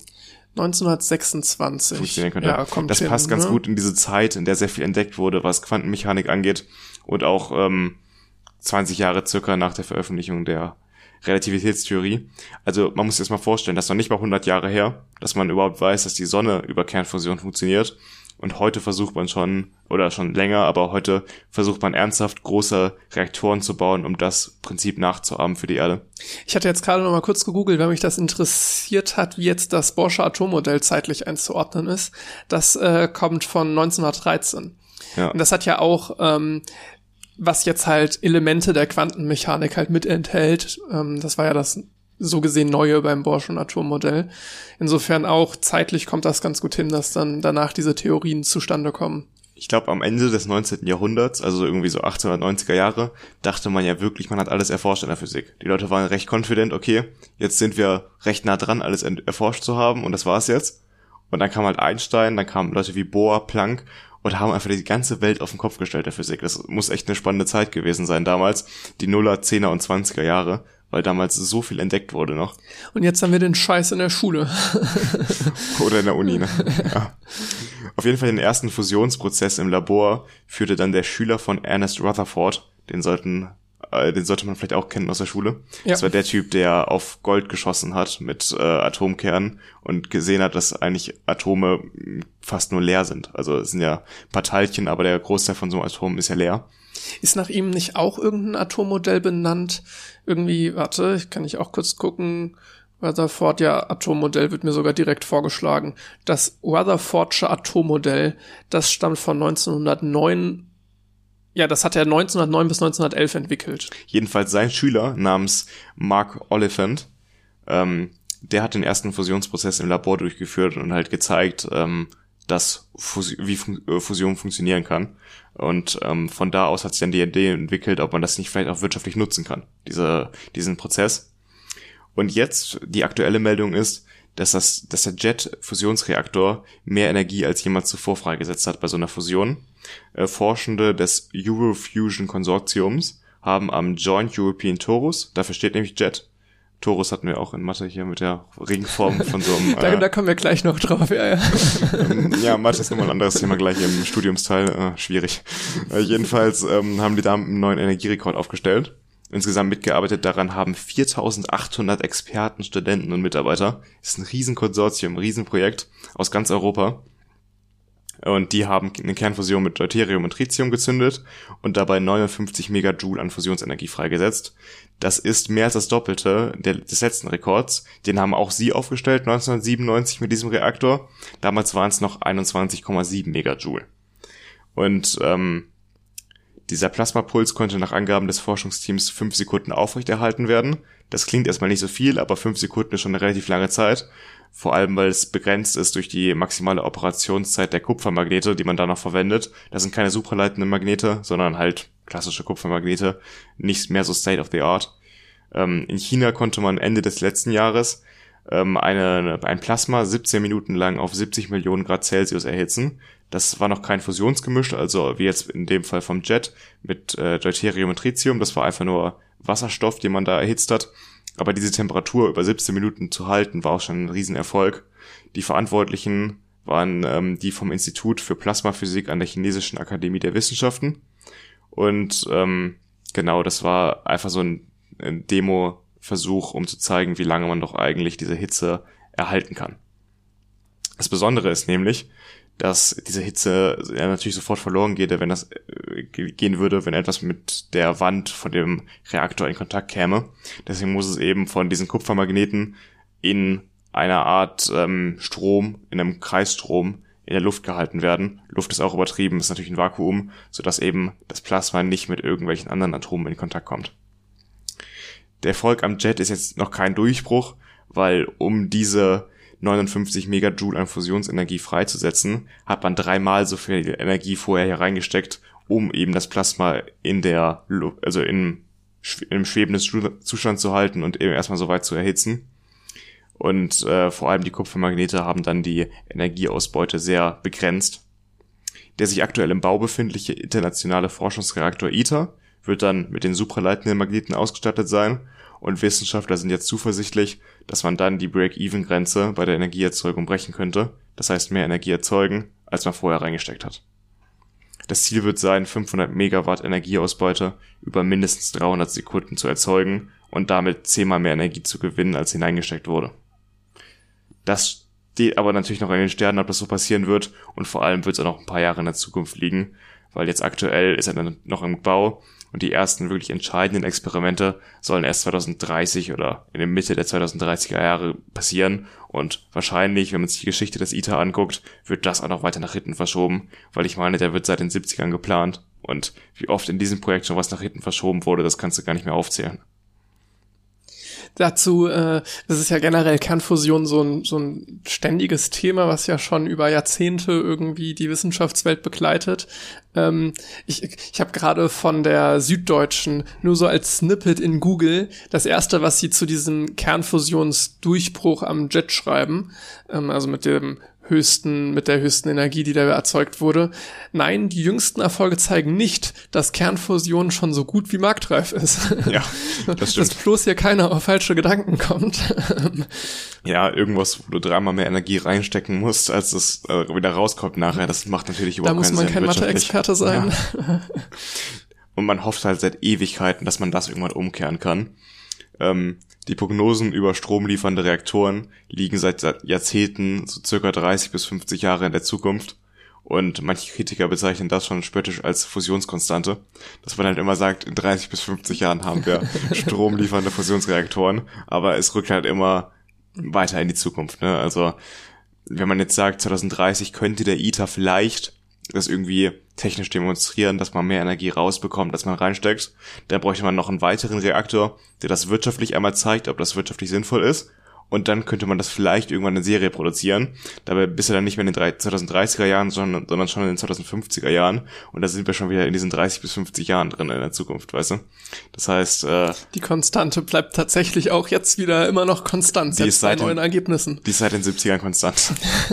neunzehnhundertsechsundzwanzig funktionieren könnte. Ja, kommt das hin, passt ganz ne? gut in diese Zeit, in der sehr viel entdeckt wurde, was Quantenmechanik angeht, und auch ähm, zwanzig Jahre circa nach der Veröffentlichung der Relativitätstheorie. Also man muss sich das mal vorstellen, das ist noch nicht mal hundert Jahre her, dass man überhaupt weiß, dass die Sonne über Kernfusion funktioniert. Und heute versucht man schon, oder schon länger, aber heute versucht man ernsthaft große Reaktoren zu bauen, um das Prinzip nachzuahmen für die Erde. Ich hatte jetzt gerade noch mal kurz gegoogelt, weil mich das interessiert hat, wie jetzt das Bohrsche Atommodell zeitlich einzuordnen ist. Das äh, kommt von neunzehnhundertdreizehn. Ja. Und das hat ja auch, ähm, was jetzt halt Elemente der Quantenmechanik halt mit enthält. Ähm, das war ja das so gesehen Neue beim Bohrschen Atommodell. Insofern auch zeitlich kommt das ganz gut hin, dass dann danach diese Theorien zustande kommen. Ich glaube, am Ende des neunzehnten Jahrhunderts, also irgendwie so achtzehnhundertneunziger Jahre, dachte man ja wirklich, man hat alles erforscht in der Physik. Die Leute waren recht confident, okay, jetzt sind wir recht nah dran, alles erforscht zu haben, und das war's jetzt. Und dann kam halt Einstein, dann kamen Leute wie Bohr, Planck und haben einfach die ganze Welt auf den Kopf gestellt, der Physik. Das muss echt eine spannende Zeit gewesen sein damals, die Nuller, Zehner und Zwanziger Jahre, weil damals so viel entdeckt wurde noch. Und jetzt haben wir den Scheiß in der Schule. Oder in der Uni, ne? Ja. Auf jeden Fall den ersten Fusionsprozess im Labor führte dann der Schüler von Ernest Rutherford. Den sollten, äh, den sollte man vielleicht auch kennen aus der Schule. Ja. Das war der Typ, der auf Gold geschossen hat mit äh, Atomkernen und gesehen hat, dass eigentlich Atome fast nur leer sind. Also es sind ja ein paar Teilchen, aber der Großteil von so einem Atom ist ja leer. Ist nach ihm nicht auch irgendein Atommodell benannt? Irgendwie, warte, ich kann ich auch kurz gucken. Rutherford, ja, Atommodell wird mir sogar direkt vorgeschlagen. Das Rutherfordsche Atommodell, das stammt von neunzehnhundertneun. Ja, das hat er neunzehnhundertneun bis neunzehnhundertelf entwickelt. Jedenfalls sein Schüler namens Mark Oliphant, ähm, der hat den ersten Fusionsprozess im Labor durchgeführt und halt gezeigt, ähm, dass Fus- wie Fun- Fusion funktionieren kann. Und ähm, von da aus hat sich dann die Idee entwickelt, ob man das nicht vielleicht auch wirtschaftlich nutzen kann, diese, diesen Prozess. Und jetzt, die aktuelle Meldung ist, dass das, dass der Jet-Fusionsreaktor mehr Energie als jemals zuvor freigesetzt hat bei so einer Fusion. Äh, Forschende des Eurofusion Konsortiums haben am Joint European Torus, dafür steht nämlich Jet, Torus hatten wir auch in Mathe hier mit der Ringform von so einem... da, äh, da kommen wir gleich noch drauf, ja, ja. ähm, ja, Mathe ist nochmal ein anderes Thema gleich im Studiumsteil, äh, schwierig. Äh, jedenfalls ähm, haben die da einen neuen Energierekord aufgestellt. Insgesamt mitgearbeitet daran haben viertausendachthundert Experten, Studenten und Mitarbeiter. Das ist ein Riesenkonsortium, ein Riesenprojekt aus ganz Europa. Und die haben eine Kernfusion mit Deuterium und Tritium gezündet und dabei neunundfünfzig Megajoule an Fusionsenergie freigesetzt. Das ist mehr als das Doppelte der, des letzten Rekords. Den haben auch sie aufgestellt, neunzehnhundertsiebenundneunzig mit diesem Reaktor. Damals waren es noch einundzwanzig Komma sieben Megajoule. Und ähm, dieser Plasmapuls konnte nach Angaben des Forschungsteams fünf Sekunden aufrechterhalten werden. Das klingt erstmal nicht so viel, aber fünf Sekunden ist schon eine relativ lange Zeit. Vor allem, weil es begrenzt ist durch die maximale Operationszeit der Kupfermagnete, die man da noch verwendet. Das sind keine supraleitenden Magnete, sondern halt klassische Kupfermagnete. Nicht mehr so State of the Art. Ähm, in China konnte man Ende des letzten Jahres ähm, eine, ein Plasma siebzehn Minuten lang auf siebzig Millionen Grad Celsius erhitzen. Das war noch kein Fusionsgemisch, also wie jetzt in dem Fall vom Jet mit äh, Deuterium und Tritium. Das war einfach nur Wasserstoff, den man da erhitzt hat. Aber diese Temperatur über siebzehn Minuten zu halten, war auch schon ein Riesenerfolg. Die Verantwortlichen waren ähm, die vom Institut für Plasmaphysik an der Chinesischen Akademie der Wissenschaften. Und ähm, genau, das war einfach so ein, ein Demo-Versuch, um zu zeigen, wie lange man doch eigentlich diese Hitze erhalten kann. Das Besondere ist nämlich, dass diese Hitze ja natürlich sofort verloren geht, wenn das äh, gehen würde, wenn etwas mit der Wand von dem Reaktor in Kontakt käme. Deswegen muss es eben von diesen Kupfermagneten in einer Art ähm, Strom, in einem Kreisstrom in der Luft gehalten werden. Luft ist auch übertrieben, ist natürlich ein Vakuum, sodass eben das Plasma nicht mit irgendwelchen anderen Atomen in Kontakt kommt. Der Erfolg am Jet ist jetzt noch kein Durchbruch, weil um diese neunundfünfzig Megajoule an Fusionsenergie freizusetzen, hat man dreimal so viel Energie vorher hier reingesteckt, um eben das Plasma in der, also in, in einem schwebenden Zustand zu halten und eben erstmal so weit zu erhitzen. Und äh, vor allem die Kupfermagnete haben dann die Energieausbeute sehr begrenzt. Der sich aktuell im Bau befindliche internationale Forschungsreaktor ITER wird dann mit den supraleitenden Magneten ausgestattet sein. Und Wissenschaftler sind jetzt zuversichtlich, dass man dann die Break-Even-Grenze bei der Energieerzeugung brechen könnte. Das heißt, mehr Energie erzeugen, als man vorher reingesteckt hat. Das Ziel wird sein, fünfhundert Megawatt Energieausbeute über mindestens dreihundert Sekunden zu erzeugen und damit zehnmal mehr Energie zu gewinnen, als hineingesteckt wurde. Das steht aber natürlich noch in den Sternen, ob das so passieren wird. Und vor allem wird es auch noch ein paar Jahre in der Zukunft liegen, weil jetzt aktuell ist er dann noch im Bau. Und die ersten wirklich entscheidenden Experimente sollen erst zwanzig dreißig oder in der Mitte der zwanzig dreißiger Jahre passieren. Und wahrscheinlich, wenn man sich die Geschichte des ITER anguckt, wird das auch noch weiter nach hinten verschoben. Weil ich meine, der wird seit den siebzigern geplant. Und wie oft in diesem Projekt schon was nach hinten verschoben wurde, das kannst du gar nicht mehr aufzählen. Dazu, äh, das ist ja generell Kernfusion so ein, so ein ständiges Thema, was ja schon über Jahrzehnte irgendwie die Wissenschaftswelt begleitet. Ähm, ich ich habe gerade von der Süddeutschen nur so als Snippet in Google das erste, was sie zu diesem Kernfusionsdurchbruch am Jet schreiben, ähm, also mit dem höchsten, mit der höchsten Energie, die da erzeugt wurde. Nein, die jüngsten Erfolge zeigen nicht, dass Kernfusion schon so gut wie marktreif ist. Ja, das stimmt. Dass bloß hier keiner auf falsche Gedanken kommt. Ja, irgendwas, wo du dreimal mehr Energie reinstecken musst, als es äh, wieder rauskommt nachher, das macht natürlich überhaupt keinen Sinn. Da muss man kein Mathe-Experte sein. Ja. Und man hofft halt seit Ewigkeiten, dass man das irgendwann umkehren kann. Ähm, die Prognosen über stromliefernde Reaktoren liegen seit Jahrzehnten so circa dreißig bis fünfzig Jahre in der Zukunft. Und manche Kritiker bezeichnen das schon spöttisch als Fusionskonstante. Dass man halt immer sagt, in dreißig bis fünfzig Jahren haben wir stromliefernde Fusionsreaktoren. Aber es rückt halt immer weiter in die Zukunft, ne? Also, wenn man jetzt sagt, zwanzig dreißig könnte der ITER vielleicht das irgendwie technisch demonstrieren, dass man mehr Energie rausbekommt, als man reinsteckt, dann bräuchte man noch einen weiteren Reaktor, der das wirtschaftlich einmal zeigt, ob das wirtschaftlich sinnvoll ist. Und dann könnte man das vielleicht irgendwann in Serie produzieren. Dabei bist du dann nicht mehr in den zwanzig dreißiger Jahren, sondern, sondern schon in den zwanzig fünfziger Jahren. Und da sind wir schon wieder in diesen dreißig bis fünfzig Jahren drin in der Zukunft, weißt du? Das heißt, äh, die Konstante bleibt tatsächlich auch jetzt wieder immer noch konstant, selbst bei neuen Ergebnissen. Die ist seit den siebzigern konstant.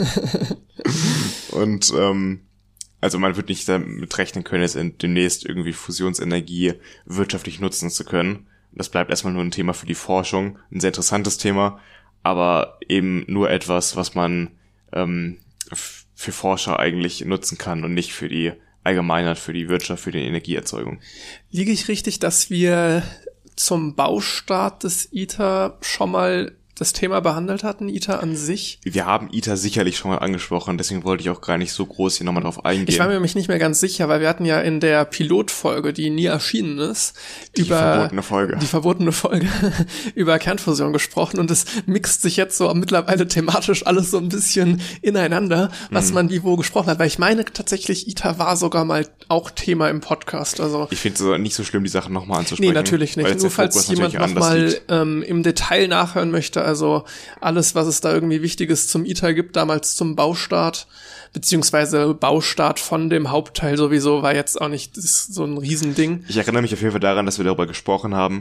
Und, ähm, also man wird nicht damit rechnen können, jetzt demnächst irgendwie Fusionsenergie wirtschaftlich nutzen zu können. Das bleibt erstmal nur ein Thema für die Forschung, ein sehr interessantes Thema, aber eben nur etwas, was man ähm, f- für Forscher eigentlich nutzen kann und nicht für die Allgemeinheit, für die Wirtschaft, für die Energieerzeugung. Liege ich richtig, dass wir zum Baustart des ITER schon mal das Thema behandelt hatten, ITER an sich? Wir haben ITER sicherlich schon mal angesprochen, deswegen wollte ich auch gar nicht so groß hier nochmal drauf eingehen. Ich war mir nämlich nicht mehr ganz sicher, weil wir hatten ja in der Pilotfolge, die nie erschienen ist, die über verbotene Folge. die verbotene Folge über Kernfusion gesprochen und es mixt sich jetzt so mittlerweile thematisch alles so ein bisschen ineinander, was mhm. man wie wo gesprochen hat, weil ich meine tatsächlich, ITER war sogar mal auch Thema im Podcast. Also ich finde es so nicht so schlimm, die Sachen nochmal anzusprechen. Nee, natürlich nicht. Nur falls jemand nochmal ähm, im Detail nachhören möchte, also alles, was es da irgendwie Wichtiges zum ITER gibt, damals zum Baustart, beziehungsweise Baustart von dem Hauptteil sowieso, war jetzt auch nicht so ein Riesending. Ich erinnere mich auf jeden Fall daran, dass wir darüber gesprochen haben,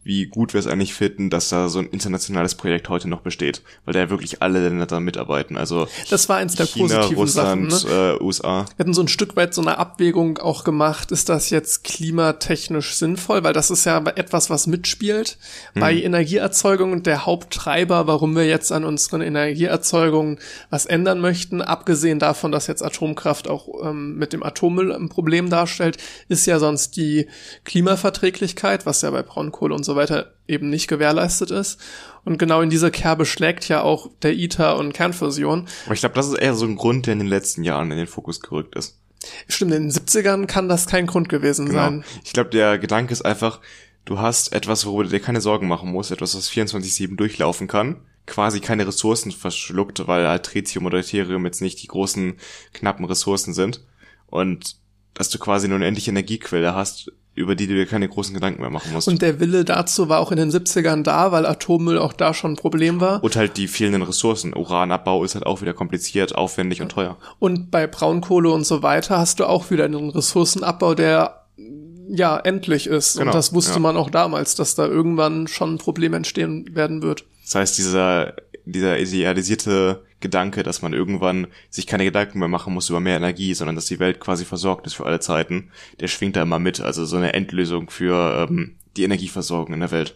wie gut wir es eigentlich finden, dass da so ein internationales Projekt heute noch besteht, weil da ja wirklich alle Länder da mitarbeiten. Also das war eins der China, positiven Russland, Sachen, ne? äh, U S A. Wir hatten so ein Stück weit so eine Abwägung auch gemacht, ist das jetzt klimatechnisch sinnvoll, weil das ist ja etwas, was mitspielt hm. bei Energieerzeugung und der Haupttreiber, warum wir jetzt an unseren Energieerzeugungen was ändern möchten, abgesehen davon, dass jetzt Atomkraft auch ähm, mit dem Atommüll ein Problem darstellt, ist ja sonst die Klimaverträglichkeit, was ja bei Braunkohle und so weiter eben nicht gewährleistet ist. Und genau in diese Kerbe schlägt ja auch der ITER und Kernfusion. Aber ich glaube, das ist eher so ein Grund, der in den letzten Jahren in den Fokus gerückt ist. Stimmt, in den siebzigern kann das kein Grund gewesen genau. sein. Ich glaube, der Gedanke ist einfach, du hast etwas, worüber du dir keine Sorgen machen musst, etwas, was vierundzwanzig sieben durchlaufen kann, quasi keine Ressourcen verschluckt, weil halt Tritium oder Deuterium jetzt nicht die großen, knappen Ressourcen sind. Und dass du quasi eine unendliche Energiequelle hast, über die du dir keine großen Gedanken mehr machen musst. Und der Wille dazu war auch in den siebzigern da, weil Atommüll auch da schon ein Problem war. Und halt die fehlenden Ressourcen. Uranabbau ist halt auch wieder kompliziert, aufwendig und teuer. Und bei Braunkohle und so weiter hast du auch wieder einen Ressourcenabbau, der ja endlich ist. Genau, und das wusste ja. man auch damals, dass da irgendwann schon ein Problem entstehen werden wird. Das heißt, dieser, dieser idealisierte Gedanke, dass man irgendwann sich keine Gedanken mehr machen muss über mehr Energie, sondern dass die Welt quasi versorgt ist für alle Zeiten, der schwingt da immer mit. Also so eine Endlösung für ähm, die Energieversorgung in der Welt.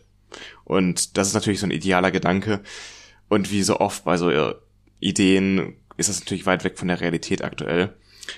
Und das ist natürlich so ein idealer Gedanke. Und wie so oft bei so äh, Ideen ist das natürlich weit weg von der Realität aktuell.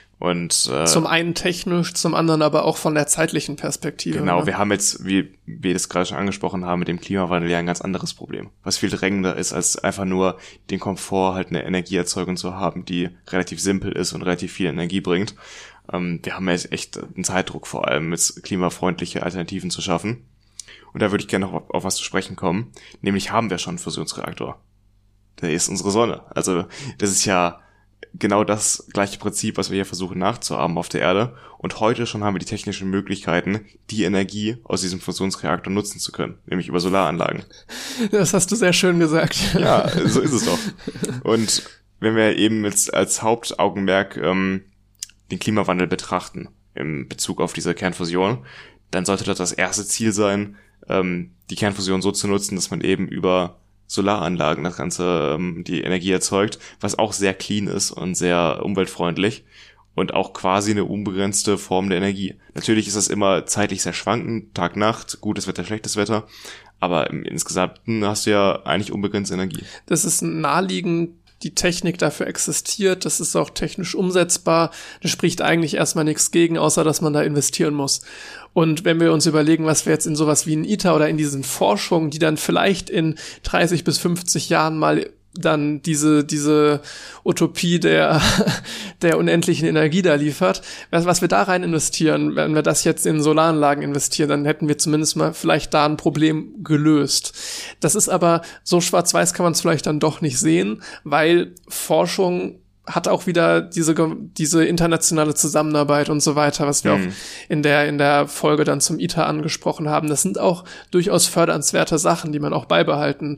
Und äh, zum einen technisch, zum anderen aber auch von der zeitlichen Perspektive. Genau, ne? wir haben jetzt, wie wir das gerade schon angesprochen haben, mit dem Klimawandel ja ein ganz anderes Problem, was viel drängender ist, als einfach nur den Komfort, halt eine Energieerzeugung zu haben, die relativ simpel ist und relativ viel Energie bringt. Ähm, wir haben jetzt echt einen Zeitdruck, vor allem mit klimafreundliche Alternativen zu schaffen. Und da würde ich gerne noch auf, auf was zu sprechen kommen, nämlich haben wir schon einen Fusionsreaktor. Der ist unsere Sonne. Also das ist ja genau das gleiche Prinzip, was wir hier versuchen nachzuahmen auf der Erde. Und heute schon haben wir die technischen Möglichkeiten, die Energie aus diesem Fusionsreaktor nutzen zu können, nämlich über Solaranlagen. Das hast du sehr schön gesagt. Ja, so ist es doch. Und wenn wir eben jetzt als Hauptaugenmerk ähm, den Klimawandel betrachten, im Bezug auf diese Kernfusion, dann sollte das das erste Ziel sein, ähm, die Kernfusion so zu nutzen, dass man eben über Solaranlagen das Ganze, ähm, die Energie erzeugt, was auch sehr clean ist und sehr umweltfreundlich und auch quasi eine unbegrenzte Form der Energie. Natürlich ist das immer zeitlich sehr schwankend, Tag, Nacht, gutes Wetter, schlechtes Wetter, aber im Insgesamten hast du ja eigentlich unbegrenzte Energie. Das ist naheliegend, die Technik dafür existiert, das ist auch technisch umsetzbar, das spricht eigentlich erstmal nichts gegen, außer dass man da investieren muss. Und wenn wir uns überlegen, was wir jetzt in sowas wie ein ITER oder in diesen Forschungen, die dann vielleicht in dreißig bis fünfzig Jahren mal dann diese diese Utopie der der unendlichen Energie da liefert, was, was wir da rein investieren, wenn wir das jetzt in Solaranlagen investieren, dann hätten wir zumindest mal vielleicht da ein Problem gelöst. Das ist aber, so schwarz-weiß kann man es vielleicht dann doch nicht sehen, weil Forschung hat auch wieder diese diese internationale Zusammenarbeit und so weiter, was wir mhm. auch in der in der Folge dann zum ITER angesprochen haben. Das sind auch durchaus fördernswerte Sachen, die man auch beibehalten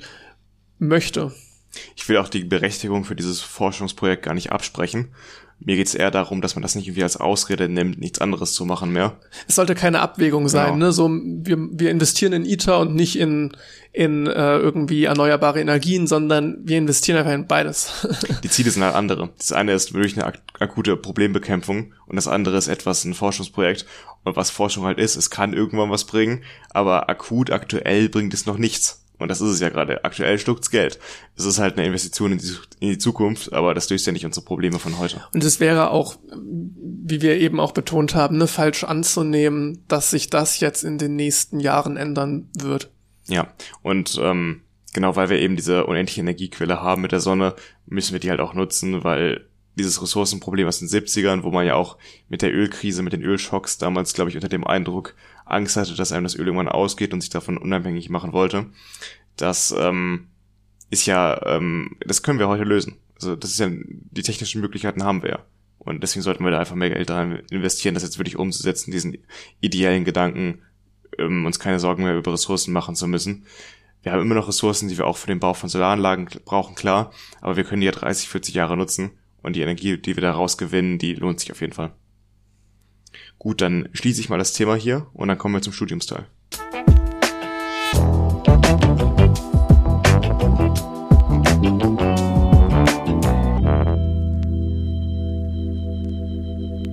möchte. Ich will auch die Berechtigung für dieses Forschungsprojekt gar nicht absprechen. Mir geht's eher darum, dass man das nicht irgendwie als Ausrede nimmt, nichts anderes zu machen mehr. Es sollte keine Abwägung sein, genau. ne? So, wir, wir investieren in ITER und nicht in in äh, irgendwie erneuerbare Energien, sondern wir investieren einfach in beides. Die Ziele sind halt andere. Das eine ist wirklich eine ak- akute Problembekämpfung und das andere ist etwas, ein Forschungsprojekt. Und was Forschung halt ist, es kann irgendwann was bringen, aber akut, aktuell bringt es noch nichts. Und das ist es ja gerade. Aktuell schluckt's Geld. Es ist halt eine Investition in die, in die Zukunft, aber das löst ja nicht unsere Probleme von heute. Und es wäre auch, wie wir eben auch betont haben, ne, falsch anzunehmen, dass sich das jetzt in den nächsten Jahren ändern wird. Ja, und ähm, genau, weil wir eben diese unendliche Energiequelle haben mit der Sonne, müssen wir die halt auch nutzen, weil dieses Ressourcenproblem aus den siebzigern, wo man ja auch mit der Ölkrise, mit den Ölschocks damals, glaube ich, unter dem Eindruck Angst hatte, dass einem das Öl irgendwann ausgeht und sich davon unabhängig machen wollte. Das ähm, ist ja, ähm, das können wir heute lösen. Also das ist ja, die technischen Möglichkeiten haben wir ja. Und deswegen sollten wir da einfach mehr Geld rein investieren, das jetzt wirklich umzusetzen, diesen ideellen Gedanken, ähm, uns keine Sorgen mehr über Ressourcen machen zu müssen. Wir haben immer noch Ressourcen, die wir auch für den Bau von Solaranlagen brauchen, klar, aber wir können die ja dreißig, vierzig Jahre nutzen und die Energie, die wir daraus gewinnen, die lohnt sich auf jeden Fall. Gut, dann schließe ich mal das Thema hier und dann kommen wir zum Studiumsteil.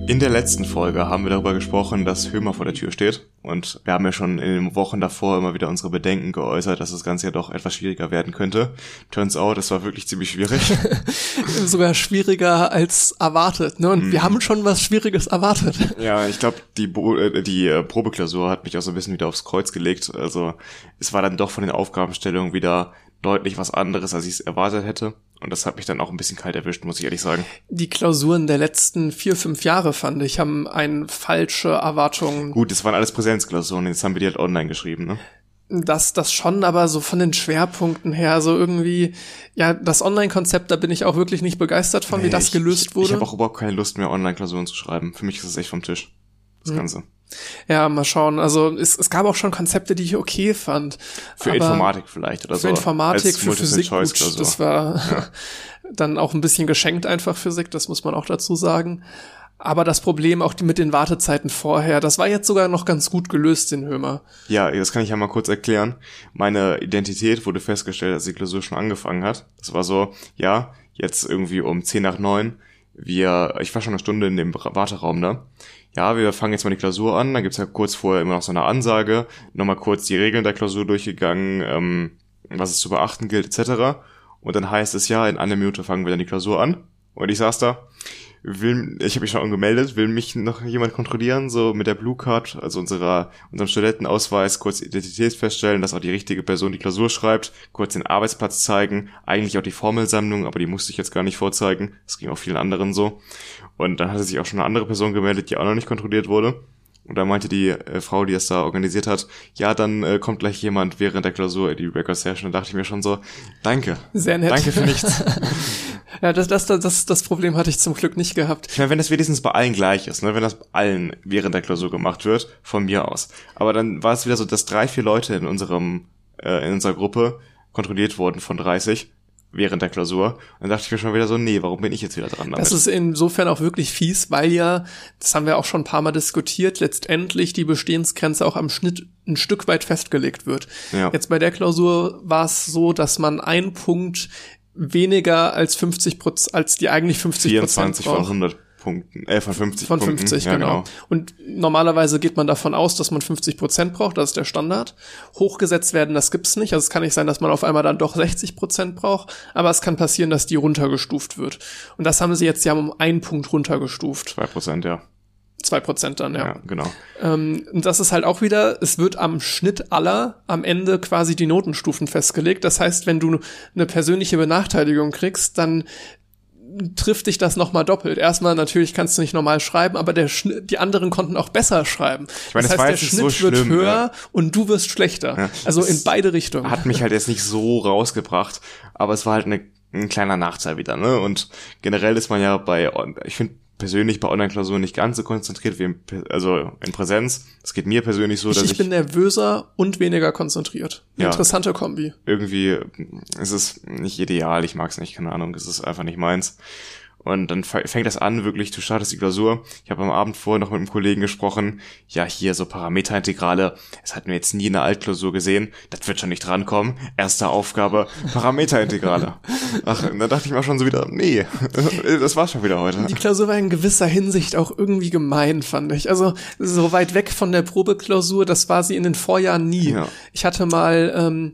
In der letzten Folge haben wir darüber gesprochen, dass Hömer vor der Tür steht. Und wir haben ja schon in den Wochen davor immer wieder unsere Bedenken geäußert, dass das Ganze ja doch etwas schwieriger werden könnte. Turns out, es war wirklich ziemlich schwierig. Sogar schwieriger als erwartet, ne? Und mm. wir haben schon was Schwieriges erwartet. Ja, ich glaube, die, Bo- äh, die äh, Probeklausur hat mich auch so ein bisschen wieder aufs Kreuz gelegt. Also es war dann doch von den Aufgabenstellungen wieder deutlich was anderes, als ich es erwartet hätte. Und das hat mich dann auch ein bisschen kalt erwischt, muss ich ehrlich sagen. Die Klausuren der letzten vier, fünf Jahre, fand ich, haben eine falsche Erwartung. Gut, das waren alles Präsenzklausuren, jetzt haben wir die halt online geschrieben, ne? Das, das schon, aber so von den Schwerpunkten her, so irgendwie, ja, das Online-Konzept, da bin ich auch wirklich nicht begeistert von, nee, wie das ich, gelöst ich, wurde. Ich habe auch überhaupt keine Lust mehr, Online-Klausuren zu schreiben. Für mich ist das echt vom Tisch, das hm. Ganze. Ja, mal schauen. Also es, es gab auch schon Konzepte, die ich okay fand. Für Informatik vielleicht oder für so. Für Informatik, für Physik, gut, das war ja. dann auch ein bisschen geschenkt einfach Physik, das muss man auch dazu sagen. Aber das Problem auch mit den Wartezeiten vorher, das war jetzt sogar noch ganz gut gelöst in Hömer. Ja, das kann ich ja mal kurz erklären. Meine Identität wurde festgestellt, als die Klausur schon angefangen hat. Das war so, ja, jetzt irgendwie um zehn nach neun. Wir, ich war schon eine Stunde in dem Warteraum da. Ja, wir fangen jetzt mal die Klausur an. Dann gibt's ja kurz vorher immer noch so eine Ansage. Nochmal kurz die Regeln der Klausur durchgegangen, ähm, was es zu beachten gilt, et cetera. Und dann heißt es ja, in einer Minute fangen wir dann die Klausur an. Und ich saß da, will, ich habe mich schon angemeldet, will mich noch jemand kontrollieren, so mit der Blue Card, also unserer, unserem Studentenausweis, kurz Identität feststellen, dass auch die richtige Person die Klausur schreibt, kurz den Arbeitsplatz zeigen, eigentlich auch die Formelsammlung, aber die musste ich jetzt gar nicht vorzeigen. Das ging auch vielen anderen so. Und dann hatte sich auch schon eine andere Person gemeldet, die auch noch nicht kontrolliert wurde. Und da meinte die äh, Frau, die das da organisiert hat, ja, dann äh, kommt gleich jemand während der Klausur in die Record-Session. Und dachte ich mir schon so, danke. Sehr nett. Danke für nichts. Ja, das, das, das, das Problem hatte ich zum Glück nicht gehabt. Ich meine, wenn das wenigstens bei allen gleich ist, ne, wenn das bei allen während der Klausur gemacht wird, von mir aus. Aber dann war es wieder so, dass drei, vier Leute in unserem, äh, in unserer Gruppe kontrolliert wurden von dreißig während der Klausur. Und dann dachte ich mir schon wieder so, nee, warum bin ich jetzt wieder dran damit? Das ist insofern auch wirklich fies, weil ja, das haben wir auch schon ein paar Mal diskutiert, letztendlich die Bestehensgrenze auch am Schnitt ein Stück weit festgelegt wird. Ja. Jetzt bei der Klausur war es so, dass man einen Punkt weniger als fünfzig Prozent, als die eigentlich fünfzig Prozent vierundzwanzig von hundert Punkten, äh, von fünfzig Von Punkten. fünfzig, ja, genau. genau. Und normalerweise geht man davon aus, dass man fünfzig Prozent braucht, das ist der Standard. Hochgesetzt werden, das gibt's nicht. Also es kann nicht sein, dass man auf einmal dann doch sechzig Prozent braucht, aber es kann passieren, dass die runtergestuft wird. Und das haben sie jetzt ja um einen Punkt runtergestuft. Zwei Prozent, ja. Zwei Prozent dann, ja. Ja, genau. Ähm, und das ist halt auch wieder, es wird am Schnitt aller am Ende quasi die Notenstufen festgelegt. Das heißt, wenn du eine persönliche Benachteiligung kriegst, dann trifft dich das nochmal doppelt. Erstmal natürlich kannst du nicht normal schreiben, aber der Schnitt, die anderen konnten auch besser schreiben. Ich meine, das das heißt, war der jetzt Schnitt nicht so wird schlimm, höher ja. und du wirst schlechter. Ja. Also das in beide Richtungen. Hat mich halt jetzt nicht so rausgebracht, aber es war halt eine, ein kleiner Nachteil wieder, ne? Und generell ist man ja bei, ich finde persönlich bei Online-Klausuren nicht ganz so konzentriert wie in, also in Präsenz. Es geht mir persönlich so, ich, dass ich... Ich bin nervöser und weniger konzentriert. Eine ja, interessante Kombi. Irgendwie ist es nicht ideal, ich mag es nicht, keine Ahnung, es ist einfach nicht meins. Und dann fängt das an, wirklich, du startest die Klausur. Ich habe am Abend vorher noch mit einem Kollegen gesprochen. Ja, hier so Parameterintegrale. Das hatten wir jetzt nie in der Altklausur gesehen. Das wird schon nicht drankommen. Erste Aufgabe, Parameterintegrale. Ach, da dachte ich mir schon so wieder, nee, das war's schon wieder heute. Die Klausur war in gewisser Hinsicht auch irgendwie gemein, fand ich. Also so weit weg von der Probeklausur, das war sie in den Vorjahren nie. Ja. Ich hatte mal... Ähm,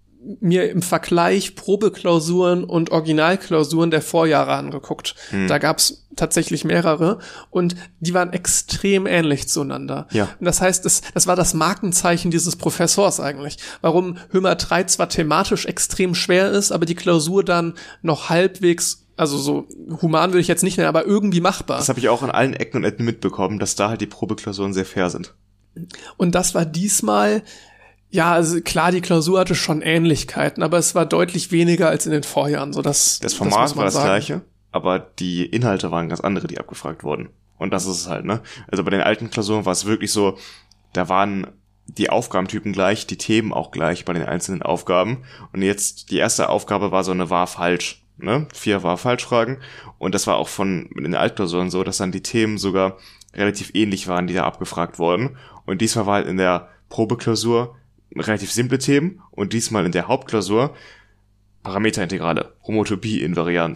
mir im Vergleich Probeklausuren und Originalklausuren der Vorjahre angeguckt. Hm. Da gab's tatsächlich mehrere und die waren extrem ähnlich zueinander. Ja. Und das heißt, das, das war das Markenzeichen dieses Professors eigentlich. Warum Hömer drei zwar thematisch extrem schwer ist, aber die Klausur dann noch halbwegs, also so human würde ich jetzt nicht nennen, aber irgendwie machbar. Das habe ich auch an allen Ecken und Enden mitbekommen, dass da halt die Probeklausuren sehr fair sind. Und das war diesmal... Ja, also klar, die Klausur hatte schon Ähnlichkeiten, aber es war deutlich weniger als in den Vorjahren. So dass, das Format das war das sagen. gleiche, aber die Inhalte waren ganz andere, die abgefragt wurden. Und das ist es halt, ne? Also bei den alten Klausuren war es wirklich so, da waren die Aufgabentypen gleich, die Themen auch gleich bei den einzelnen Aufgaben. Und jetzt, die erste Aufgabe war so eine Wahr-Falsch, ne? Vier Wahr-Falsch-Fragen. Und das war auch von den Altklausuren so, dass dann die Themen sogar relativ ähnlich waren, die da abgefragt wurden. Und diesmal war halt in der Probeklausur relativ simple Themen und diesmal in der Hauptklausur Parameterintegrale, Homotopie, Invarianz,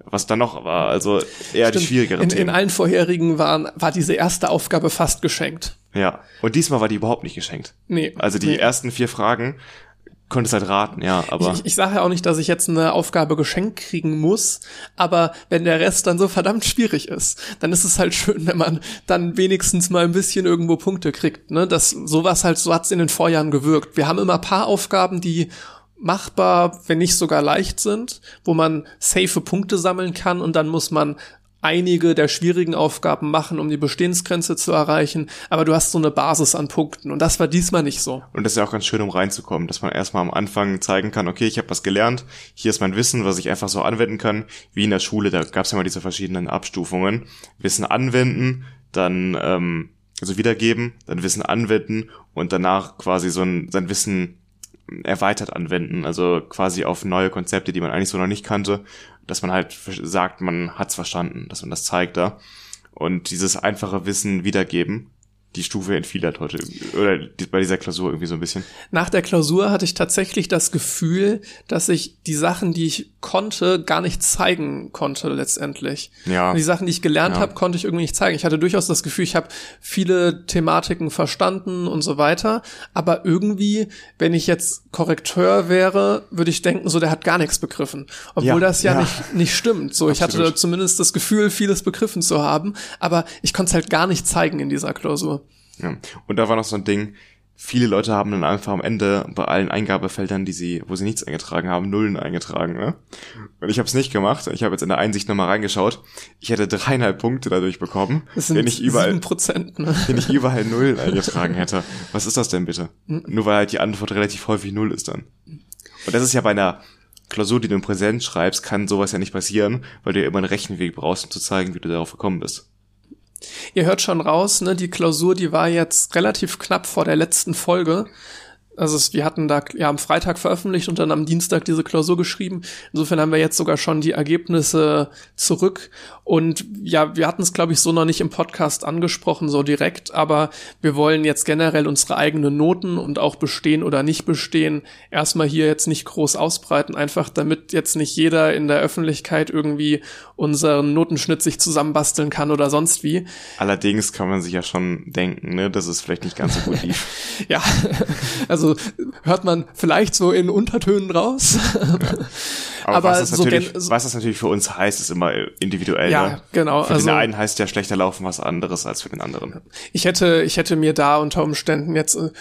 was dann noch war, also eher Stimmt. die schwierigeren in, Themen. In allen vorherigen waren, war diese erste Aufgabe fast geschenkt. Ja, und diesmal war die überhaupt nicht geschenkt. Nee. Also die nee. ersten vier Fragen konntest halt raten, ja, aber... Ich, ich, ich sage ja auch nicht, dass ich jetzt eine Aufgabe geschenkt kriegen muss, aber wenn der Rest dann so verdammt schwierig ist, dann ist es halt schön, wenn man dann wenigstens mal ein bisschen irgendwo Punkte kriegt, ne? Das, sowas halt, so hat's in den Vorjahren gewirkt. Wir haben immer ein paar Aufgaben, die machbar, wenn nicht sogar leicht sind, wo man safe Punkte sammeln kann und dann muss man einige der schwierigen Aufgaben machen, um die Bestehensgrenze zu erreichen, aber du hast so eine Basis an Punkten und das war diesmal nicht so. Und das ist ja auch ganz schön, um reinzukommen, dass man erstmal am Anfang zeigen kann, okay, ich habe was gelernt, hier ist mein Wissen, was ich einfach so anwenden kann, wie in der Schule, da gab es ja mal diese verschiedenen Abstufungen. Wissen anwenden, dann ähm, also wiedergeben, dann Wissen anwenden und danach quasi so ein sein Wissen erweitert anwenden, also quasi auf neue Konzepte, die man eigentlich so noch nicht kannte, dass man halt sagt, man hat's verstanden, dass man das zeigt da. Und dieses einfache Wissen wiedergeben, die Stufe entfiel halt heute, oder die, bei dieser Klausur irgendwie so ein bisschen. Nach der Klausur hatte ich tatsächlich das Gefühl, dass ich die Sachen, die ich konnte, gar nicht zeigen konnte letztendlich. Ja. Und die Sachen, die ich gelernt ja. habe, konnte ich irgendwie nicht zeigen. Ich hatte durchaus das Gefühl, ich habe viele Thematiken verstanden und so weiter, aber irgendwie, wenn ich jetzt Korrekteur wäre, würde ich denken, so, der hat gar nichts begriffen. Obwohl ja. das ja, ja. nicht nicht stimmt. So, ich Absolut. hatte zumindest das Gefühl, vieles begriffen zu haben, aber ich konnte es halt gar nicht zeigen in dieser Klausur. Ja. Und da war noch so ein Ding, viele Leute haben dann einfach am Ende bei allen Eingabefeldern, die sie, wo sie nichts eingetragen haben, Nullen eingetragen, ne? Und ich habe es nicht gemacht. Ich habe jetzt in der Einsicht nochmal reingeschaut. Ich hätte dreieinhalb Punkte dadurch bekommen, Das sind wenn ich überall, sieben Prozent, ne? wenn ich überall Nullen eingetragen hätte. Was ist das denn bitte? Mhm. Nur weil halt die Antwort relativ häufig Null ist dann. Und das ist ja bei einer Klausur, die du im Präsent schreibst, kann sowas ja nicht passieren, weil du ja immer einen Rechenweg brauchst, um zu zeigen, wie du darauf gekommen bist. Ihr hört schon raus, ne, die Klausur, die war jetzt relativ knapp vor der letzten Folge. Also es, wir hatten da ja am Freitag veröffentlicht und dann am Dienstag diese Klausur geschrieben. Insofern haben wir jetzt sogar schon die Ergebnisse zurück. Und ja, wir hatten es, glaube ich, so noch nicht im Podcast angesprochen, so direkt. Aber wir wollen jetzt generell unsere eigenen Noten und auch bestehen oder nicht bestehen erstmal hier jetzt nicht groß ausbreiten. Einfach damit jetzt nicht jeder in der Öffentlichkeit irgendwie unseren Notenschnitt sich zusammenbasteln kann oder sonst wie. Allerdings kann man sich ja schon denken, ne, dass es vielleicht nicht ganz so gut lief. Ja, also hört man vielleicht so in Untertönen raus. Ja. Aber, Aber was, das so natürlich, gen- was das natürlich für uns heißt, ist immer individuell. Ja, ne? genau. Für Also den einen heißt ja schlechter laufen was anderes als für den anderen. ich hätte, ich hätte mir da unter Umständen jetzt äh,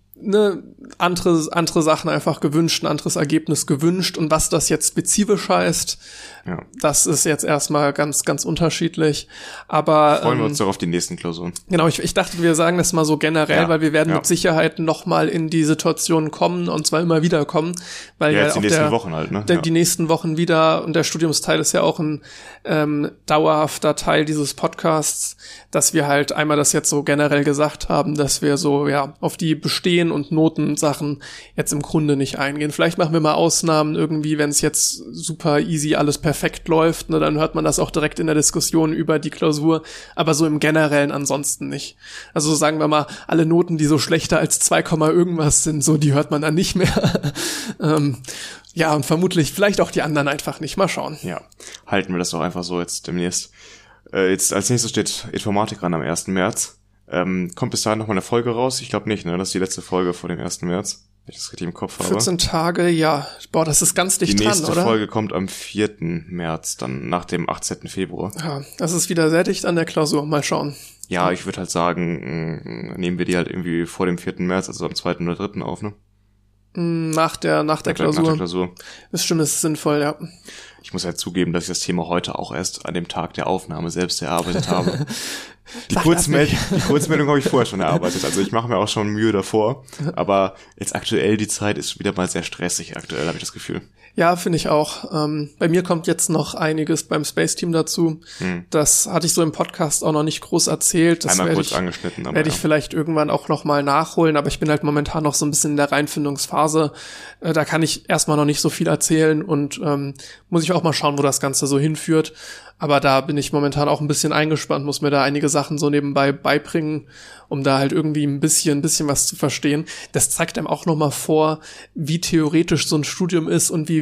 ne andere andere Sachen einfach gewünscht, ein anderes Ergebnis gewünscht und was das jetzt spezifisch heißt, Ja. das ist jetzt erstmal ganz ganz unterschiedlich, aber Freuen wir ähm, uns doch auf die nächsten Klausuren. genau, ich, ich dachte, wir sagen das mal so generell, Ja, weil wir werden ja. mit Sicherheit noch mal in die Situation kommen und zwar immer wieder kommen, weil Ja, ja jetzt die auch nächsten der, Wochen halt, ne? der Ja. die nächsten Wochen wieder und der Studiumsteil ist ja auch ein ähm, dauerhafter Teil dieses Podcasts, dass wir halt einmal das jetzt so generell gesagt haben, dass wir so ja auf die Bestehen und Noten Sachen jetzt im Grunde nicht eingehen. Vielleicht machen wir mal Ausnahmen irgendwie, wenn es jetzt super easy alles perfekt läuft, ne, dann hört man das auch direkt in der Diskussion über die Klausur, aber so im Generellen ansonsten nicht. Also sagen wir mal, alle Noten, die so schlechter als zwei, irgendwas sind, so die hört man dann nicht mehr. ähm, ja, und vermutlich vielleicht auch die anderen einfach nicht. Mal schauen. Ja, halten wir das doch einfach so jetzt demnächst. Äh, jetzt als nächstes steht Informatik ran am ersten März. Ähm, kommt bis dahin noch mal eine Folge raus? Ich glaube nicht, ne? Das ist die letzte Folge vor dem ersten März, wenn ich das richtig im Kopf habe. vierzehn Tage, ja. Boah, das ist ganz dicht Die dran, nächste oder? Folge kommt am vierten März, dann nach dem achtzehnten Februar. Ja, das ist wieder sehr dicht an der Klausur. Mal schauen. Ja, ich würde halt sagen, mh, nehmen wir die halt irgendwie vor dem vierten März, also am zweiten oder dritten auf, ne? Nach der, nach der Nach Klausur. Nach der Klausur. Das stimmt, das ist sinnvoll, ja. Ich muss halt zugeben, dass ich das Thema heute auch erst an dem Tag der Aufnahme selbst erarbeitet habe. Die, Sag Kurzmel- das nicht. die Kurzmeldung habe ich vorher schon erarbeitet, also ich mache mir auch schon Mühe davor. Aber jetzt aktuell, die Zeit ist wieder mal sehr stressig aktuell, habe ich das Gefühl. Ja, finde ich auch. Ähm, bei mir kommt jetzt noch einiges beim Space Team dazu. Hm. Das hatte ich so im Podcast auch noch nicht groß erzählt. Das Einmal werde kurz ich, angeschnitten. Aber werde ja. ich vielleicht irgendwann auch noch mal nachholen, aber ich bin halt momentan noch so ein bisschen in der Reinfindungsphase. Äh, da kann ich erstmal noch nicht so viel erzählen und ähm, muss ich auch mal schauen, wo das Ganze so hinführt. Aber da bin ich momentan auch ein bisschen eingespannt, muss mir da einige Sachen so nebenbei beibringen, um da halt irgendwie ein bisschen, ein bisschen was zu verstehen. Das zeigt einem auch nochmal vor, wie theoretisch so ein Studium ist und wie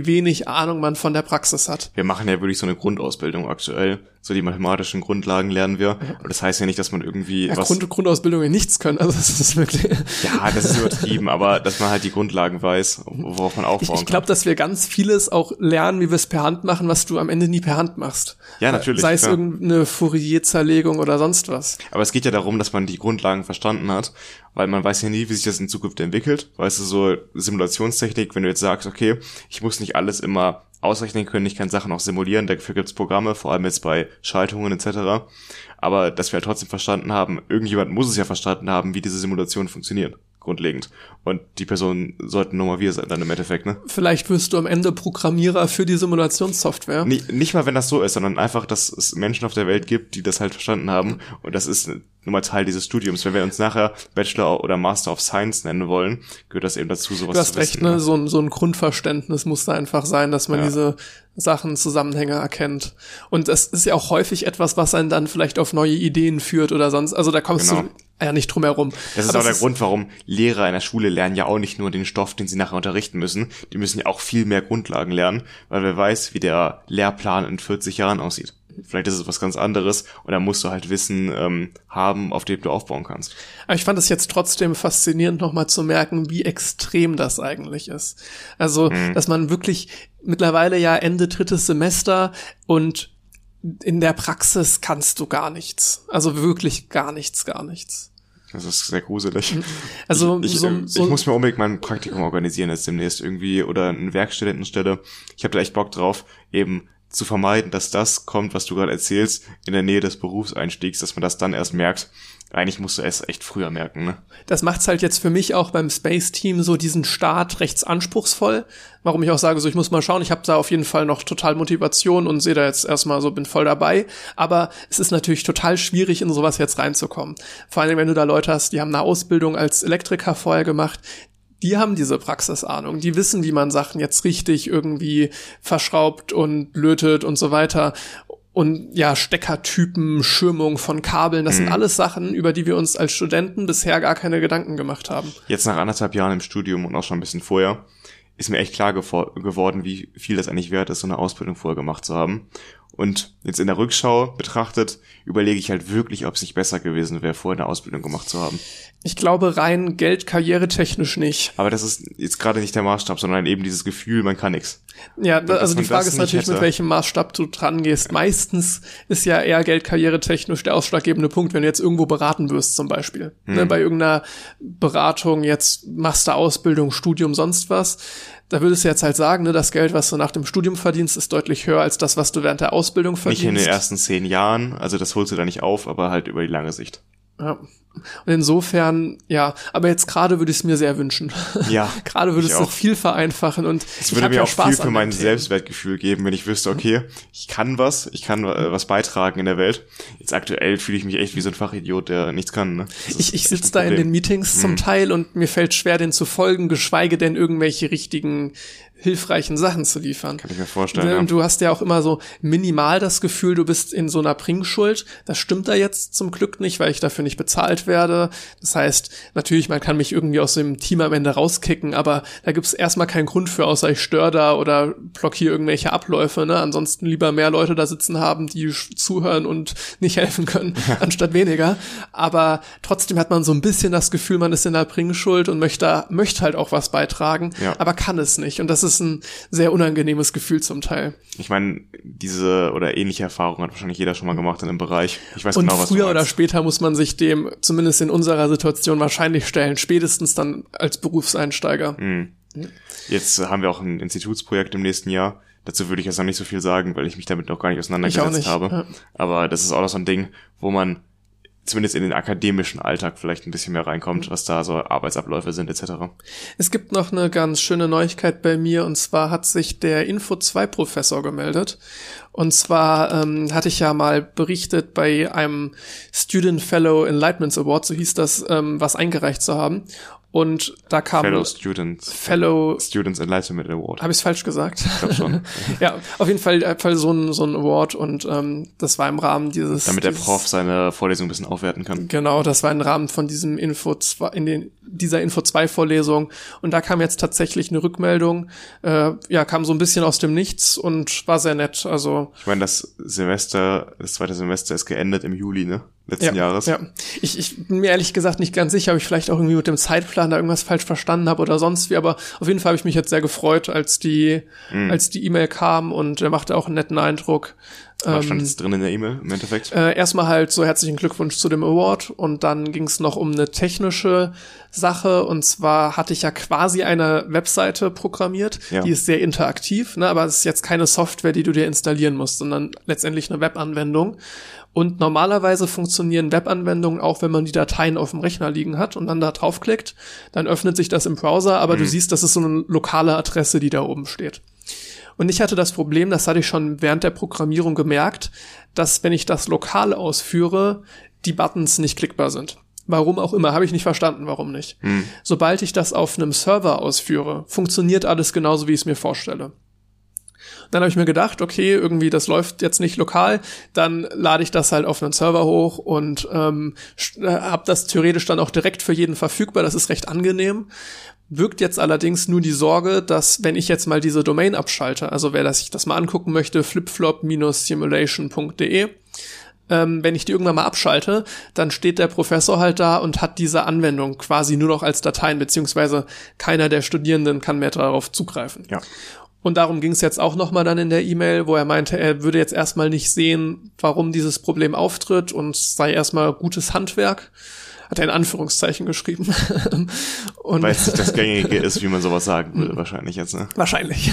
wenig Ahnung man von der Praxis hat. Wir machen ja wirklich so eine Grundausbildung aktuell. So die mathematischen Grundlagen lernen wir. Und das heißt ja nicht, dass man irgendwie ja, was... Grund, Grundausbildung in nichts können. Also das ist wirklich... Ja, das ist übertrieben, aber dass man halt die Grundlagen weiß, worauf man aufbauen ich, ich glaub, kann. Dass wir ganz vieles auch lernen, wie wir es per Hand machen, was du am Ende nie per Hand machst. Ja, natürlich. Sei es klar. irgendeine Fourier-Zerlegung oder sonst was. Aber es geht ja darum, dass man die Grundlagen verstanden hat, weil man weiß ja nie, wie sich das in Zukunft entwickelt. Weißt du, so Simulationstechnik, wenn du jetzt sagst, okay, ich muss nicht alles immer ausrechnen können, ich kann Sachen auch simulieren, dafür gibt's Programme, vor allem jetzt bei Schaltungen et cetera. Aber dass wir halt trotzdem verstanden haben, irgendjemand muss es ja verstanden haben, wie diese Simulationen funktionieren, grundlegend. Und die Personen sollten nur mal wir sein dann im Endeffekt, ne? Vielleicht wirst du am Ende Programmierer für die Simulationssoftware. Nicht, nicht mal, wenn das so ist, sondern einfach, dass es Menschen auf der Welt gibt, die das halt verstanden haben. Und das ist nun mal Teil dieses Studiums. Wenn wir uns nachher Bachelor oder Master of Science nennen wollen, gehört das eben dazu, sowas du hast zu recht, wissen. Ne? So, ein, so ein Grundverständnis muss da einfach sein, dass man ja. diese Sachen, Zusammenhänge erkennt. Und das ist ja auch häufig etwas, was einen dann vielleicht auf neue Ideen führt oder sonst. Also da kommst genau. du ja nicht drum herum. Das ist Aber auch der ist Grund, warum Lehrer in der Schule lernen ja auch nicht nur den Stoff, den sie nachher unterrichten müssen. Die müssen ja auch viel mehr Grundlagen lernen, weil wer weiß, wie der Lehrplan in vierzig Jahren aussieht. Vielleicht ist es was ganz anderes und da musst du halt Wissen ähm, haben, auf dem du aufbauen kannst. Aber ich fand es jetzt trotzdem faszinierend, nochmal zu merken, wie extrem das eigentlich ist. Also, mhm. dass man wirklich mittlerweile ja Ende drittes Semester und in der Praxis kannst du gar nichts. Also wirklich gar nichts, gar nichts. Das ist sehr gruselig. Also ich, ich, so, ich, so ich muss mir unbedingt mal ein Praktikum organisieren jetzt demnächst irgendwie oder eine Werkstudentenstelle. Ich habe da echt Bock drauf, eben zu vermeiden, dass das kommt, was du gerade erzählst, in der Nähe des Berufseinstiegs, dass man das dann erst merkt. Eigentlich musst du es echt früher merken, ne? Das macht's halt jetzt für mich auch beim Space-Team so diesen Start recht anspruchsvoll. Warum ich auch sage, so ich muss mal schauen, ich habe da auf jeden Fall noch total Motivation und sehe da jetzt erstmal so, bin voll dabei. Aber es ist natürlich total schwierig, in sowas jetzt reinzukommen. Vor allem, wenn du da Leute hast, die haben eine Ausbildung als Elektriker vorher gemacht, die haben diese Praxisahnung, die wissen, wie man Sachen jetzt richtig irgendwie verschraubt und lötet und so weiter. Und ja, Steckertypen, Schirmung von Kabeln, das mhm. sind alles Sachen, über die wir uns als Studenten bisher gar keine Gedanken gemacht haben. Jetzt nach anderthalb Jahren im Studium und auch schon ein bisschen vorher ist mir echt klar gewo- geworden, wie viel das eigentlich wert ist, so eine Ausbildung vorher gemacht zu haben. Und jetzt in der Rückschau betrachtet, überlege ich halt wirklich, ob es nicht besser gewesen wäre, vorher eine Ausbildung gemacht zu haben. Ich glaube rein Geld, karrieretechnisch nicht. Aber das ist jetzt gerade nicht der Maßstab, sondern eben dieses Gefühl, man kann nichts. Ja, da, also die Frage ist natürlich, hätte. mit welchem Maßstab du dran gehst. Meistens ist ja eher Geld, karrieretechnisch der ausschlaggebende Punkt, wenn du jetzt irgendwo beraten wirst zum Beispiel. Hm. Ne, bei irgendeiner Beratung, jetzt machst du Ausbildung, Studium, sonst was. Da würdest du jetzt halt sagen, ne, das Geld, was du nach dem Studium verdienst, ist deutlich höher als das, was du während der Ausbildung verdienst. Nicht in den ersten zehn Jahren, also das holst du da nicht auf, aber halt über die lange Sicht. Ja. Und insofern, ja, aber jetzt gerade würde ich es mir sehr wünschen. Ja. Gerade würde es auch viel vereinfachen und es würde mir ja auch Spaß viel für mein Selbstwertgefühl geben, wenn ich wüsste, okay, ich kann was, ich kann äh, was beitragen in der Welt. Jetzt aktuell fühle ich mich echt wie so ein Fachidiot, der nichts kann. Ne? Ich, ich sitze da in den Meetings zum mhm. Teil und mir fällt schwer, den zu folgen, geschweige denn irgendwelche richtigen hilfreichen Sachen zu liefern. Kann ich mir vorstellen, Und du ja. hast ja auch immer so minimal das Gefühl, du bist in so einer Bringschuld. Das stimmt da jetzt zum Glück nicht, weil ich dafür nicht bezahlt werde. Das heißt, natürlich, man kann mich irgendwie aus dem Team am Ende rauskicken, aber da gibt's erstmal keinen Grund für, außer ich störe da oder blockiere irgendwelche Abläufe. Ne? Ansonsten lieber mehr Leute da sitzen haben, die zuhören und nicht helfen können, anstatt weniger. Aber trotzdem hat man so ein bisschen das Gefühl, man ist in der Bringschuld und möchte, möchte halt auch was beitragen, ja. aber kann es nicht. Und das ist ein sehr unangenehmes Gefühl zum Teil. Ich meine, diese oder ähnliche Erfahrungen hat wahrscheinlich jeder schon mal gemacht in einem Bereich. Ich weiß und genau, was früher du oder später muss man sich dem, zumindest in unserer Situation, wahrscheinlich stellen. Spätestens dann als Berufseinsteiger. Mhm. Jetzt haben wir auch ein Institutsprojekt im nächsten Jahr. Dazu würde ich jetzt noch nicht so viel sagen, weil ich mich damit noch gar nicht auseinandergesetzt nicht. habe. Ja. Aber das ist auch noch so ein Ding, wo man zumindest in den akademischen Alltag vielleicht ein bisschen mehr reinkommt, was da so Arbeitsabläufe sind et cetera. Es gibt noch eine ganz schöne Neuigkeit bei mir, und zwar hat sich der Info zwei Professor gemeldet. Und zwar ähm, hatte ich ja mal berichtet, bei einem Student Fellow Enlightenment Award, so hieß das, ähm, was eingereicht zu haben. Und da kam Fellow Students Fellow Students Enlightenment Award. Habe ich es falsch gesagt? Ich glaube schon. Ja, auf jeden Fall, Fall so ein so ein Award, und ähm, das war im Rahmen dieses damit der dieses, Prof seine Vorlesung ein bisschen aufwerten kann. Genau, das war im Rahmen von diesem Info zwei, in den dieser Info zwei Vorlesung. Und da kam jetzt tatsächlich eine Rückmeldung, äh, ja, kam so ein bisschen aus dem Nichts und war sehr nett. Also ich meine, das Semester, das zweite Semester ist geendet im Juli, ne? Letzten ja, Jahres. Ja, ich, ich bin mir ehrlich gesagt nicht ganz sicher, ob ich vielleicht auch irgendwie mit dem Zeitplan da irgendwas falsch verstanden habe oder sonst wie, aber auf jeden Fall habe ich mich jetzt sehr gefreut, als die mhm. als die E-Mail kam und er machte auch einen netten Eindruck. Was stand jetzt drin in der E-Mail im Endeffekt? Äh, erstmal halt so herzlichen Glückwunsch zu dem Award und dann ging es noch um eine technische Sache und zwar hatte ich ja quasi eine Webseite programmiert, ja. Die ist sehr interaktiv, ne, aber es ist jetzt keine Software, die du dir installieren musst, sondern letztendlich eine Webanwendung. Und normalerweise funktionieren Webanwendungen auch, wenn man die Dateien auf dem Rechner liegen hat und dann da draufklickt, dann öffnet sich das im Browser, aber mhm. du siehst, das ist so eine lokale Adresse, die da oben steht. Und ich hatte das Problem, das hatte ich schon während der Programmierung gemerkt, dass wenn ich das lokal ausführe, die Buttons nicht klickbar sind. Warum auch immer, habe ich nicht verstanden, warum nicht. Mhm. Sobald ich das auf einem Server ausführe, funktioniert alles genauso, wie ich es mir vorstelle. Dann habe ich mir gedacht, okay, irgendwie das läuft jetzt nicht lokal, dann lade ich das halt auf einen Server hoch und ähm, habe das theoretisch dann auch direkt für jeden verfügbar, das ist recht angenehm. Wirkt jetzt allerdings nur die Sorge, dass wenn ich jetzt mal diese Domain abschalte, also wer das sich das mal angucken möchte, flipflop simulation punkt de, ähm, wenn ich die irgendwann mal abschalte, dann steht der Professor halt da und hat diese Anwendung quasi nur noch als Dateien, beziehungsweise keiner der Studierenden kann mehr darauf zugreifen. Ja. Und darum ging es jetzt auch nochmal dann in der E-Mail, wo er meinte, er würde jetzt erstmal nicht sehen, warum dieses Problem auftritt und sei erstmal gutes Handwerk. Hat er in Anführungszeichen geschrieben. Und weil es nicht das Gängige ist, wie man sowas sagen würde, wahrscheinlich jetzt, ne? Wahrscheinlich.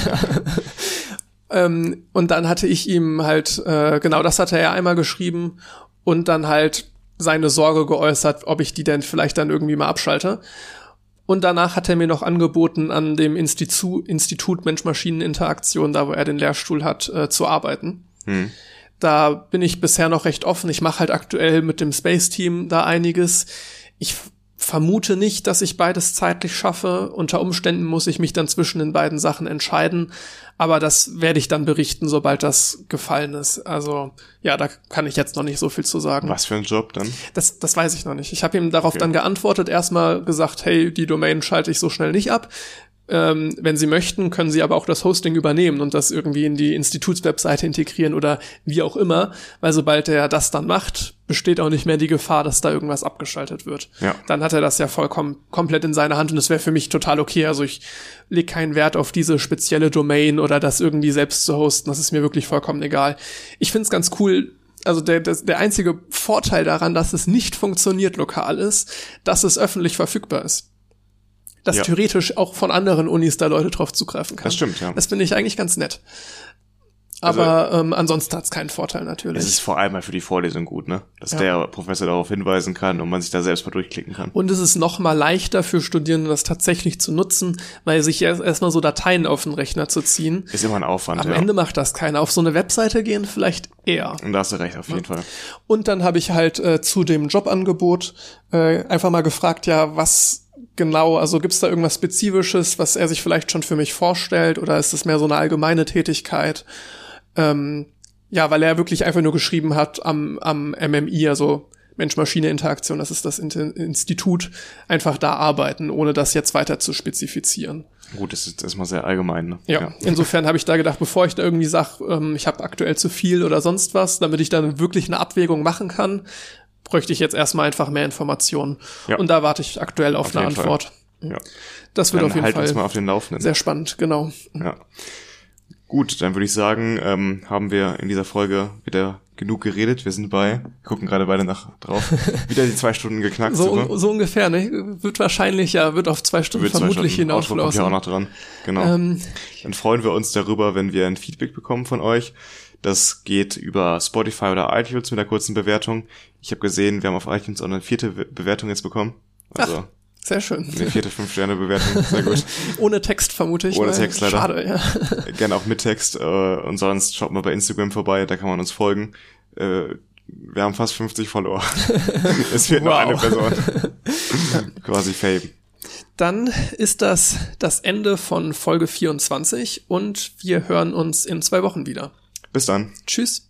ähm, und dann hatte ich ihm halt, äh, genau das hatte er einmal geschrieben und dann halt seine Sorge geäußert, ob ich die denn vielleicht dann irgendwie mal abschalte. Und danach hat er mir noch angeboten, an dem Institut, Institut Mensch-Maschinen-Interaktion, da wo er den Lehrstuhl hat, äh, zu arbeiten. Hm. Da bin ich bisher noch recht offen. Ich mache halt aktuell mit dem Space-Team da einiges. Ich f- vermute nicht, dass ich beides zeitlich schaffe. Unter Umständen muss ich mich dann zwischen den beiden Sachen entscheiden. Aber das werde ich dann berichten, sobald das gefallen ist. Also ja, da kann ich jetzt noch nicht so viel zu sagen. Was für ein Job dann? Das, das weiß ich noch nicht. Ich habe ihm darauf okay. dann geantwortet, erstmal gesagt, hey, die Domain schalte ich so schnell nicht ab. Ähm, wenn Sie möchten, können Sie aber auch das Hosting übernehmen und das irgendwie in die Institutswebseite integrieren oder wie auch immer, weil sobald er das dann macht, besteht auch nicht mehr die Gefahr, dass da irgendwas abgeschaltet wird. Ja. Dann hat er das ja vollkommen komplett in seiner Hand und das wäre für mich total okay. Also ich lege keinen Wert auf diese spezielle Domain oder das irgendwie selbst zu hosten. Das ist mir wirklich vollkommen egal. Ich finde es ganz cool. Also der, der, der einzige Vorteil daran, dass es nicht funktioniert lokal ist, dass es öffentlich verfügbar ist. Dass ja. theoretisch auch von anderen Unis da Leute drauf zugreifen kann. Das stimmt, ja. Das finde ich eigentlich ganz nett. Aber also, ähm, ansonsten hat es keinen Vorteil natürlich. Es ist vor allem halt für die Vorlesung gut, ne? Dass ja. der Professor darauf hinweisen kann und man sich da selbst mal durchklicken kann. Und es ist noch mal leichter für Studierende, das tatsächlich zu nutzen, weil sich erst erstmal so Dateien auf den Rechner zu ziehen. Ist immer ein Aufwand, Am ja. Ende macht das keiner. Auf so eine Webseite gehen vielleicht eher. Und da hast du recht, auf jeden ja. Fall. Und dann habe ich halt äh, zu dem Jobangebot äh, einfach mal gefragt, ja, was genau, also gibt's da irgendwas Spezifisches, was er sich vielleicht schon für mich vorstellt oder ist das mehr so eine allgemeine Tätigkeit? Ähm, ja, weil er wirklich einfach nur geschrieben hat am, am M M I, also Mensch-Maschine-Interaktion, das ist das Institut, einfach da arbeiten, ohne das jetzt weiter zu spezifizieren. Gut, das ist erstmal sehr allgemein, ne? Ja, ja. Insofern habe ich da gedacht, bevor ich da irgendwie sage, ähm, ich habe aktuell zu viel oder sonst was, damit ich dann wirklich eine Abwägung machen kann, bräuchte ich jetzt erstmal einfach mehr Informationen. Ja. Und da warte ich aktuell auf, auf eine Antwort. Ja. Das wird dann auf jeden halt Fall uns mal auf den Laufenden. Sehr spannend, genau. Ja. Gut, dann würde ich sagen, ähm, haben wir in dieser Folge wieder genug geredet. Wir sind bei, gucken gerade beide nach drauf, wieder die zwei Stunden geknackt. So, un- so ungefähr, ne? Wird wahrscheinlich, ja, wird auf zwei Stunden wird vermutlich hinauslaufen. Kommt ja auch noch dran. Genau. Ähm, dann freuen wir uns darüber, wenn wir ein Feedback bekommen von euch. Das geht über Spotify oder iTunes mit einer kurzen Bewertung. Ich habe gesehen, wir haben auf iTunes auch eine vierte Bewertung jetzt bekommen. Also Ach, sehr schön. Eine vierte Fünf-Sterne-Bewertung, sehr gut. Ohne Text vermute ich. Ohne Text leider. Schade, ja. Gerne auch mit Text. Und sonst schaut mal bei Instagram vorbei, da kann man uns folgen. Wir haben fast fünfzig Follower. Es fehlt wow. noch eine Person. Quasi Fame. Dann ist das das Ende von Folge vierundzwanzig und wir hören uns in zwei Wochen wieder. Bis dann. Tschüss.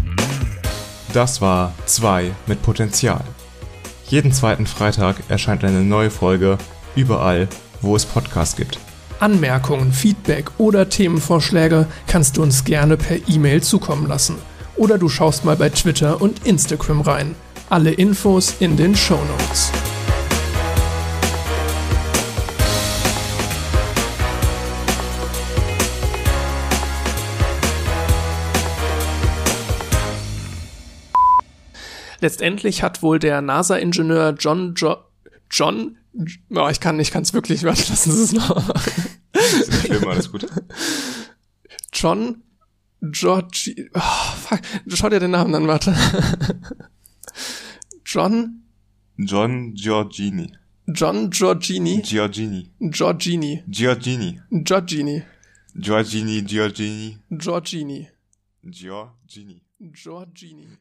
Das war zwei mit Potenzial. Jeden zweiten Freitag erscheint eine neue Folge überall, wo es Podcasts gibt. Anmerkungen, Feedback oder Themenvorschläge kannst du uns gerne per E-Mail zukommen lassen. Oder du schaust mal bei Twitter und Instagram rein. Alle Infos in den Shownotes. Letztendlich hat wohl der NASA-Ingenieur John jo- John oh, ich kann ich kann es wirklich, warte, lassen Sie es noch. Das ist nicht schlimm, alles gut. John Georgi oh, fuck, schau dir den Namen an, warte. John John Giorgini. John Giorgini Giorgini. Giorgini Giorgini. Giorgini Giorgini, Giorgini. Giorgini Giorgini. Giorgini